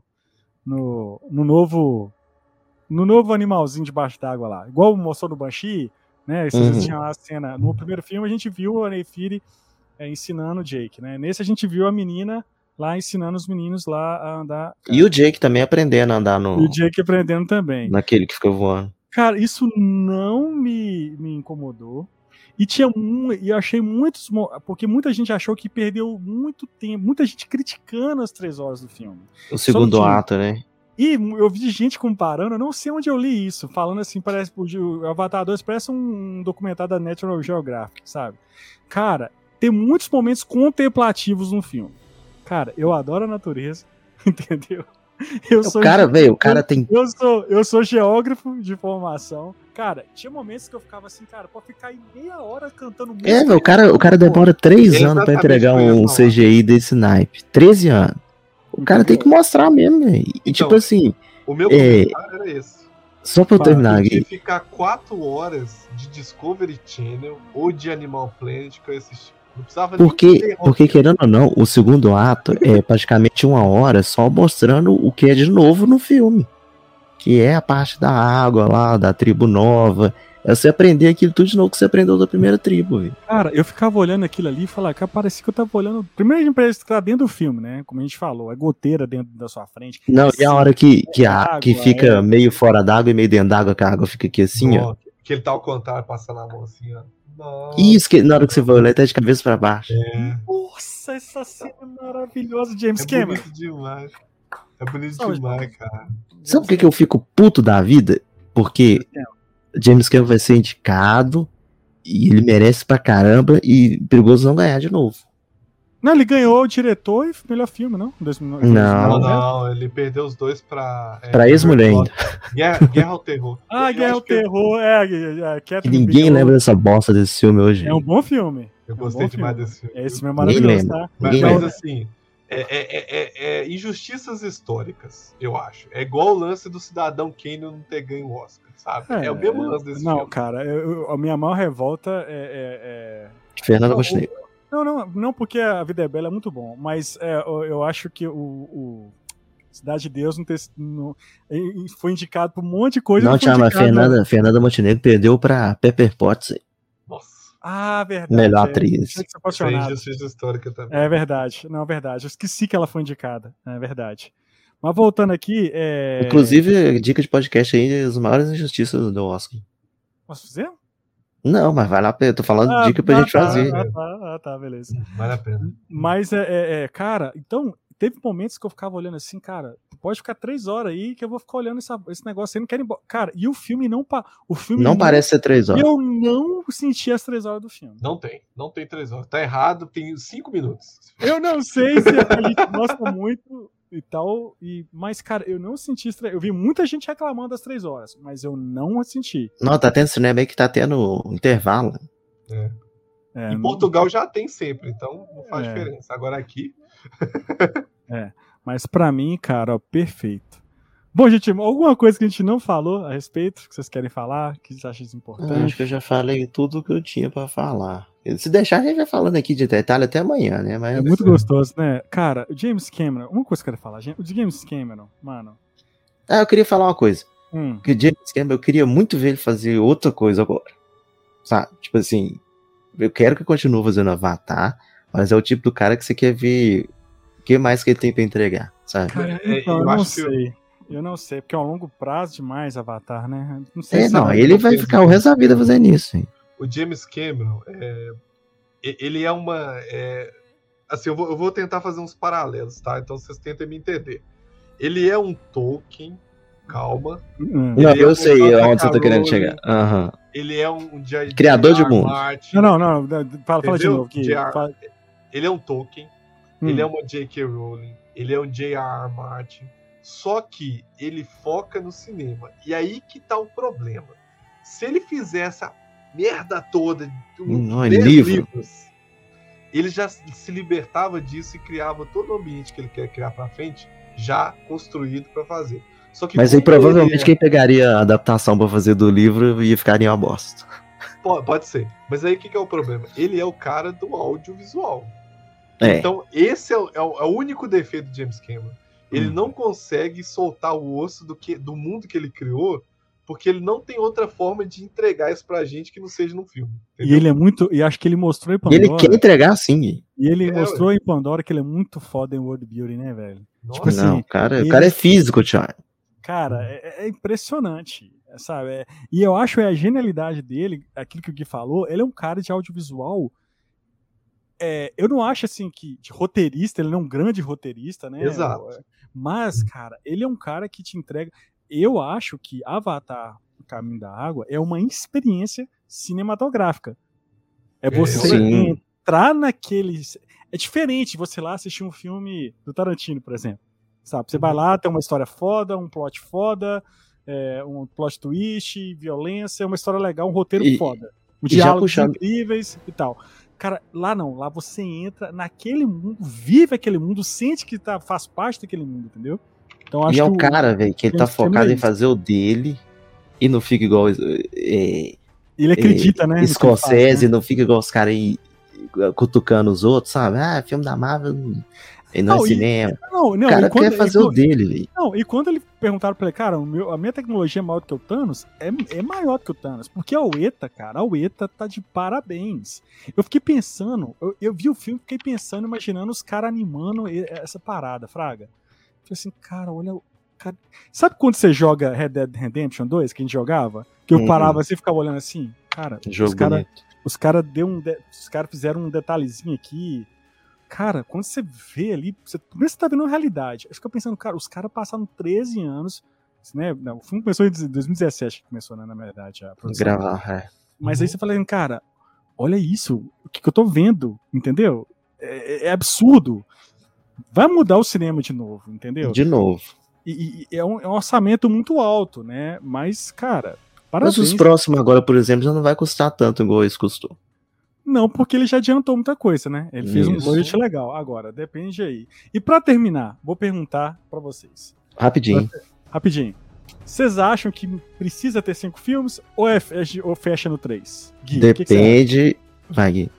no, no novo no novo animalzinho debaixo d'água lá. Igual mostrou no Banshee, né, vocês uhum. tinham a cena, no primeiro filme a gente viu a Neytiri é, ensinando o Jake, né, nesse a gente viu a menina lá ensinando os meninos lá a andar. Cara. E o Jake também aprendendo a andar no... E o Jake aprendendo também. Naquele que fica voando. Cara, isso não me, me incomodou. E tinha um, e eu achei muitos... Porque muita gente achou que perdeu muito tempo. Muita gente criticando as três horas do filme. O segundo que, ato, né? E eu vi gente comparando, eu não sei onde eu li isso. Falando assim, parece... O Avatar dois parece um documentário da National Geographic, sabe? Cara, tem muitos momentos contemplativos no filme. Cara, eu adoro a natureza, entendeu? Eu sou o cara, velho, o cara tem... Eu sou, eu sou geógrafo de formação. Cara, tinha momentos que eu ficava assim, cara, pode ficar aí meia hora cantando música. É, velho, o cara, o cara demora três é anos pra entregar um C G I desse naipe. treze anos. O cara tem que mostrar mesmo, velho. E então, tipo assim... O meu comentário é... era esse. Só pra eu terminar aqui. Eu ficar quatro horas de Discovery Channel ou de Animal Planet que eu assisti. Porque, porque, querendo ou não, o segundo ato é praticamente uma hora só mostrando o que é de novo no filme. Que é a parte da água lá, da tribo nova. É você aprender aquilo tudo de novo que você aprendeu da primeira tribo. Viu? Cara, eu ficava olhando aquilo ali e falava, cara, parecia que eu tava olhando... Primeiro a gente parece que tá dentro do filme, né? Como a gente falou, é goteira dentro da sua frente. Não, e a hora que, que, a, água, que fica é... meio fora d'água e meio dentro d'água, que a água fica aqui assim, ó. Que ele tá ao contrário, passando a mão assim, ó. Nossa. Isso, que na hora que você vai olhar, tá de cabeça pra baixo. É. Nossa, essa cena é maravilhosa, James Cameron. É bonito demais. É bonito Só demais, cara. Sabe por que, que eu fico puto da vida? Porque James Cameron vai ser indicado e ele merece pra caramba e perigoso não ganhar de novo. Não, ele ganhou o diretor e melhor filme, não? dois mil e nove, não, não, não, ele perdeu os dois pra... É, pra ex-mulher ainda. Guerra, Guerra ao Terror. Ah, Guerra ao Terror, é. é, é e ninguém lembra dessa bosta desse filme hoje. É um bom filme. Eu gostei é um demais filme. desse filme. Esse filme é maravilhoso, tá? Mas, mas assim, É, é, é, é injustiças históricas, eu acho. É igual o lance do Cidadão Kane não ter ganho o Oscar, sabe? É, é o mesmo lance desse não, filme. Não, cara, eu, eu, a minha maior revolta é... é, é... Fernanda Montenegro. Não, não, não, porque A Vida é Bela é muito bom, mas é, eu, eu acho que o, o Cidade de Deus não, ter, não foi indicado por um monte de coisa. Não, não Thiago, mas Fernanda, Fernanda Montenegro perdeu pra Pepper Potts. Nossa. Ah, verdade. Melhor é, atriz. É injustiça histórica também. É verdade, não, é verdade. Eu esqueci que ela foi indicada, é verdade. Mas voltando aqui... É... Inclusive, dica de podcast aí, as maiores injustiças do Oscar. Posso fazer? Não, mas vai lá, eu tô falando ah, dica pra ah, gente tá, fazer. Ah, tá, ah, tá, beleza. Vale a pena. Mas, é, é, é, cara, então, teve momentos que eu ficava olhando assim, cara, pode ficar três horas aí que eu vou ficar olhando essa, esse negócio aí, não quero ir embora. Cara, e o filme não... O filme não, não parece ser três horas. Eu não senti as três horas do filme. Não tem, não tem três horas. Tá errado, tem cinco minutos. Eu não sei se a gente gosta muito e tal, e, mas, cara, eu não senti... Eu vi muita gente reclamando das três horas, mas eu não senti. Não, tá tendo cinema aí que tá tendo intervalo. É. É, em Portugal não... já tem sempre, então não faz é. diferença. Agora aqui... é, mas pra mim, cara, ó, perfeito. Bom, gente, alguma coisa que a gente não falou a respeito, que vocês querem falar, que vocês acham importante? Acho que eu já falei tudo que eu tinha pra falar. Se deixar, a gente vai falando aqui de detalhe até amanhã, né? Mas... É muito gostoso, né? Cara, o James Cameron, uma coisa que eu quero falar, o James Cameron, mano... Ah, eu queria falar uma coisa. Hum. Que o James Cameron, eu queria muito ver ele fazer outra coisa agora. Sabe? Tipo assim, eu quero que ele continue fazendo Avatar, mas é o tipo do cara que você quer ver o que mais que ele tem pra entregar, sabe? Cara, então, eu, eu não sei. Que... Eu não sei, porque é um longo prazo demais Avatar, né? Não sei é, se não, ele vai ficar o resto da vida fazendo isso. Hein? O James Cameron, é, ele é uma... É, assim, eu vou, eu vou tentar fazer uns paralelos, tá? Então vocês tentem me entender. Ele é um Tolkien, calma. Hum. Não, eu é um sei onde você tá querendo chegar. Uhum. Ele é um... J. Criador de mundo. Não, não, não, fala, fala de novo. Aqui. Fala... Ele é um Tolkien, hum. ele é uma J K. Rowling, ele é um J R R. Martin, só que ele foca no cinema. E aí que tá o problema. Se ele fizesse a merda toda, um, é livro. livros, ele já se libertava disso e criava todo o ambiente que ele quer criar pra frente, já construído pra fazer. Só que mas aí provavelmente é... quem pegaria a adaptação pra fazer do livro ia ficar em uma bosta. Pode, pode ser. Mas aí o que, que é o problema? Ele é o cara do audiovisual. É. Então esse é o, é o único defeito de James Cameron. Ele hum. não consegue soltar o osso do, que, do mundo que ele criou, porque ele não tem outra forma de entregar isso pra gente que não seja no filme. Entendeu? E ele é muito... E acho que ele mostrou em Pandora... E ele quer entregar sim. E ele é, mostrou ué. em Pandora que ele é muito foda em World Building, né, velho? Tipo assim, não, cara, ele... o cara é físico, Thiago. Cara, é, é impressionante, sabe? É, e eu acho é a genialidade dele, aquilo que o Gui falou, ele é um cara de audiovisual... É, eu não acho assim que de roteirista, ele não é um grande roteirista, né? Exato. Mas, cara, ele é um cara que te entrega. Eu acho que Avatar, O Caminho da Água, é uma experiência cinematográfica. É você Sim. entrar naqueles. É diferente você lá assistir um filme do Tarantino, por exemplo. Sabe? Você vai lá, tem uma história foda, um plot foda, é, um plot twist, violência, uma história legal, um roteiro e, foda. Diálogos puxando... incríveis e tal. Cara, lá não, lá você entra naquele mundo, vive aquele mundo, sente que tá, faz parte daquele mundo, entendeu? Então, acho e é o cara, velho, que ele tá focado é em fazer o dele e não fica igual. É, ele acredita, é, né? Scorsese, faz, né? Não fica igual os caras aí cutucando os outros, sabe? Ah, filme da Marvel e não, não é cinema. E, não, não, o cara quando, quer fazer e, o dele, velho. Não, e quando ele perguntaram pra ele, cara, o meu, a minha tecnologia é maior do que o Thanos, é, é maior do que o Thanos, porque a Weta, cara, a Weta tá de parabéns. Eu fiquei pensando, eu, eu vi o filme, fiquei pensando, imaginando os caras animando essa parada, fraga. Falei assim, cara, olha... Cara... Sabe quando você joga Red Dead Redemption dois, que a gente jogava? Que eu uhum. parava assim e ficava olhando assim, cara, Jogo os caras os cara deu um de... os cara fizeram um detalhezinho aqui. Cara, quando você vê ali, você, primeiro você tá vendo a realidade. Aí fica pensando, cara, os caras passaram treze anos, né? Não, o filme começou em dois mil e dezessete, que começou, né, na verdade, a produção. Gravar, é. Mas uhum. aí você fala, cara, olha isso, o que, que eu tô vendo, entendeu? É, é absurdo. Vai mudar o cinema de novo, entendeu? De novo. E, e é, um, é um orçamento muito alto, né? Mas, cara, parabéns. Mas os próximos agora, por exemplo, já não vai custar tanto igual esse custou. Não, porque ele já adiantou muita coisa, né? Ele fez Isso. um budget legal. Agora, depende aí. E pra terminar, vou perguntar pra vocês. Rapidinho. Rapidinho. Vocês acham que precisa ter cinco filmes ou, é, ou fecha no três? Gui, Depende. Que que Vai, Gui.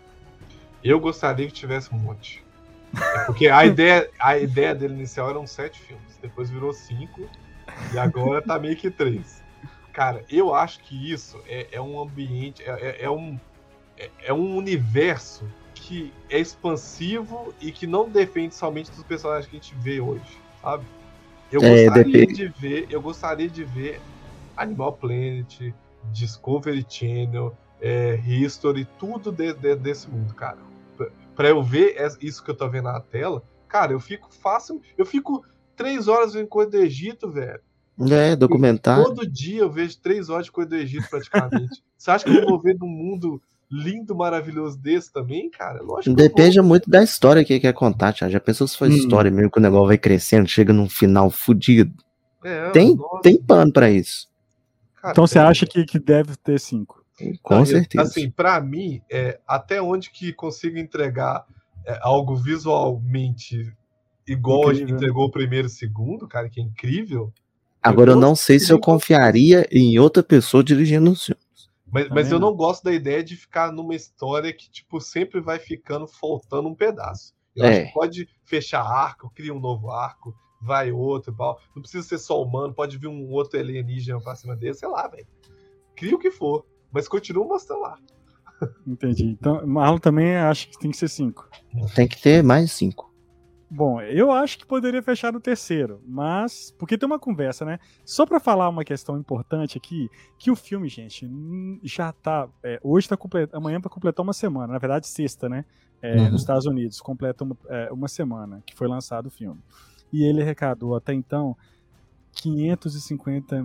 Eu gostaria que tivesse um monte. É porque a ideia, a ideia dele inicial eram sete filmes. Depois virou cinco. E agora tá meio que três. Cara, eu acho que isso é, é um ambiente. É, é, é um, é, é um universo que é expansivo e que não depende somente dos personagens que a gente vê hoje, sabe? Eu É, gostaria depende. de ver, eu gostaria de ver Animal Planet, Discovery Channel, é, History, tudo de, de, desse mundo, cara. Pra, pra eu ver isso que eu tô vendo na tela, cara, eu fico fácil, eu fico três horas vendo coisa do Egito, velho. É, documentário. Todo dia eu vejo três horas de coisa do Egito, praticamente. Você acha que eu vou ver num mundo lindo, maravilhoso desse também, cara? Lógico que Depende eu vou. muito da história que quer contar, Thiago. Já pensou se for Hum. história mesmo, que o negócio vai crescendo, chega num final fudido. É, Tem, nossa, tem pano pra isso. cara, Então você tem- acha que, que deve ter cinco? Com Não, eu- certeza. Assim, pra mim, é, até onde que consiga entregar é, algo visualmente igual Incrível, entregou o primeiro e o segundo, cara, que é incrível. Agora eu eu não sei se eu gostaria- confiaria em outra pessoa dirigindo o filme. Mas, Também mas eu não. não gosto da ideia de ficar numa história que, tipo, sempre vai ficando faltando um pedaço. Eu É. acho que pode fechar arco, cria um novo arco, vai outro e tal. Não precisa ser só humano, pode vir um outro alienígena pra cima dele, sei lá, velho. Cria o que for, mas continua mostrando lá. Entendi. Então, Marlon também acha que tem que ser cinco. Tem que ter mais cinco. Bom, eu acho que poderia fechar no terceiro, mas. Porque tem uma conversa, né? Só pra falar uma questão importante aqui, que o filme, gente, hum, já tá. É, hoje tá complet... amanhã pra completar uma semana, na verdade, sexta, né? É, Uhum. Nos Estados Unidos, completa uma, é, uma semana que foi lançado o filme. E ele arrecadou até então quinhentos e cinquenta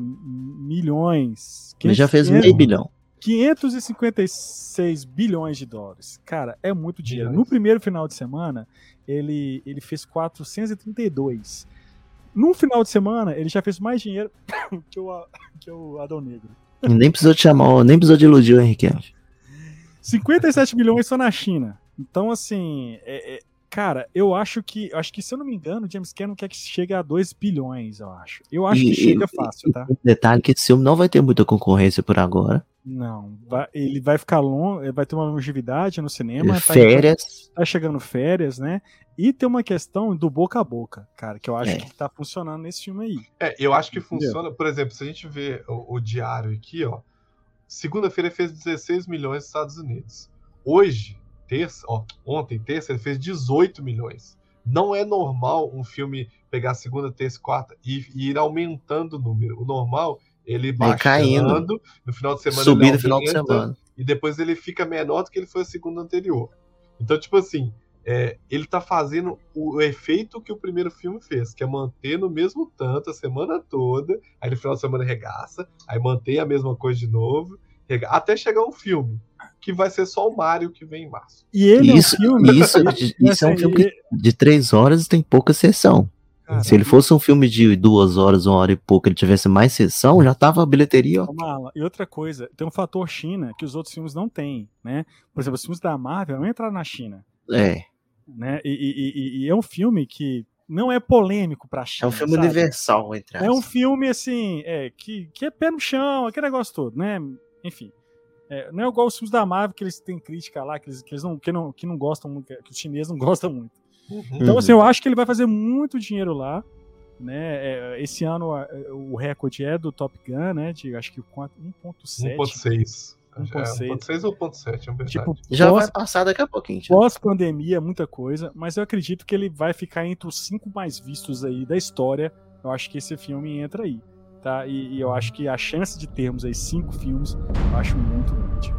milhões. Ele já fez quinhentos meio bilhão. quinhentos e cinquenta e seis bilhões de dólares. Cara, é muito dinheiro. Bilhões. No primeiro final de semana, ele, ele fez quatrocentos e trinta e dois. No final de semana, ele já fez mais dinheiro que o, que o Adão Negro. Nem precisou te chamar, nem precisou de iludir o Henrique Alves. cinquenta e sete milhões só na China. Então, assim, é- é- cara, eu acho que, acho que, se eu não me engano, o James Cameron quer que chegue a dois bilhões, eu acho. Eu acho que E- chega e- fácil, tá? Detalhe que esse filme não vai ter muita concorrência por agora. Não, vai- ele vai ficar longo, vai ter uma longevidade no cinema. tá- Férias. Tá chegando férias, né? E tem uma questão do boca a boca, cara, que eu acho É. que tá funcionando nesse filme aí. É, eu acho que Entendeu? funciona, por exemplo, se a gente vê o, o diário aqui, ó, segunda-feira ele fez dezesseis milhões nos Estados Unidos. Hoje, terça, ó, ontem, terça, ele fez dezoito milhões. Não é normal um filme pegar segunda, terça e quarta e, e ir aumentando o número. O normal, ele baixando, caindo. no final de semana Subir ele no final de aumenta, semana. e depois ele fica menor do que ele foi a segunda anterior. Então, tipo assim, é, ele tá fazendo o efeito que o primeiro filme fez, que é manter no mesmo tanto a semana toda, aí no final de semana regaça, aí mantém a mesma coisa de novo, rega- até chegar um filme, que vai ser só o Mario que vem em março. E ele Isso, é um filme. isso, e- isso é um assim, filme que de três horas tem pouca sessão. cara, Se ele fosse um filme de duas horas, uma hora e pouco, ele tivesse mais sessão, já tava a bilheteria, ó. Ô, Marlon, e outra coisa, tem um fator China que os outros filmes não têm, né? Por exemplo, os filmes da Marvel não entraram na China, É. né? E, e- e- e é um filme que não é polêmico pra É China. um filme sabe? universal, entre É um aspas. filme, assim, é, que, que é pé no chão, aquele negócio todo, né? Enfim. É, não é igual os filmes da Marvel, que eles têm crítica lá, que eles, que eles não, que não, que não gostam muito, que os chineses não gostam muito. Então, Uhum. assim, eu acho que ele vai fazer muito dinheiro lá, né? É, esse ano a- o recorde é do Top Gun, né? De acho que um ponto um ponto sete. seis. um ponto É, seis. um ponto seis ou um ponto sete, é verdade. Tipo, Já pós, vai passar daqui a pouquinho. Thiago. pós-pandemia, muita coisa, mas eu acredito que ele vai ficar entre os cinco mais vistos aí da história. Eu acho que esse filme entra aí, tá? E, e eu acho que a chance de termos aí cinco filmes, eu acho muito grande.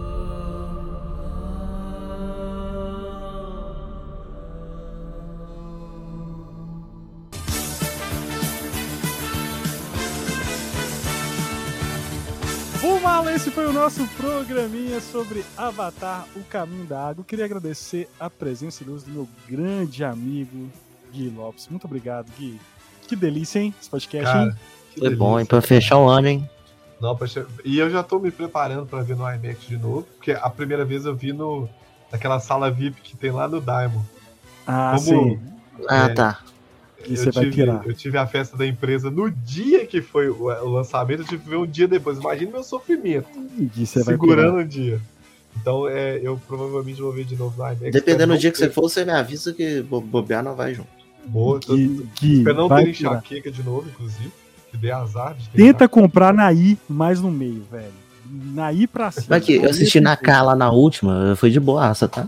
Bom, Marlon, esse foi o nosso programinha sobre Avatar, o Caminho da Água. Eu queria agradecer a presença e luz do meu grande amigo Gui Lopes. Muito obrigado, Gui. Que delícia, hein, esse podcast, hein? Cara, que Foi bom, hein? delícia, Pra cara. fechar o ano, hein? Não, e eu já tô me preparando pra ver no IMAX de novo, porque a primeira vez eu vi no, naquela sala V I P que tem lá no Diamond. Ah, Como, sim. Ah, é, tá. E você vai tive, tirar. Eu tive a festa da empresa no dia que foi o, o lançamento, eu tive que ver um dia depois. Imagina meu sofrimento. E você segurando vai o dia. Então, é, eu provavelmente vou ver de novo no IMAX. Dependendo do dia que você for, você me avisa que bobear não vai junto. Boa, que, que espero não ter enxaqueca de novo, inclusive. Que dê azar de ter Tenta enxaqueca. comprar na I mais no meio, velho. Na I pra cima. Mas que eu assisti na K lá na última, foi de boaça, tá?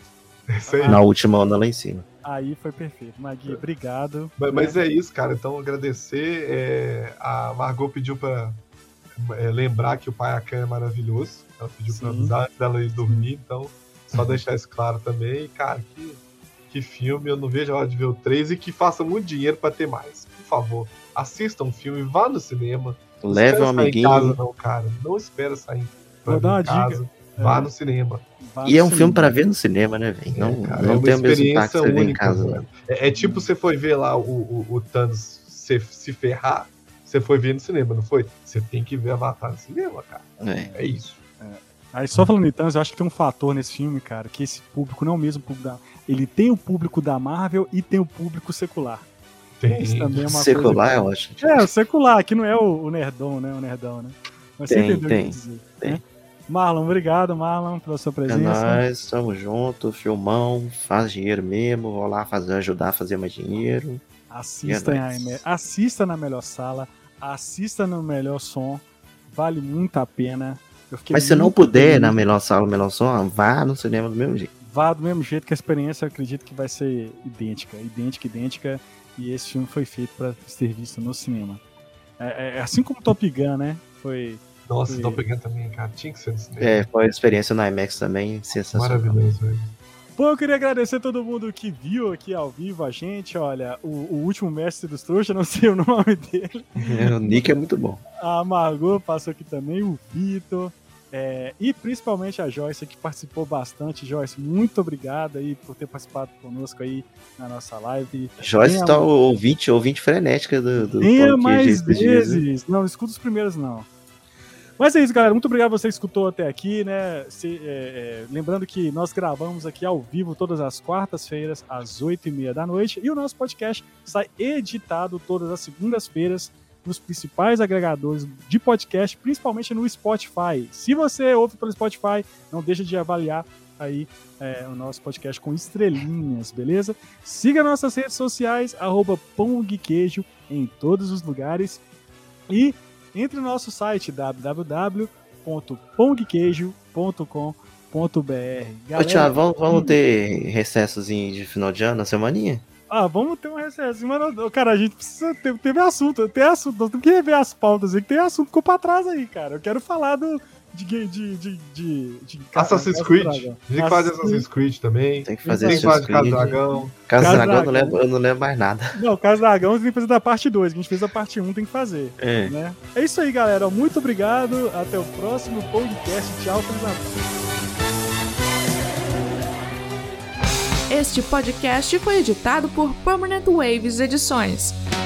Aí. Na última onda lá em cima. Aí foi perfeito. Magui, obrigado. Mas, mas é isso, cara. Então, agradecer. É, a Margot pediu pra é, lembrar que o Pai Akan é maravilhoso. Ela pediu Sim. pra avisar antes dela ir dormir. Então, só deixar isso claro também. E, cara, que, que filme. Eu não vejo a hora de ver o três e que faça muito dinheiro pra ter mais. Por favor, assista um filme, vá no cinema. Não Leve um amiguinho. Em casa, não, cara. Não espera sair pra Vou dar uma em casa. dica. Vá é. no cinema. E é um filme pra ver no cinema, né, velho? Não, é, não é tem o mesmo impacto que você vê em casa. Né? É, é tipo você foi ver lá o, o, o Thanos se, se ferrar, você foi ver no cinema, não foi? Você tem que ver Avatar no cinema, cara. É, é isso. É. Aí só falando em Thanos, eu acho que tem um fator nesse filme, cara, que esse público não é o mesmo público da... Ele tem o público da Marvel e tem o público secular. Tem. Isso também é uma secular, coisa... eu acho. É, o secular, que não é o, o nerdão, né? O nerdão, né? Mas tem, você entendeu tem, o que eu dizer, tem. Né? Marlon, obrigado, Marlon, pela sua presença. É nóis, tamo junto, filmão, faz dinheiro mesmo, vou lá fazer, ajudar a fazer mais dinheiro. Assista, é em, assista na melhor sala, assista no melhor som, vale muito a pena. Eu Mas se não puder feliz. Na melhor sala, melhor som, vá no cinema do mesmo jeito. Vá do mesmo jeito, que a experiência eu acredito que vai ser idêntica, idêntica, idêntica, e esse filme foi feito para ser visto no cinema. É, é assim como Top Gun, né? Foi... Nossa, foi... Top Gun também, cara, tinha que ser no cinema. É, foi a experiência no IMAX também, sensacional. Maravilhoso, velho. Pô, eu queria agradecer a todo mundo que viu aqui ao vivo a gente. Olha, o, o último mestre dos trouxas, não sei o nome dele. É, o Nick é muito bom. A Margot passou aqui também, o Vitor. É, e principalmente a Joyce, que participou bastante. Joyce, muito obrigado aí por ter participado conosco aí na nossa live. Joyce Tenha... tá ouvinte, ouvinte frenética do, do Tenha mais vezes. Não, escuta os primeiros não. Mas é isso, galera. Muito obrigado a você que escutou até aqui, né? Se, é, é, lembrando que nós gravamos aqui ao vivo todas as quartas-feiras, às oito e meia da noite. E o nosso podcast sai editado todas as segundas-feiras nos principais agregadores de podcast, principalmente no Spotify. Se você ouve pelo Spotify, não deixa de avaliar aí é, o nosso podcast com estrelinhas, beleza? Siga nossas redes sociais, arroba pongqueijo em todos os lugares. E entre no nosso site w w w ponto pongqueijo ponto com ponto b r. Ô, Thiago, vamos, vamos ter recessozinho de final de ano na semaninha? Ah, vamos ter um recesso. Mas, cara, a gente precisa ter, teve assunto, tem assunto. Nós temos que rever as pautas aí, que tem assunto que ficou pra trás aí, cara. Eu quero falar do. De. de, de, de, de Assassin's Creed. A gente tem que fazer Assassin's Creed também. Tem que fazer Tem que fazer Casa Dragão. Casa Dragão, eu não lembro, eu não lembro mais nada. Não, Casa Dragão tem que fazer da parte dois, que a gente fez a parte um, tem que fazer. É. Né? É isso aí, galera. Muito obrigado. Até o próximo podcast. Tchau, feliz Natal. Este podcast foi editado por Permanent Waves Edições.